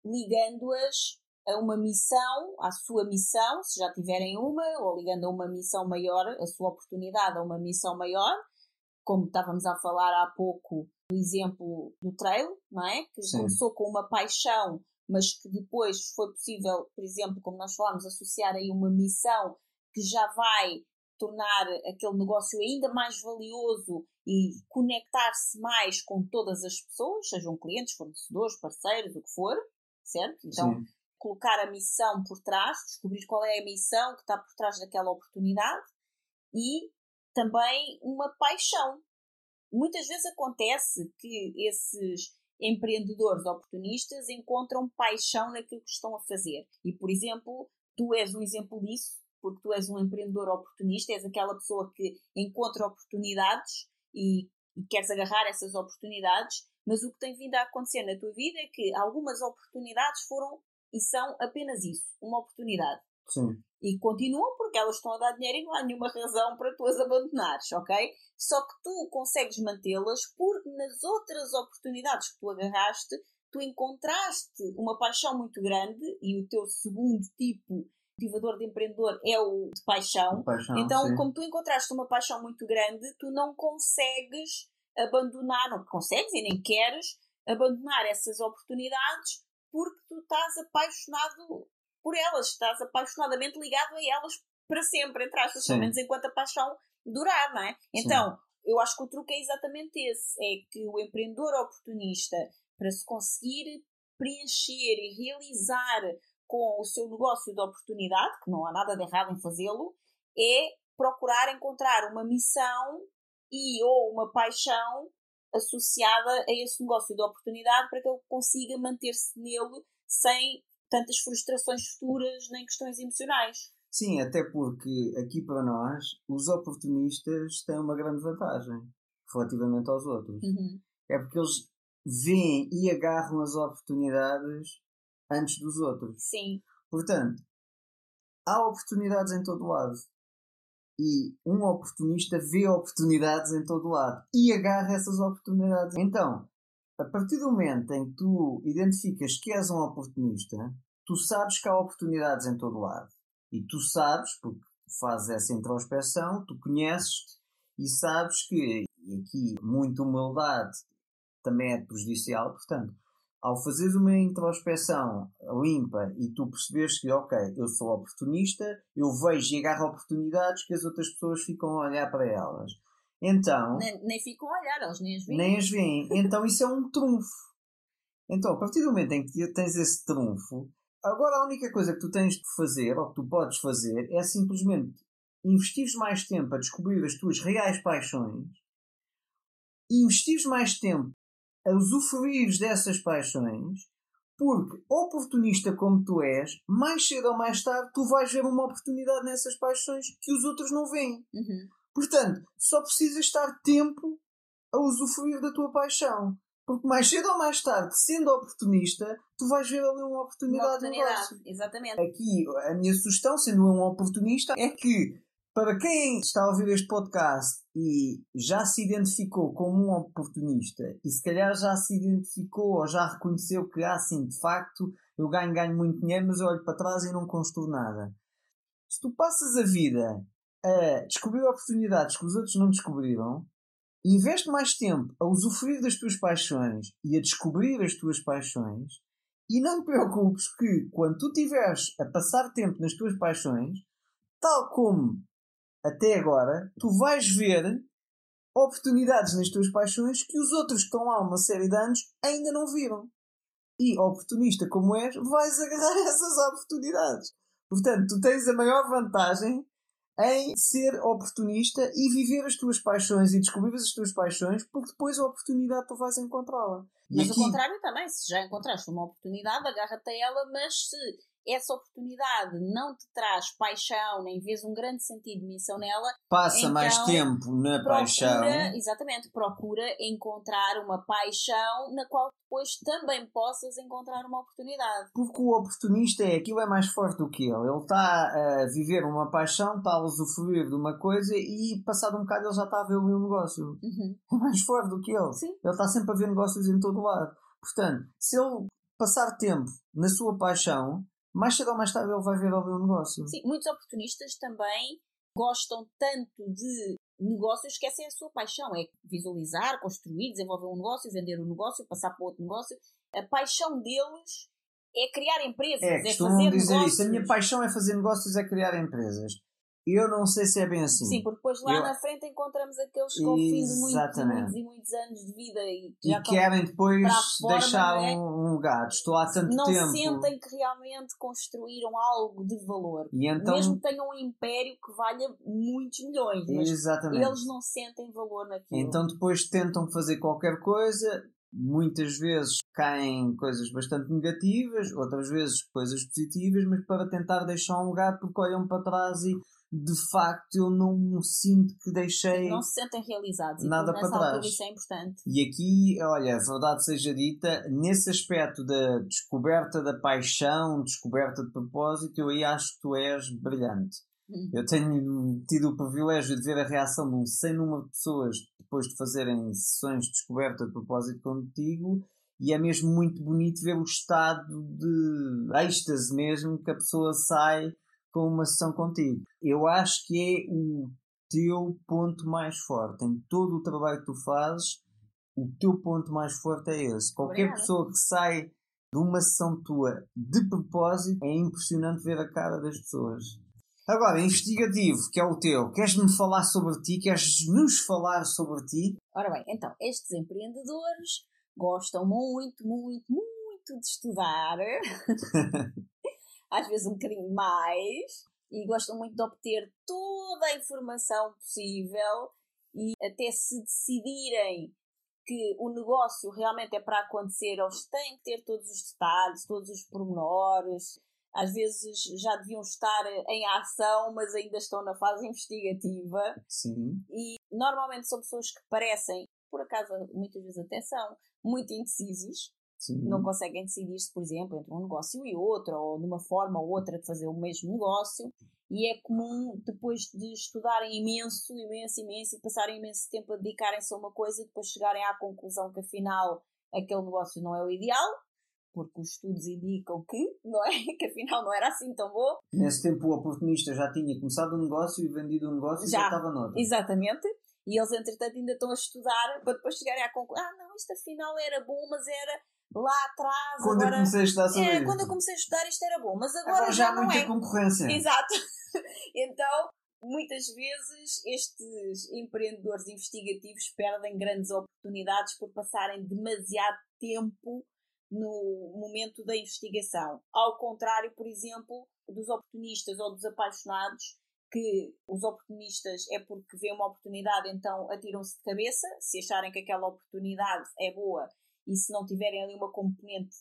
Speaker 2: ligando-as a uma missão, à sua missão, se já tiverem uma, ou ligando a uma missão maior, a sua oportunidade a uma missão maior, como estávamos a falar há pouco do exemplo do trail, não é? Que começou com uma paixão, mas que depois foi possível, por exemplo, como nós falámos, associar aí uma missão que já vai tornar aquele negócio ainda mais valioso e conectar-se mais com todas as pessoas, sejam clientes, fornecedores, parceiros, o que for, certo? Então, sim, colocar a missão por trás, descobrir qual é a missão que está por trás daquela oportunidade e também uma paixão. Muitas vezes acontece que esses empreendedores oportunistas encontram paixão naquilo que estão a fazer. E, por exemplo, tu és um exemplo disso, porque tu és um empreendedor oportunista, és aquela pessoa que encontra oportunidades e queres agarrar essas oportunidades, mas o que tem vindo a acontecer na tua vida é que algumas oportunidades foram e são apenas isso, uma oportunidade.
Speaker 3: Sim.
Speaker 2: E continuam porque elas estão a dar dinheiro e não há nenhuma razão para tu as abandonares, ok? Só que tu consegues mantê-las porque nas outras oportunidades que tu agarraste, tu encontraste uma paixão muito grande e o teu segundo tipo motivador de empreendedor é o de paixão. Então, sim, como tu encontraste uma paixão muito grande, tu não consegues abandonar, não consegues e nem queres abandonar essas oportunidades porque tu estás apaixonado por elas, estás apaixonadamente ligado a elas para sempre, entre aspas, pelo menos enquanto a paixão durar, não é? Então, sim, eu acho que o truque é exatamente esse, é que o empreendedor oportunista, para se conseguir preencher e realizar com o seu negócio de oportunidade, que não há nada de errado em fazê-lo, é procurar encontrar uma missão e ou uma paixão associada a esse negócio de oportunidade para que ele consiga manter-se nele sem tantas frustrações futuras nem questões emocionais.
Speaker 3: Sim, até porque aqui para nós os oportunistas têm uma grande vantagem relativamente aos outros.
Speaker 2: Uhum.
Speaker 3: É porque eles veem e agarram as oportunidades antes dos outros.
Speaker 2: Sim.
Speaker 3: Portanto, há oportunidades em todo lado. E um oportunista vê oportunidades em todo lado e agarra essas oportunidades. Então, a partir do momento em que tu identificas que és um oportunista, tu sabes que há oportunidades em todo lado. E tu sabes, porque fazes essa introspeção, tu conheces e sabes que, e aqui muita humildade também é prejudicial, portanto, ao fazeres uma introspeção limpa e tu percebes que, ok, eu sou oportunista, eu vejo e agarro oportunidades que as outras pessoas ficam a olhar para elas. Então...
Speaker 2: Nem ficam a olhar, eles nem as veem.
Speaker 3: Nem as veem. Então isso é um trunfo. Então, a partir do momento em que tens esse trunfo, agora a única coisa que tu tens de fazer, ou que tu podes fazer, é simplesmente investires mais tempo a descobrir as tuas reais paixões e investires mais tempo a usufruires dessas paixões, porque, oportunista como tu és, mais cedo ou mais tarde tu vais ver uma oportunidade nessas paixões que os outros não veem.
Speaker 2: Uhum.
Speaker 3: Portanto, só precisas estar tempo a usufruir da tua paixão. Porque mais cedo ou mais tarde, sendo oportunista, tu vais ver ali uma oportunidade de negócio.
Speaker 2: Exatamente.
Speaker 3: Aqui, a minha sugestão, sendo eu um oportunista, é que, para quem está a ouvir este podcast e já se identificou como um oportunista e se calhar já se identificou ou já reconheceu que, sim, de facto, eu ganho muito dinheiro, mas eu olho para trás e não construo nada. Se tu passas a vida a descobrir oportunidades que os outros não descobriram, e investe mais tempo a usufruir das tuas paixões e a descobrir as tuas paixões, e não te preocupes que, quando tu estiveres a passar tempo nas tuas paixões, tal como até agora, tu vais ver oportunidades nas tuas paixões que os outros que estão lá há uma série de anos ainda não viram. E, oportunista como és, vais agarrar essas oportunidades. Portanto, tu tens a maior vantagem em ser oportunista e viver as tuas paixões e descobrir as tuas paixões, porque depois a oportunidade tu vais encontrá-la.
Speaker 2: Mas aqui... o contrário também, se já encontraste uma oportunidade, agarra-te a ela, mas se essa oportunidade não te traz paixão, nem vês um grande sentido de missão nela,
Speaker 3: passa
Speaker 2: então,
Speaker 3: mais tempo na paixão.
Speaker 2: Exatamente, procura encontrar uma paixão na qual depois também possas encontrar uma oportunidade.
Speaker 3: Porque o oportunista aquilo é mais forte do que ele. Ele está a viver uma paixão, está a usufruir de uma coisa e passado um bocado ele já está a ver o negócio.
Speaker 2: Uhum.
Speaker 3: É mais forte do que ele.
Speaker 2: Sim.
Speaker 3: Ele está sempre a ver negócios em todo lado. Portanto, se ele passar tempo na sua paixão, mais cedo ou mais tarde ele vai ver ali um negócio.
Speaker 2: Sim, muitos oportunistas também gostam tanto de negócios, esquecem a sua paixão. É visualizar, construir, desenvolver um negócio, vender um negócio, passar para outro negócio. A paixão deles é criar empresas, é fazer
Speaker 3: dizer
Speaker 2: negócios.
Speaker 3: Isso. A minha paixão é fazer negócios, é criar empresas. Eu não sei se é bem assim.
Speaker 2: Sim, porque depois lá na frente encontramos aqueles que ao fim de muitos e muitos anos de vida e já
Speaker 3: querem depois
Speaker 2: forma,
Speaker 3: deixar um legado. Estou há tanto
Speaker 2: não
Speaker 3: tempo.
Speaker 2: Não sentem que realmente construíram algo de valor.
Speaker 3: E então,
Speaker 2: mesmo que tenham um império que valha muitos milhões. Mas eles não sentem valor naquilo.
Speaker 3: Então depois tentam fazer qualquer coisa. Muitas vezes caem coisas bastante negativas, outras vezes coisas positivas, mas para tentar deixar um legado, porque olham para trás e de facto eu não sinto que deixei
Speaker 2: não se sentem realizados
Speaker 3: nada para trás.
Speaker 2: Isso é importante.
Speaker 3: E aqui, olha, a verdade seja dita, nesse aspecto da descoberta da paixão, descoberta de propósito, eu aí acho que tu és brilhante. Eu tenho tido o privilégio de ver a reação de um sem número de pessoas depois de fazerem sessões de descoberta de propósito contigo, e é mesmo muito bonito ver o estado de êxtase mesmo que a pessoa sai com uma sessão contigo. Eu acho que é o teu ponto mais forte. Em todo o trabalho que tu fazes, o teu ponto mais forte é esse. Qualquer pessoa que sai de uma sessão tua de propósito, é impressionante ver a cara das pessoas. Agora, investigativo, que é o teu. Queres-me falar sobre ti? Queres-nos falar sobre ti?
Speaker 2: Ora bem, então, estes empreendedores gostam muito, muito, muito de estudar. Às vezes um bocadinho mais. E gostam muito de obter toda a informação possível. E até se decidirem que o negócio realmente é para acontecer, eles têm que ter todos os detalhes, todos os pormenores. Às vezes já deviam estar em ação, mas ainda estão na fase investigativa.
Speaker 3: Sim.
Speaker 2: E normalmente são pessoas que parecem, por acaso muitas vezes até são, muito indecisos.
Speaker 3: Sim.
Speaker 2: Não conseguem decidir-se, por exemplo, entre um negócio e outro, ou numa forma ou outra de fazer o mesmo negócio. E é comum, depois de estudarem imenso, e passarem imenso tempo a dedicarem-se a uma coisa, depois chegarem à conclusão que afinal aquele negócio não é o ideal, porque os estudos indicam que, não é? Que afinal não era assim tão bom.
Speaker 3: Nesse tempo o oportunista já tinha começado um negócio e vendido um negócio e já estava noutra.
Speaker 2: Exatamente. E eles, entretanto, ainda estão a estudar para depois chegarem à conclusão. Não, isto afinal era bom, mas era lá atrás.
Speaker 3: Quando eu comecei a estudar sobre isto.
Speaker 2: Quando eu comecei a estudar isto era bom, mas agora
Speaker 3: já há
Speaker 2: não
Speaker 3: muita
Speaker 2: é.
Speaker 3: concorrência.
Speaker 2: Exato. Então, muitas vezes, estes empreendedores investigativos perdem grandes oportunidades por passarem demasiado tempo no momento da investigação. Ao contrário, por exemplo, dos oportunistas ou dos apaixonados, que os oportunistas é porque vêem uma oportunidade, então atiram-se de cabeça, se acharem que aquela oportunidade é boa, e se não tiverem ali uma componente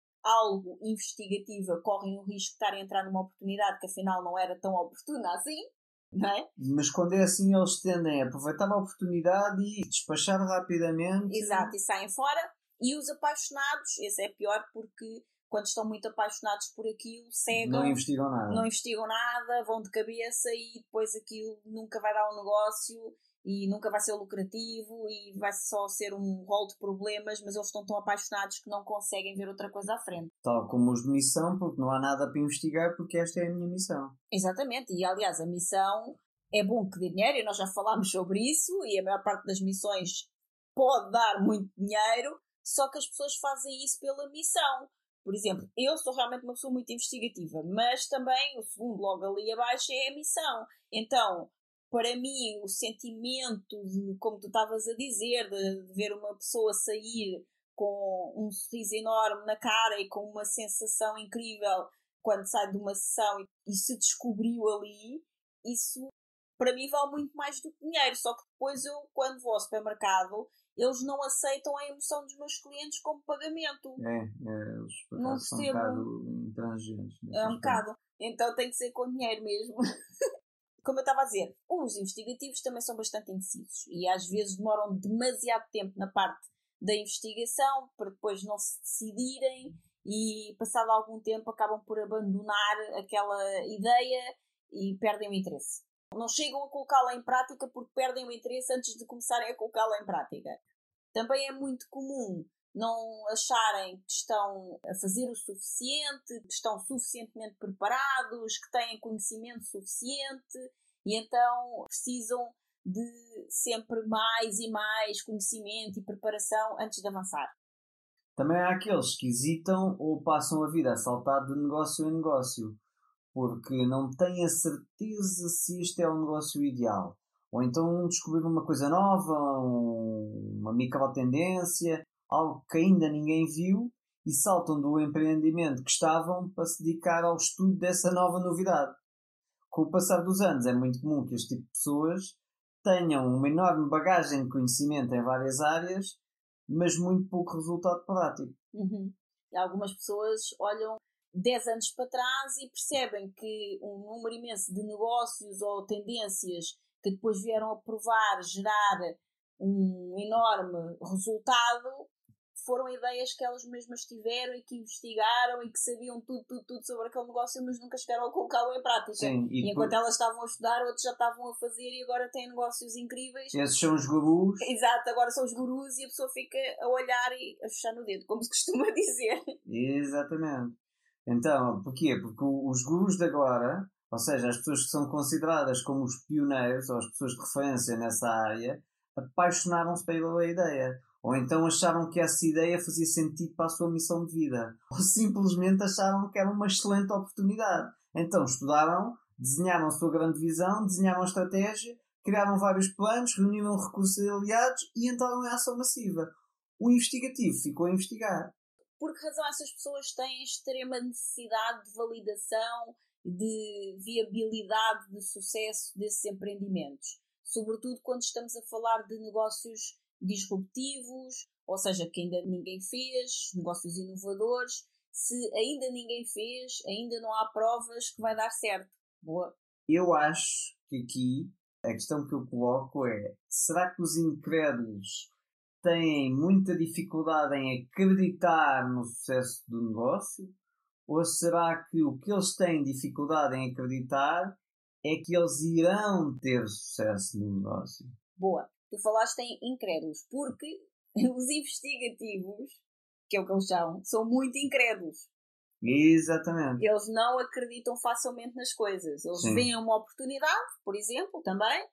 Speaker 2: algo investigativa, correm o risco de estarem a entrar numa oportunidade que afinal não era tão oportuna assim, não é?
Speaker 3: Mas quando é assim, eles tendem a aproveitar a oportunidade e despachar rapidamente.
Speaker 2: Exato, e saem fora. E os apaixonados, esse é pior porque quando estão muito apaixonados por aquilo, cegam,
Speaker 3: não investigam
Speaker 2: nada, vão de cabeça e depois aquilo nunca vai dar um negócio e nunca vai ser lucrativo e vai só ser um rol de problemas, mas eles estão tão apaixonados que não conseguem ver outra coisa à frente.
Speaker 3: Tal como os de missão, porque não há nada para investigar, porque esta é a minha missão.
Speaker 2: Exatamente, e aliás a missão é bom que dê dinheiro, e nós já falámos sobre isso, e a maior parte das missões pode dar muito dinheiro, só que as pessoas fazem isso pela missão. Por exemplo, eu sou realmente uma pessoa muito investigativa, mas também o segundo logo ali abaixo é a missão. Então, para mim, o sentimento de, como tu estavas a dizer, de ver uma pessoa sair com um sorriso enorme na cara e com uma sensação incrível quando sai de uma sessão e se descobriu ali, isso para mim vale muito mais do que dinheiro. Só que depois eu, quando vou ao supermercado, eles não aceitam a emoção dos meus clientes como pagamento.
Speaker 3: Eles
Speaker 2: não
Speaker 3: são um bocado intransigentes.
Speaker 2: É um bocado. Então tem que ser com dinheiro mesmo. Como eu estava a dizer, os investigativos também são bastante indecisos e às vezes demoram demasiado tempo na parte da investigação para depois não se decidirem e passado algum tempo acabam por abandonar aquela ideia e perdem o interesse. Não chegam a colocá-la em prática porque perdem o interesse antes de começarem a colocá-la em prática. Também é muito comum não acharem que estão a fazer o suficiente, que estão suficientemente preparados, que têm conhecimento suficiente e então precisam de sempre mais e mais conhecimento e preparação antes de avançar.
Speaker 3: Também há aqueles que hesitam ou passam a vida a saltar de negócio em negócio porque não têm a certeza se este é o negócio ideal. Ou então descobriram uma coisa nova, uma microtendência, algo que ainda ninguém viu, e saltam do empreendimento que estavam para se dedicar ao estudo dessa nova novidade. Com o passar dos anos é muito comum que este tipo de pessoas tenham uma enorme bagagem de conhecimento em várias áreas, mas muito pouco resultado prático.
Speaker 2: Uhum. Algumas pessoas olham 10 anos para trás e percebem que um número imenso de negócios ou tendências que depois vieram a provar, gerar um enorme resultado, foram ideias que elas mesmas tiveram e que investigaram e que sabiam tudo sobre aquele negócio, mas nunca chegaram a colocá-lo em prática.
Speaker 3: Sim,
Speaker 2: e enquanto elas estavam a estudar, outros já estavam a fazer e agora têm negócios incríveis.
Speaker 3: Esses são os gurus.
Speaker 2: Exato, agora são os gurus e a pessoa fica a olhar e a fechar no dedo, como se costuma dizer.
Speaker 3: Exatamente. Então, porquê? Porque os gurus de agora, ou seja, as pessoas que são consideradas como os pioneiros ou as pessoas de referência nessa área, apaixonaram-se pela ideia. Ou então acharam que essa ideia fazia sentido para a sua missão de vida. Ou simplesmente acharam que era uma excelente oportunidade. Então estudaram, desenharam a sua grande visão, desenharam a estratégia, criaram vários planos, reuniram recursos aliados e entraram em ação massiva. O investigativo ficou a investigar.
Speaker 2: Por que razão essas pessoas têm extrema necessidade de validação, de viabilidade, de sucesso desses empreendimentos? Sobretudo quando estamos a falar de negócios disruptivos, ou seja, que ainda ninguém fez, negócios inovadores. Se ainda ninguém fez, ainda não há provas que vai dar certo. Boa.
Speaker 3: Eu acho que aqui a questão que eu coloco é: será que os incrédulos têm muita dificuldade em acreditar no sucesso do negócio? Ou será que o que eles têm dificuldade em acreditar é que eles irão ter sucesso no negócio?
Speaker 2: Boa. Tu falaste em incrédulos, porque os investigativos, que é o que eles são muito incrédulos.
Speaker 3: Exatamente.
Speaker 2: Eles não acreditam facilmente nas coisas. Eles veem uma oportunidade, por exemplo, também.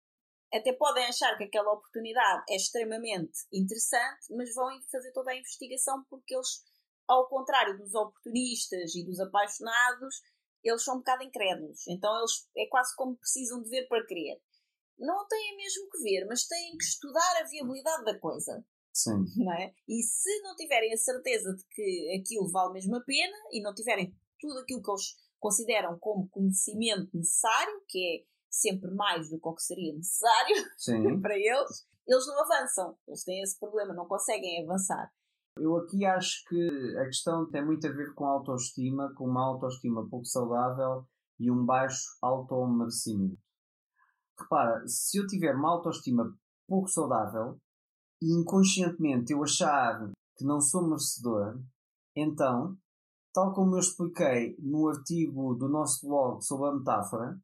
Speaker 2: Até podem achar que aquela oportunidade é extremamente interessante, mas vão fazer toda a investigação porque eles, ao contrário dos oportunistas e dos apaixonados, eles são um bocado incrédulos. Então eles é quase como precisam de ver para crer. Não têm mesmo que ver, mas têm que estudar a viabilidade da coisa.
Speaker 3: Sim.
Speaker 2: Não é? E se não tiverem a certeza de que aquilo vale mesmo a pena e não tiverem tudo aquilo que eles consideram como conhecimento necessário, que é sempre mais do que o que seria necessário para eles, eles não avançam. Eles têm esse problema, não conseguem avançar.
Speaker 3: Eu aqui acho que a questão tem muito a ver com a autoestima, com uma autoestima pouco saudável e um baixo automerecimento. Repara, se eu tiver uma autoestima pouco saudável e inconscientemente eu achar que não sou merecedor, então, tal como eu expliquei no artigo do nosso blog sobre a metáfora,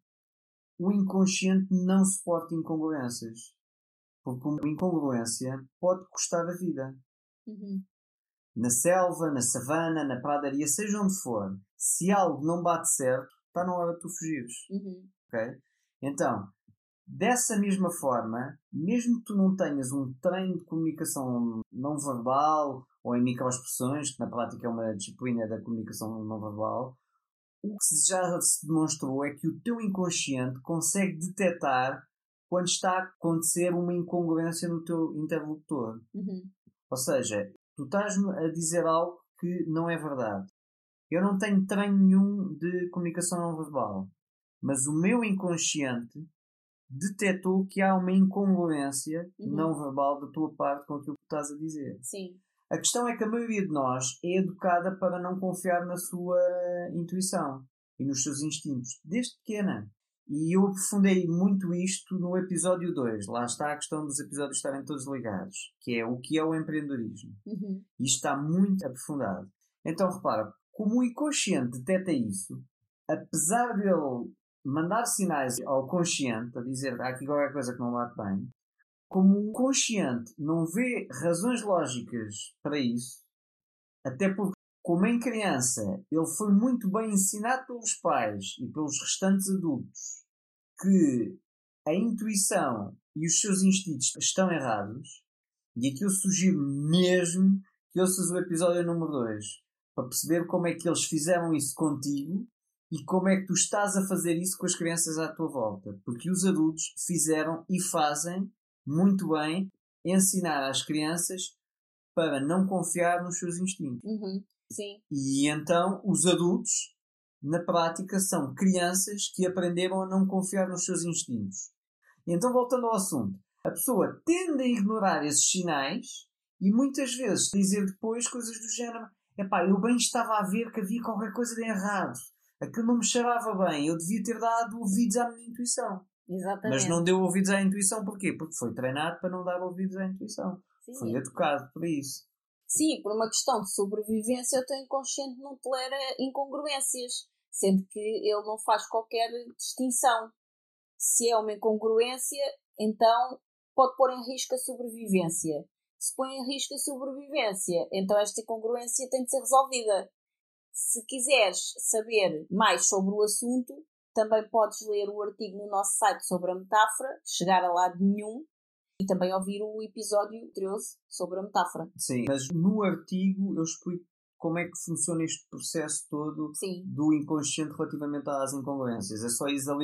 Speaker 3: o inconsciente não suporta incongruências. Porque uma incongruência pode custar a vida.
Speaker 2: Uhum.
Speaker 3: Na selva, na savana, na pradaria, seja onde for, se algo não bate certo, está na hora de tu fugires. Okay? Então, dessa mesma forma, mesmo que tu não tenhas um treino de comunicação não verbal ou em microexpressões, que na prática é uma disciplina da comunicação não verbal, o que já se demonstrou é que o teu inconsciente consegue detectar quando está a acontecer uma incongruência no teu interlocutor. Ou seja, tu estás a dizer algo que não é verdade. Eu não tenho treino nenhum de comunicação não verbal, mas o meu inconsciente detectou que há uma incongruência não verbal da tua parte com aquilo que tu estás a dizer.
Speaker 2: Sim.
Speaker 3: A questão é que a maioria de nós é educada para não confiar na sua intuição e nos seus instintos, desde pequena. E eu aprofundei muito isto no episódio 2. Lá está a questão dos episódios estarem todos ligados, que é o que é o empreendedorismo. Isto está muito aprofundado. Então, repara, como o inconsciente detecta isso, apesar dele mandar sinais ao consciente, a dizer há aqui qualquer coisa que não bate bem, como o consciente não vê razões lógicas para isso, até porque, como em criança, ele foi muito bem ensinado pelos pais e pelos restantes adultos que a intuição e os seus instintos estão errados, e aqui eu sugiro mesmo que ouças o episódio número 2 para perceber como é que eles fizeram isso contigo e como é que tu estás a fazer isso com as crianças à tua volta. Porque os adultos fizeram e fazem muito bem ensinar às crianças para não confiar nos seus instintos.
Speaker 2: Sim.
Speaker 3: E então os adultos, na prática, são crianças que aprenderam a não confiar nos seus instintos. E então, voltando ao assunto, a pessoa tende a ignorar esses sinais e muitas vezes dizer depois coisas do género: epá, eu bem estava a ver que havia qualquer coisa de errado, aquilo não me cheirava bem, eu devia ter dado ouvidos à minha intuição.
Speaker 2: Exatamente.
Speaker 3: Mas não deu ouvidos à intuição porquê? Porque foi treinado para não dar ouvidos à intuição. Sim. Foi educado por isso.
Speaker 2: Sim, por uma questão de sobrevivência, o teu inconsciente não tolera incongruências, sendo que ele não faz qualquer distinção. Se é uma incongruência, então pode pôr em risco a sobrevivência. Se põe em risco a sobrevivência, então esta incongruência tem de ser resolvida. Se quiseres saber mais sobre o assunto, também podes ler o artigo no nosso site sobre a metáfora, Chegar a Lado Nenhum, e também ouvir o episódio 13 sobre a metáfora.
Speaker 3: Sim, mas no artigo eu explico como é que funciona este processo todo. Sim. Do inconsciente relativamente às incongruências. É só ir a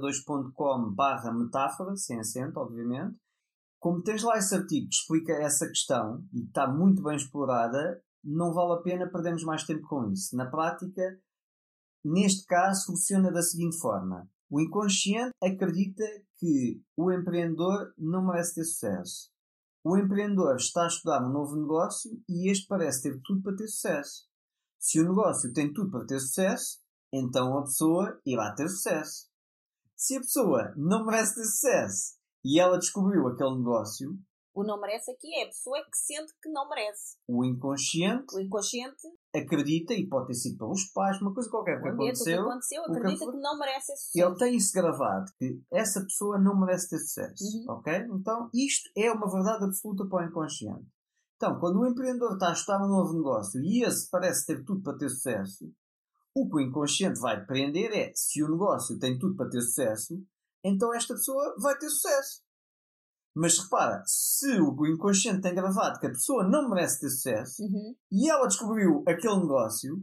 Speaker 3: liberdade2.com/metáfora, sem acento, obviamente. Como tens lá esse artigo que explica essa questão e está muito bem explorada, não vale a pena perdermos mais tempo com isso. Na prática, neste caso, funciona da seguinte forma. O inconsciente acredita que o empreendedor não merece ter sucesso. O empreendedor está a estudar um novo negócio e este parece ter tudo para ter sucesso. Se o negócio tem tudo para ter sucesso, então a pessoa irá ter sucesso. Se a pessoa não merece ter sucesso e ela descobriu aquele negócio...
Speaker 2: O não merece aqui é a pessoa que sente que não merece.
Speaker 3: O inconsciente acredita, e pode ter sido pelos pais, uma coisa qualquer que aconteceu,
Speaker 2: acredita que não merece esse sucesso.
Speaker 3: Ele tem isso gravado, que essa pessoa não merece ter sucesso. Ok? Então, isto é uma verdade absoluta para o inconsciente. Então, quando o empreendedor está a estudar um novo negócio e esse parece ter tudo para ter sucesso, o que o inconsciente vai depreender é, se o negócio tem tudo para ter sucesso, então esta pessoa vai ter sucesso. Mas repara, se o inconsciente tem gravado que a pessoa não merece ter sucesso e ela descobriu aquele negócio,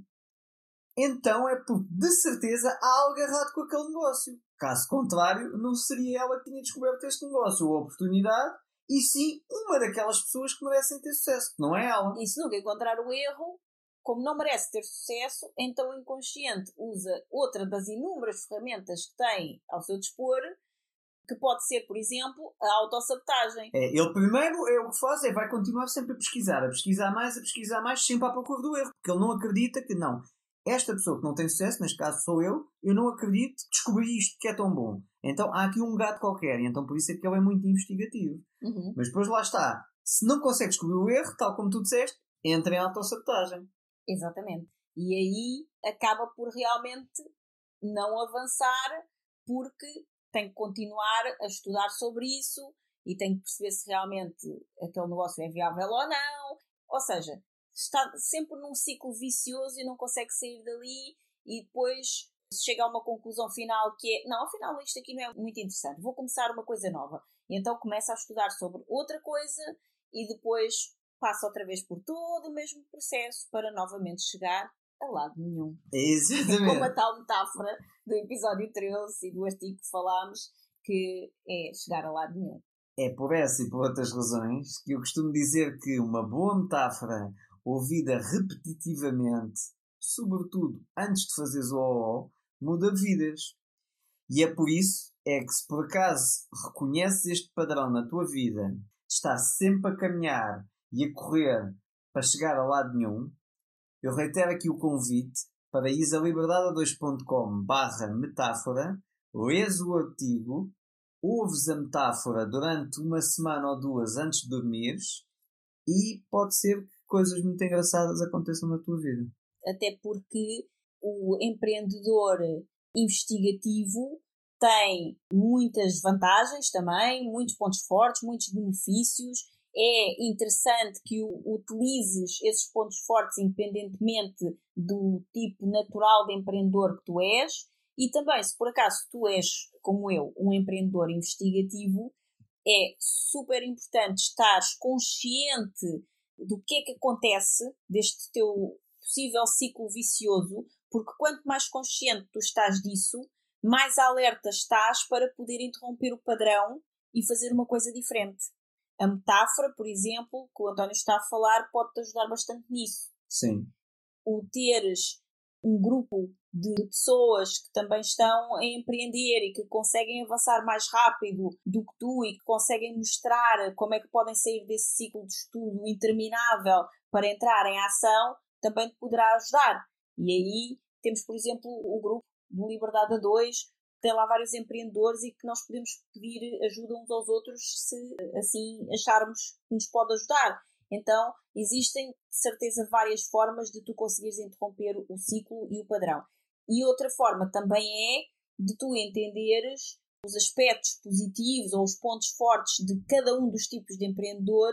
Speaker 3: então é porque de certeza há algo errado com aquele negócio. Caso contrário, não seria ela que tinha descoberto este negócio ou a oportunidade, e sim uma daquelas pessoas que merecem ter sucesso, não é ela.
Speaker 2: E se nunca encontrar o erro, como não merece ter sucesso, então o inconsciente usa outra das inúmeras ferramentas que tem ao seu dispor, que pode ser, por exemplo, a autossabotagem.
Speaker 3: Ele primeiro o que faz vai continuar sempre a pesquisar mais, sempre à procura do erro, porque ele não acredita que não. Esta pessoa que não tem sucesso, neste caso sou eu não acredito que descobri isto que é tão bom. Então há aqui um gato qualquer, e então por isso é que ele é muito investigativo. Mas depois lá está, se não consegue descobrir o erro, tal como tu disseste, entra em autossabotagem.
Speaker 2: Exatamente. E aí acaba por realmente não avançar, porque tem que continuar a estudar sobre isso e tem que perceber se realmente aquele negócio é viável ou não. Ou seja, está sempre num ciclo vicioso e não consegue sair dali, e depois chega a uma conclusão final que é, não, afinal isto aqui não é muito interessante, vou começar uma coisa nova. E então começa a estudar sobre outra coisa e depois passa outra vez por todo o mesmo processo para novamente chegar a lado nenhum.
Speaker 3: Exatamente.
Speaker 2: Como a tal metáfora do episódio 13 e do artigo que falámos, que é chegar a lado nenhum.
Speaker 3: É por essa e por outras razões que eu costumo dizer que uma boa metáfora ouvida repetitivamente, sobretudo antes de fazeres o ó, muda vidas. E é por isso que se por acaso reconheces este padrão na tua vida, de estar sempre a caminhar e a correr para chegar a lado nenhum, eu reitero aqui o convite para ires a liberdade2.com/metáfora, lês o artigo, ouves a metáfora durante uma semana ou duas antes de dormires e pode ser que coisas muito engraçadas aconteçam na tua vida.
Speaker 2: Até porque o empreendedor investigativo tem muitas vantagens também, muitos pontos fortes, muitos benefícios. É interessante que utilizes esses pontos fortes independentemente do tipo natural de empreendedor que tu és. E também, se por acaso tu és, como eu, um empreendedor investigativo, é super importante estares consciente do que é que acontece deste teu possível ciclo vicioso, Porque quanto mais consciente tu estás disso, mais alerta estás para poder interromper o padrão e fazer uma coisa diferente. A metáfora, por exemplo, que o António está a falar, pode-te ajudar bastante nisso.
Speaker 3: Sim.
Speaker 2: O teres um grupo de pessoas que também estão a empreender e que conseguem avançar mais rápido do que tu e que conseguem mostrar como é que podem sair desse ciclo de estudo interminável para entrar em ação, também te poderá ajudar. E aí temos, por exemplo, o grupo do Liberdade a 2, que tem lá vários empreendedores e que nós podemos pedir ajuda uns aos outros se assim acharmos que nos pode ajudar. Então, existem, de certeza, várias formas de tu conseguires interromper o ciclo e o padrão. E outra forma também é de tu entenderes os aspectos positivos ou os pontos fortes de cada um dos tipos de empreendedor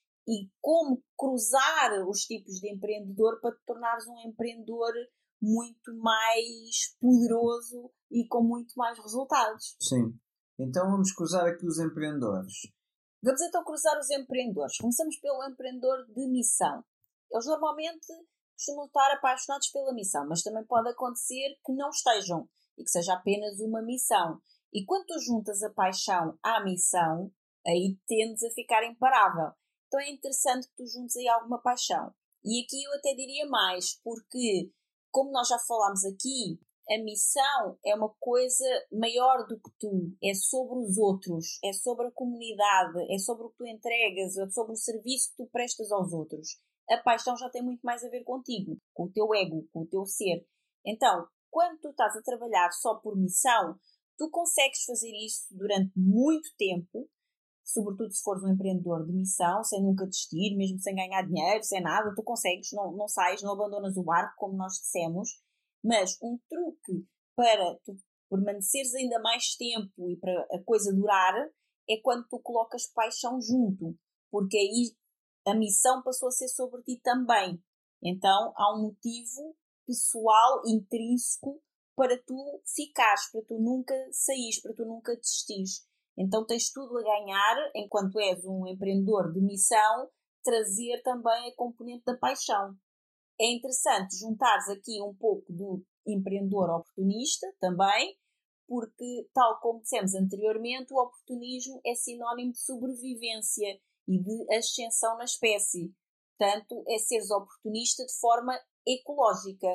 Speaker 2: e como cruzar os tipos de empreendedor para te tornares um empreendedor muito mais poderoso e com muito mais resultados.
Speaker 3: Sim. Então vamos cruzar aqui os empreendedores.
Speaker 2: Vamos então cruzar os empreendedores. Começamos pelo empreendedor de missão. Eles normalmente costumam estar apaixonados pela missão, mas também pode acontecer que não estejam e que seja apenas uma missão. E quando tu juntas a paixão à missão, aí tendes a ficar imparável. Então é interessante que tu juntes aí alguma paixão. E aqui eu até diria mais, porque, como nós já falámos aqui, a missão é uma coisa maior do que tu, é sobre os outros, é sobre a comunidade, é sobre o que tu entregas, é sobre o serviço que tu prestas aos outros. A paixão já tem muito mais a ver contigo, com o teu ego, com o teu ser. Então, quando tu estás a trabalhar só por missão, tu consegues fazer isso durante muito tempo, sobretudo se fores um empreendedor de missão, sem nunca desistir, mesmo sem ganhar dinheiro, sem nada, tu consegues, não sais, não abandonas o barco, como nós dissemos. Mas um truque para tu permaneceres ainda mais tempo e para a coisa durar é quando tu colocas paixão junto, porque aí a missão passou a ser sobre ti também. Então há um motivo pessoal, intrínseco, para tu ficares, para tu nunca saís, para tu nunca desistires. Então tens tudo a ganhar, enquanto és um empreendedor de missão, trazer também a componente da paixão. É interessante juntares aqui um pouco do empreendedor oportunista também, porque, tal como dissemos anteriormente, o oportunismo é sinónimo de sobrevivência e de ascensão na espécie. Portanto, é seres oportunista de forma ecológica.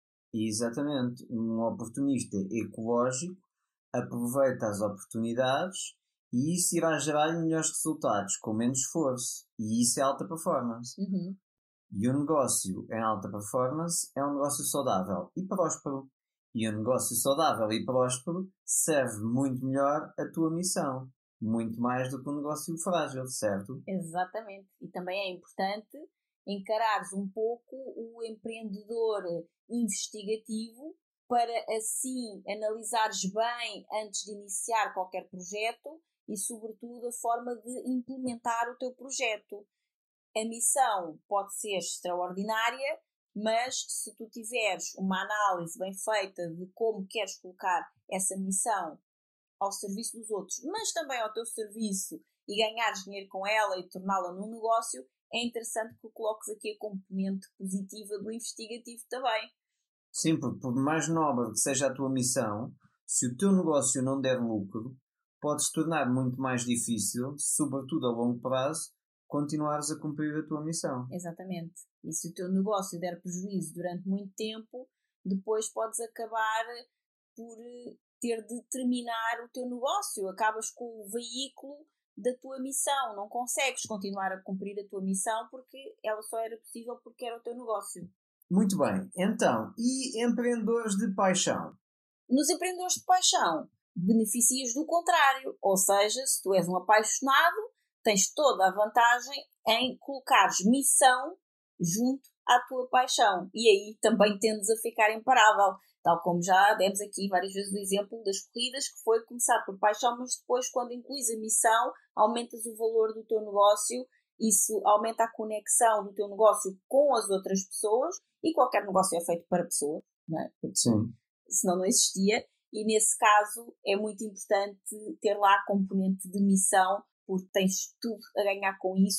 Speaker 3: Exatamente. Um oportunista ecológico aproveita as oportunidades e isso irá gerar melhores resultados, com menos esforço. E isso é alta performance.
Speaker 2: Uhum.
Speaker 3: E um negócio em alta performance é um negócio saudável e próspero. E um negócio saudável e próspero serve muito melhor a tua missão. Muito mais do que um negócio frágil, certo?
Speaker 2: Exatamente. E também é importante encarares um pouco o empreendedor investigativo para assim analisares bem antes de iniciar qualquer projeto e, sobretudo, a forma de implementar o teu projeto. A missão pode ser extraordinária, mas se tu tiveres uma análise bem feita de como queres colocar essa missão ao serviço dos outros, mas também ao teu serviço e ganhares dinheiro com ela e torná-la num negócio, é interessante que coloques aqui a componente positiva do investigativo também.
Speaker 3: Sim, porque por mais nobre que seja a tua missão, se o teu negócio não der lucro, pode se tornar muito mais difícil, sobretudo a longo prazo, continuares a cumprir a tua missão.
Speaker 2: Exatamente. E se o teu negócio der prejuízo durante muito tempo, depois podes acabar por ter de terminar o teu negócio. Acabas com o veículo da tua missão. Não consegues continuar a cumprir a tua missão porque ela só era possível porque era o teu negócio.
Speaker 3: Muito bem. Então, e empreendedores de paixão?
Speaker 2: Nos empreendedores de paixão, beneficias do contrário. Ou seja, se tu és um apaixonado, tens toda a vantagem em colocares missão junto à tua paixão. E aí também tendes a ficar imparável. Tal como já demos aqui várias vezes o exemplo das corridas, que foi começar por paixão, mas depois, quando incluís a missão, aumentas o valor do teu negócio, isso aumenta a conexão do teu negócio com as outras pessoas, e qualquer negócio é feito para pessoas, não é? Porque
Speaker 3: Sim.
Speaker 2: Senão não existia, e nesse caso é muito importante ter lá a componente de missão, porque tens tudo a ganhar com isso,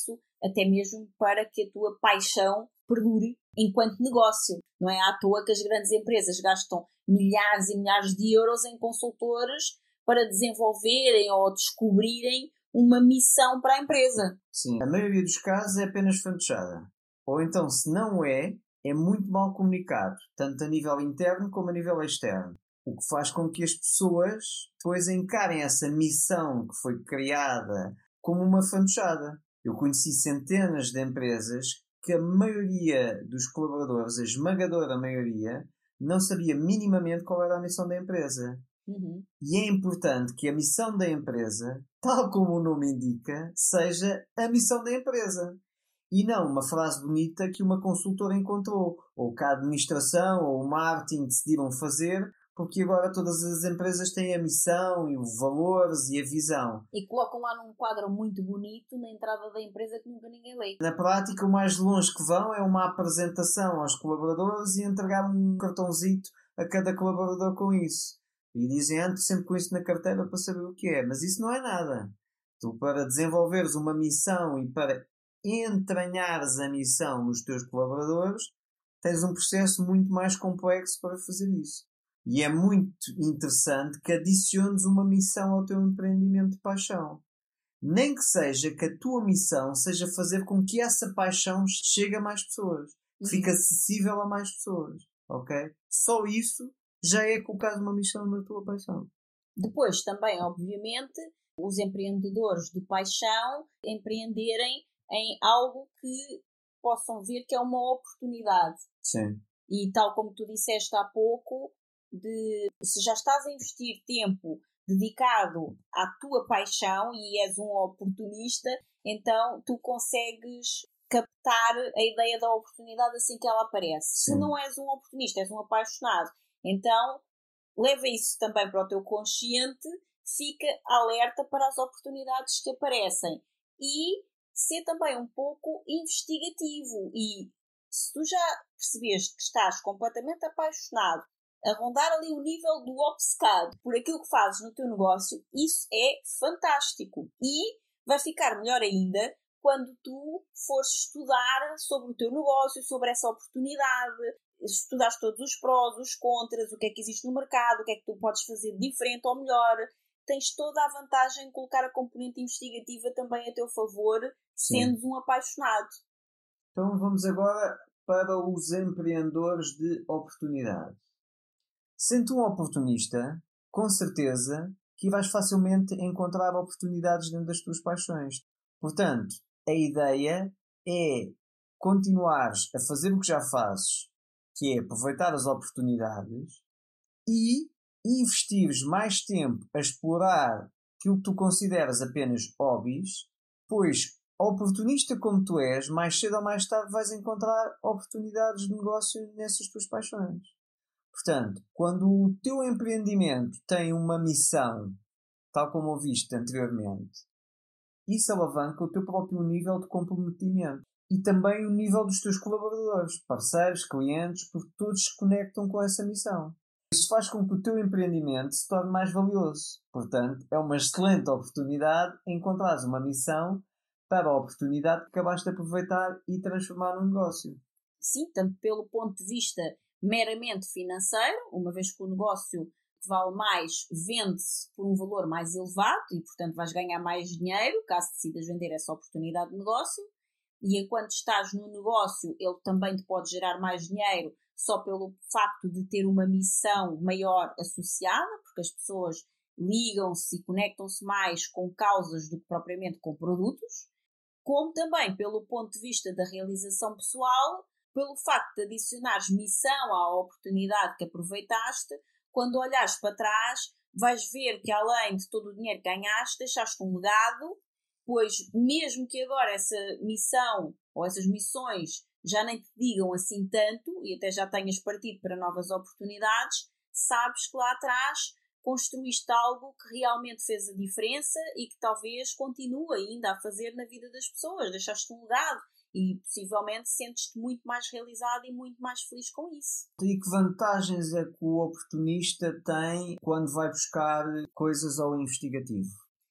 Speaker 2: até mesmo para que a tua paixão perdure enquanto negócio. Não é à toa que as grandes empresas gastam milhares e milhares de euros em consultores para desenvolverem ou descobrirem uma missão para a empresa.
Speaker 3: Sim, a maioria dos casos é apenas fantochada. Ou então, se não é muito mal comunicado, tanto a nível interno como a nível externo. O que faz com que as pessoas depois encarem essa missão que foi criada como uma fantochada. Eu conheci centenas de empresas que a maioria dos colaboradores, a esmagadora maioria, não sabia minimamente qual era a missão da empresa.
Speaker 2: Uhum.
Speaker 3: E é importante que a missão da empresa, tal como o nome indica, seja a missão da empresa. E não uma frase bonita que uma consultora encontrou, ou que a administração ou o marketing decidiram fazer, porque agora todas as empresas têm a missão e os valores e a visão.
Speaker 2: E colocam lá num quadro muito bonito na entrada da empresa que nunca ninguém lê.
Speaker 3: Na prática, o mais longe que vão é uma apresentação aos colaboradores e entregar um cartãozito a cada colaborador com isso. E dizem, ando sempre com isso na carteira para saber o que é. Mas isso não é nada. Tu, para desenvolveres uma missão e para entranhares a missão nos teus colaboradores, tens um processo muito mais complexo para fazer isso. E é muito interessante que adiciones uma missão ao teu empreendimento de paixão. Nem que seja que a tua missão seja fazer com que essa paixão chegue a mais pessoas. Que fique acessível a mais pessoas. Ok? Só isso já é colocar uma missão na tua paixão.
Speaker 2: Depois também, obviamente, os empreendedores de paixão empreenderem em algo que possam ver que é uma oportunidade.
Speaker 3: Sim.
Speaker 2: E tal como tu disseste há pouco, se já estás a investir tempo dedicado à tua paixão e és um oportunista, então tu consegues captar a ideia da oportunidade assim que ela aparece.
Speaker 3: Sim.
Speaker 2: Se não és um oportunista, és um apaixonado, então leva isso também para o teu consciente, fica alerta para as oportunidades que aparecem e ser também um pouco investigativo. E se tu já percebeste que estás completamente apaixonado, a rondar ali o nível do obcecado por aquilo que fazes no teu negócio, isso é fantástico. E vai ficar melhor ainda quando tu fores estudar sobre o teu negócio, sobre essa oportunidade, estudares todos os prós, os contras, o que é que existe no mercado, o que é que tu podes fazer de diferente ou melhor. Tens toda a vantagem de colocar a componente investigativa também a teu favor, sendo um apaixonado.
Speaker 3: Então vamos agora para os empreendedores de oportunidade. Sendo um oportunista, com certeza que vais facilmente encontrar oportunidades dentro das tuas paixões. Portanto, a ideia é continuares a fazer o que já fazes, que é aproveitar as oportunidades e investires mais tempo a explorar aquilo que tu consideras apenas hobbies, pois, oportunista como tu és, mais cedo ou mais tarde vais encontrar oportunidades de negócio nessas tuas paixões. Portanto, quando o teu empreendimento tem uma missão, tal como ouviste anteriormente, isso alavanca o teu próprio nível de comprometimento e também o nível dos teus colaboradores, parceiros, clientes, porque todos se conectam com essa missão. Isso faz com que o teu empreendimento se torne mais valioso. Portanto, é uma excelente oportunidade encontrares uma missão para a oportunidade que acabaste de aproveitar e transformar num negócio.
Speaker 2: Sim, tanto pelo ponto de vista meramente financeiro, uma vez que o negócio que vale mais vende-se por um valor mais elevado e, portanto, vais ganhar mais dinheiro caso decidas vender essa oportunidade de negócio. E enquanto estás no negócio, ele também te pode gerar mais dinheiro só pelo facto de ter uma missão maior associada, porque as pessoas ligam-se e conectam-se mais com causas do que propriamente com produtos, como também pelo ponto de vista da realização pessoal, pelo facto de adicionares missão à oportunidade que aproveitaste. Quando olhares para trás, vais ver que além de todo o dinheiro que ganhaste, deixaste um legado, pois mesmo que agora essa missão ou essas missões já nem te digam assim tanto e até já tenhas partido para novas oportunidades, sabes que lá atrás construíste algo que realmente fez a diferença e que talvez continue ainda a fazer na vida das pessoas. Deixaste um legado e possivelmente sentes-te muito mais realizado e muito mais feliz com isso.
Speaker 3: E que vantagens é que o oportunista tem quando vai buscar coisas ao investigativo?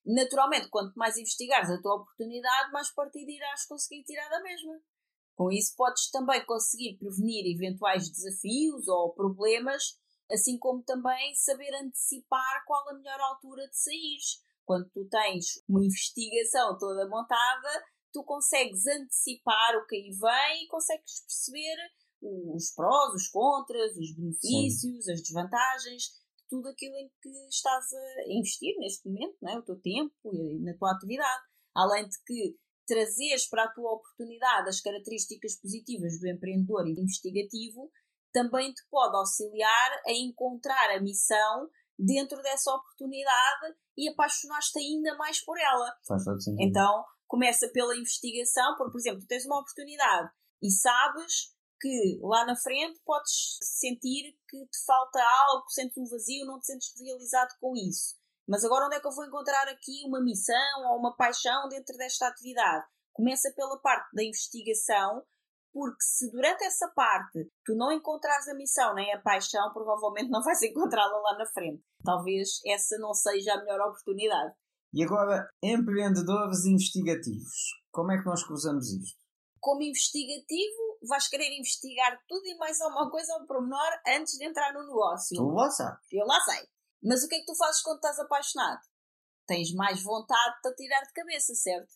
Speaker 2: naturalmente, quanto mais investigares a tua oportunidade, mais partido irás conseguir tirar da mesma. Com isso podes também conseguir prevenir eventuais desafios ou problemas, assim como também saber antecipar qual a melhor altura de sair. Quando tu tens uma investigação toda montada, tu consegues antecipar o que aí vem e consegues perceber os prós, os contras, os benefícios, as desvantagens, tudo aquilo em que estás a investir neste momento, não é? O teu tempo e na tua atividade. Além de que trazeres para a tua oportunidade as características positivas do empreendedor e investigativo, também te pode auxiliar a encontrar a missão dentro dessa oportunidade e apaixonar-te ainda mais por ela.
Speaker 3: Faz todo sentido.
Speaker 2: Então, começa pela investigação, porque, por exemplo, tu tens uma oportunidade e sabes que lá na frente podes sentir que te falta algo, sentes um vazio, não te sentes realizado com isso. Mas agora onde é que eu vou encontrar aqui uma missão ou uma paixão dentro desta atividade? Começa pela parte da investigação, porque se durante essa parte tu não encontrares a missão nem a paixão, provavelmente não vais encontrá-la lá na frente. Talvez essa não seja a melhor oportunidade.
Speaker 3: E agora, empreendedores investigativos. Como é que nós cruzamos isto?
Speaker 2: Como investigativo, vais querer investigar tudo e mais alguma coisa ao pormenor antes de entrar no negócio.
Speaker 3: Tu lá sabes.
Speaker 2: Eu lá sei. Mas o que é que tu fazes quando estás apaixonado? Tens mais vontade de te atirar de cabeça, certo?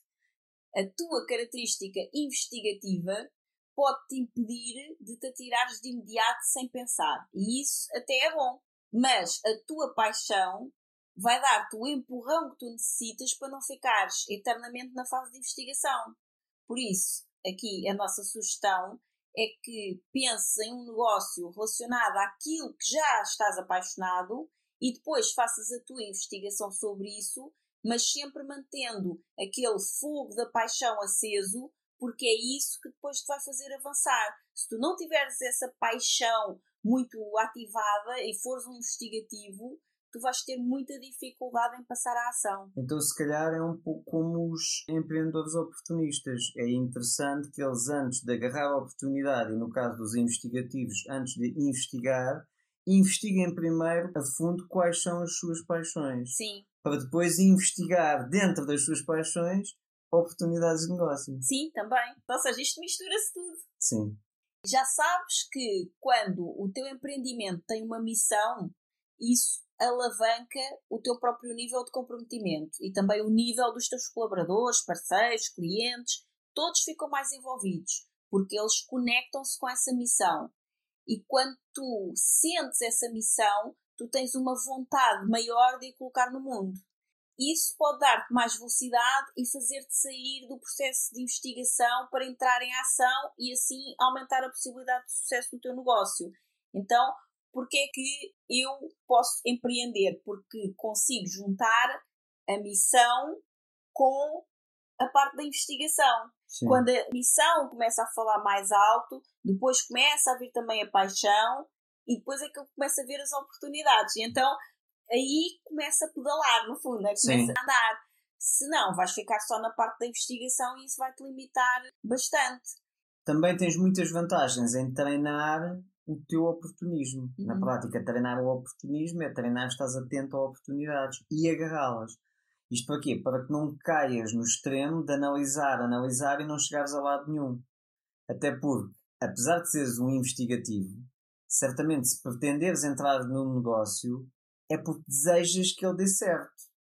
Speaker 2: A tua característica investigativa pode-te impedir de te atirares de imediato sem pensar. E isso até é bom. Mas a tua paixão vai dar-te o empurrão que tu necessitas para não ficares eternamente na fase de investigação. Por isso, aqui a nossa sugestão é que penses em um negócio relacionado àquilo que já estás apaixonado e depois faças a tua investigação sobre isso, mas sempre mantendo aquele fogo da paixão aceso, porque é isso que depois te vai fazer avançar. Se tu não tiveres essa paixão muito ativada e fores um investigativo, tu vais ter muita dificuldade em passar à ação.
Speaker 3: Então, se calhar, é um pouco como os empreendedores oportunistas. É interessante que eles, antes de agarrar a oportunidade, e no caso dos investigativos, antes de investigar, investiguem primeiro a fundo quais são as suas paixões.
Speaker 2: Sim.
Speaker 3: Para depois investigar, dentro das suas paixões, oportunidades de negócio.
Speaker 2: Sim, também. Ou seja, isto mistura-se tudo.
Speaker 3: Sim.
Speaker 2: Já sabes que quando o teu empreendimento tem uma missão, isso alavanca o teu próprio nível de comprometimento e também o nível dos teus colaboradores, parceiros, clientes, todos ficam mais envolvidos, porque eles conectam-se com essa missão. E quando tu sentes essa missão, tu tens uma vontade maior de a colocar no mundo. Isso pode dar-te mais velocidade e fazer-te sair do processo de investigação para entrar em ação e assim aumentar a possibilidade de sucesso no teu negócio. Então, porque é que eu posso empreender? Porque consigo juntar a missão com a parte da investigação. Sim. Quando a missão começa a falar mais alto, depois começa a vir também a paixão e depois é que eu começo a ver as oportunidades. E então, aí começa a pedalar, no fundo, começa Sim. a andar. Senão, vais ficar só na parte da investigação e isso vai-te limitar bastante.
Speaker 3: Também tens muitas vantagens em treinar o teu oportunismo. Na prática, treinar o oportunismo é treinar, estás atento a oportunidades e agarrá-las. Isto para quê? Para que não caias no extremo de analisar e não chegares a lado nenhum. Até porque, apesar de seres um investigativo, certamente se pretenderes entrar num negócio, é porque desejas que ele dê certo.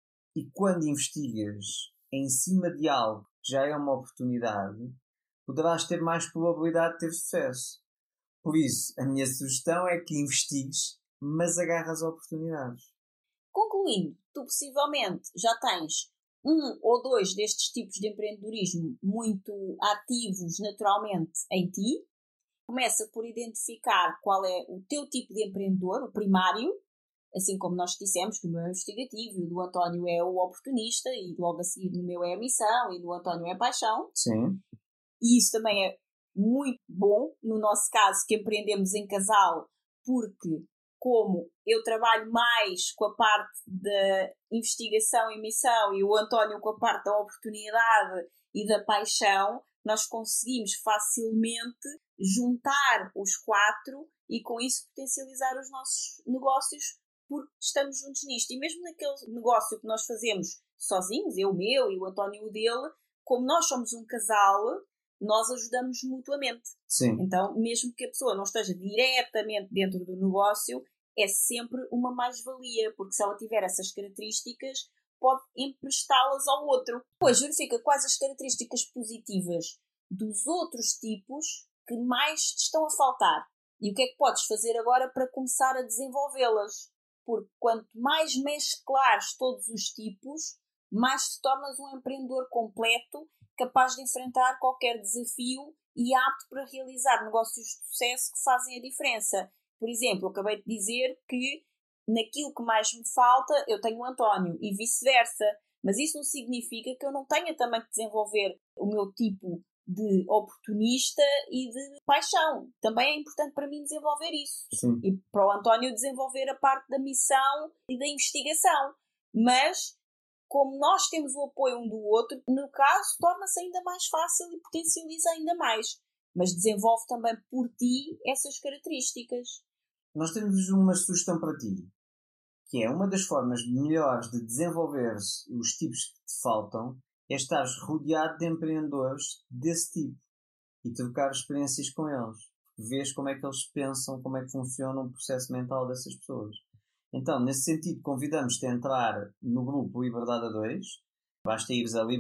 Speaker 3: E quando investigas em cima de algo que já é uma oportunidade, poderás ter mais probabilidade de ter sucesso. Por isso, a minha sugestão é que investigues, mas agarras oportunidades.
Speaker 2: Concluindo, tu possivelmente já tens um ou dois destes tipos de empreendedorismo muito ativos naturalmente em ti. Começa por identificar qual é o teu tipo de empreendedor, o primário, assim como nós dissemos que o meu é investigativo e o do António é o oportunista e logo a seguir no meu é a missão e no António é a paixão.
Speaker 3: Sim.
Speaker 2: E isso também é muito bom, no nosso caso, que empreendemos em casal, porque como eu trabalho mais com a parte da investigação e missão e o António com a parte da oportunidade e da paixão, nós conseguimos facilmente juntar os quatro e com isso potencializar os nossos negócios porque estamos juntos nisto. E mesmo naquele negócio que nós fazemos sozinhos, eu o meu e o António o dele, como nós somos um casal, nós ajudamos mutuamente.
Speaker 3: Sim.
Speaker 2: Então, mesmo que a pessoa não esteja diretamente dentro do negócio, é sempre uma mais-valia, porque se ela tiver essas características, pode emprestá-las ao outro. Depois verifica quais as características positivas dos outros tipos que mais te estão a faltar. E o que é que podes fazer agora para começar a desenvolvê-las? Porque quanto mais mesclares todos os tipos, mais te tornas um empreendedor completo, capaz de enfrentar qualquer desafio e apto para realizar negócios de sucesso que fazem a diferença. Por exemplo, eu acabei de dizer que naquilo que mais me falta eu tenho o António e vice-versa. Mas isso não significa que eu não tenha também que desenvolver o meu tipo de oportunista e de paixão. Também é importante para mim desenvolver isso.
Speaker 3: Sim.
Speaker 2: E para o António desenvolver a parte da missão e da investigação. Mas, como nós temos o apoio um do outro, no caso, torna-se ainda mais fácil e potencializa ainda mais. Mas desenvolve também por ti essas características.
Speaker 3: Nós temos uma sugestão para ti, que é uma das formas melhores de desenvolver os tipos que te faltam, é estar rodeado de empreendedores desse tipo e trocar experiências com eles. Vês como é que eles pensam, como é que funciona o processo mental dessas pessoas. Então, nesse sentido, convidamos-te a entrar no grupo Liberdade a 2. Basta ires a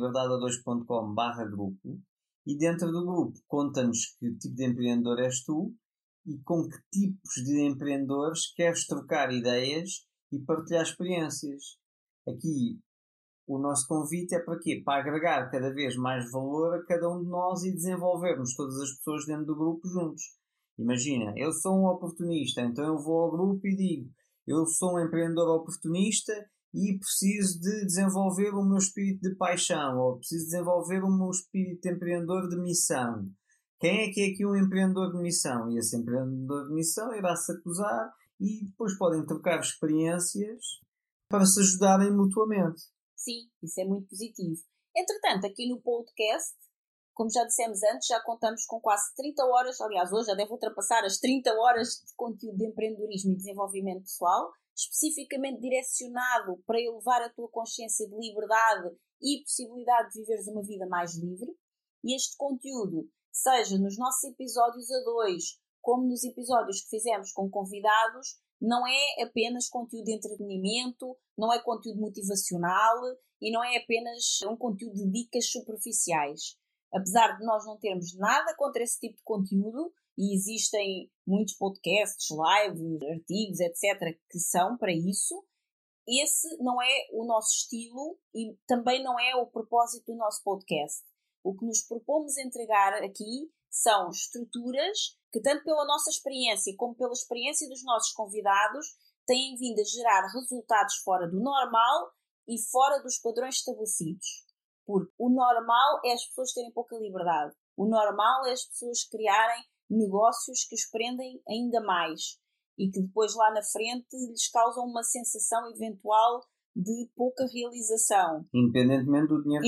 Speaker 3: liberdade2.com/grupo e dentro do grupo conta-nos que tipo de empreendedor és tu e com que tipos de empreendedores queres trocar ideias e partilhar experiências. Aqui, o nosso convite é para quê? Para agregar cada vez mais valor a cada um de nós e desenvolvermos todas as pessoas dentro do grupo juntos. Imagina, eu sou um oportunista, então eu vou ao grupo e digo, eu sou um empreendedor oportunista e preciso de desenvolver o meu espírito de paixão, ou preciso desenvolver o meu espírito de empreendedor de missão. Quem é aqui um empreendedor de missão? E esse empreendedor de missão irá-se acusar e depois podem trocar experiências para se ajudarem mutuamente.
Speaker 2: Sim, isso é muito positivo. Entretanto, aqui no podcast, como já dissemos antes, já contamos com quase 30 horas, aliás, hoje já deve ultrapassar as 30 horas de conteúdo de empreendedorismo e desenvolvimento pessoal, especificamente direcionado para elevar a tua consciência de liberdade e possibilidade de viveres uma vida mais livre. E este conteúdo, seja nos nossos episódios a 2, como nos episódios que fizemos com convidados, não é apenas conteúdo de entretenimento, não é conteúdo motivacional e não é apenas um conteúdo de dicas superficiais. Apesar de nós não termos nada contra esse tipo de conteúdo, e existem muitos podcasts, lives, artigos, etc., que são para isso, esse não é o nosso estilo e também não é o propósito do nosso podcast. O que nos propomos entregar aqui são estruturas que, tanto pela nossa experiência como pela experiência dos nossos convidados, têm vindo a gerar resultados fora do normal e fora dos padrões estabelecidos. Porque o normal é as pessoas terem pouca liberdade. O normal é as pessoas criarem negócios que os prendem ainda mais e que depois lá na frente lhes causam uma sensação eventual de pouca realização.
Speaker 3: Independentemente do dinheiro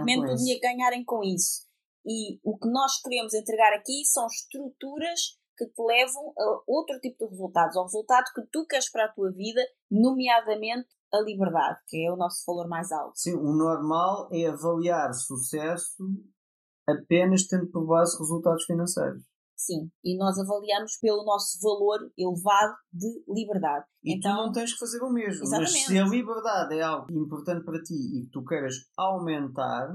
Speaker 2: que ganharem com isso. E o que nós queremos entregar aqui são estruturas que te levam a outro tipo de resultados, ao resultado que tu queres para a tua vida, nomeadamente a liberdade, que é o nosso valor mais alto.
Speaker 3: Sim, o normal é avaliar sucesso apenas tendo por base resultados financeiros.
Speaker 2: Sim, e nós avaliamos pelo nosso valor elevado de liberdade.
Speaker 3: E então, tu não tens que fazer o mesmo.
Speaker 2: Exatamente.
Speaker 3: Mas se a liberdade é algo importante para ti e que tu queiras aumentar,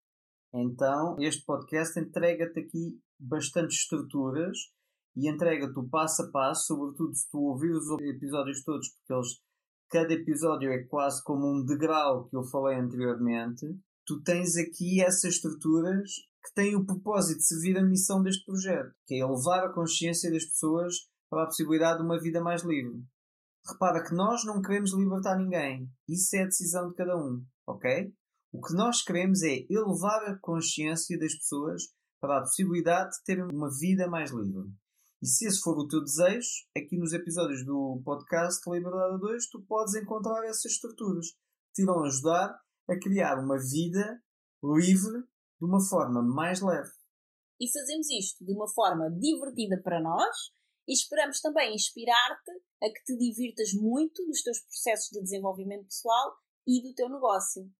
Speaker 3: então este podcast entrega-te aqui bastantes estruturas e entrega-te o passo a passo, sobretudo se tu ouvir os episódios todos, porque cada episódio é quase como um degrau que eu falei anteriormente. Tu tens aqui essas estruturas que têm o propósito de servir a missão deste projeto, que é elevar a consciência das pessoas para a possibilidade de uma vida mais livre. Repara que nós não queremos libertar ninguém. Isso é a decisão de cada um, ok? O que nós queremos é elevar a consciência das pessoas para a possibilidade de terem uma vida mais livre. E se esse for o teu desejo, aqui nos episódios do podcast Liberdade a 2, tu podes encontrar essas estruturas que te irão ajudar a criar uma vida livre de uma forma mais leve.
Speaker 2: E fazemos isto de uma forma divertida para nós e esperamos também inspirar-te a que te divirtas muito nos teus processos de desenvolvimento pessoal e do teu negócio.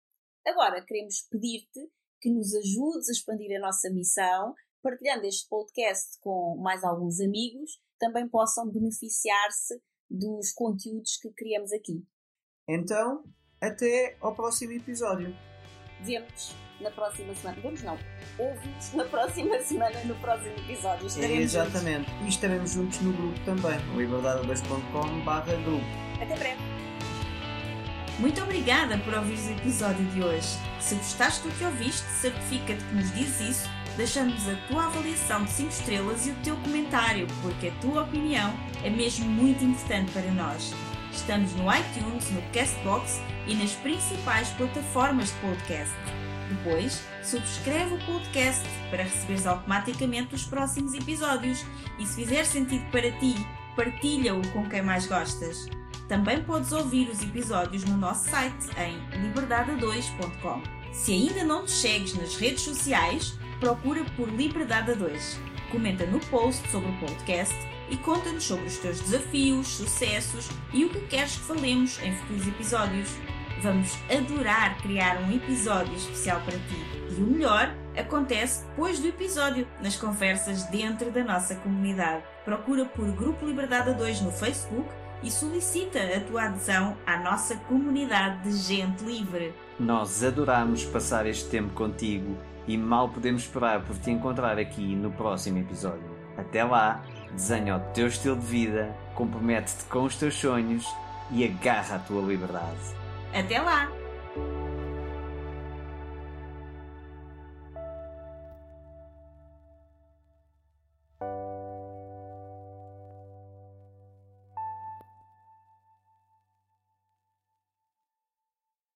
Speaker 2: Agora, queremos pedir-te que nos ajudes a expandir a nossa missão, partilhando este podcast com mais alguns amigos, também possam beneficiar-se dos conteúdos que criamos aqui.
Speaker 3: Então, até ao próximo episódio.
Speaker 2: Vemo-nos na próxima semana. Vemos não. Ouve-nos na próxima semana, no próximo episódio.
Speaker 3: Exatamente. Juntos. E estaremos juntos no grupo também. liberdade2.com/grupo.
Speaker 2: Até breve.
Speaker 4: Muito obrigada por ouvires o episódio de hoje. Se gostaste do que ouviste, certifica-te que nos dizes isso, deixando-nos a tua avaliação de 5 estrelas e o teu comentário, porque a tua opinião é mesmo muito importante para nós. Estamos no iTunes, no Castbox e nas principais plataformas de podcast. Depois, subscreve o podcast para receberes automaticamente os próximos episódios e, se fizer sentido para ti, partilha-o com quem mais gostas. Também podes ouvir os episódios no nosso site em liberdade2.com. Se ainda não nos segues nas redes sociais, procura por Liberdade 2. Comenta no post sobre o podcast e conta-nos sobre os teus desafios, sucessos e o que queres que falemos em futuros episódios. Vamos adorar criar um episódio especial para ti. E o melhor acontece depois do episódio, nas conversas dentro da nossa comunidade. Procura por Grupo Liberdade 2 no Facebook e solicita a tua adesão à nossa comunidade de gente livre.
Speaker 1: Nós adoramos passar este tempo contigo e mal podemos esperar por te encontrar aqui no próximo episódio. Até lá, desenha o teu estilo de vida, compromete-te com os teus sonhos e agarra a tua liberdade.
Speaker 4: Até lá!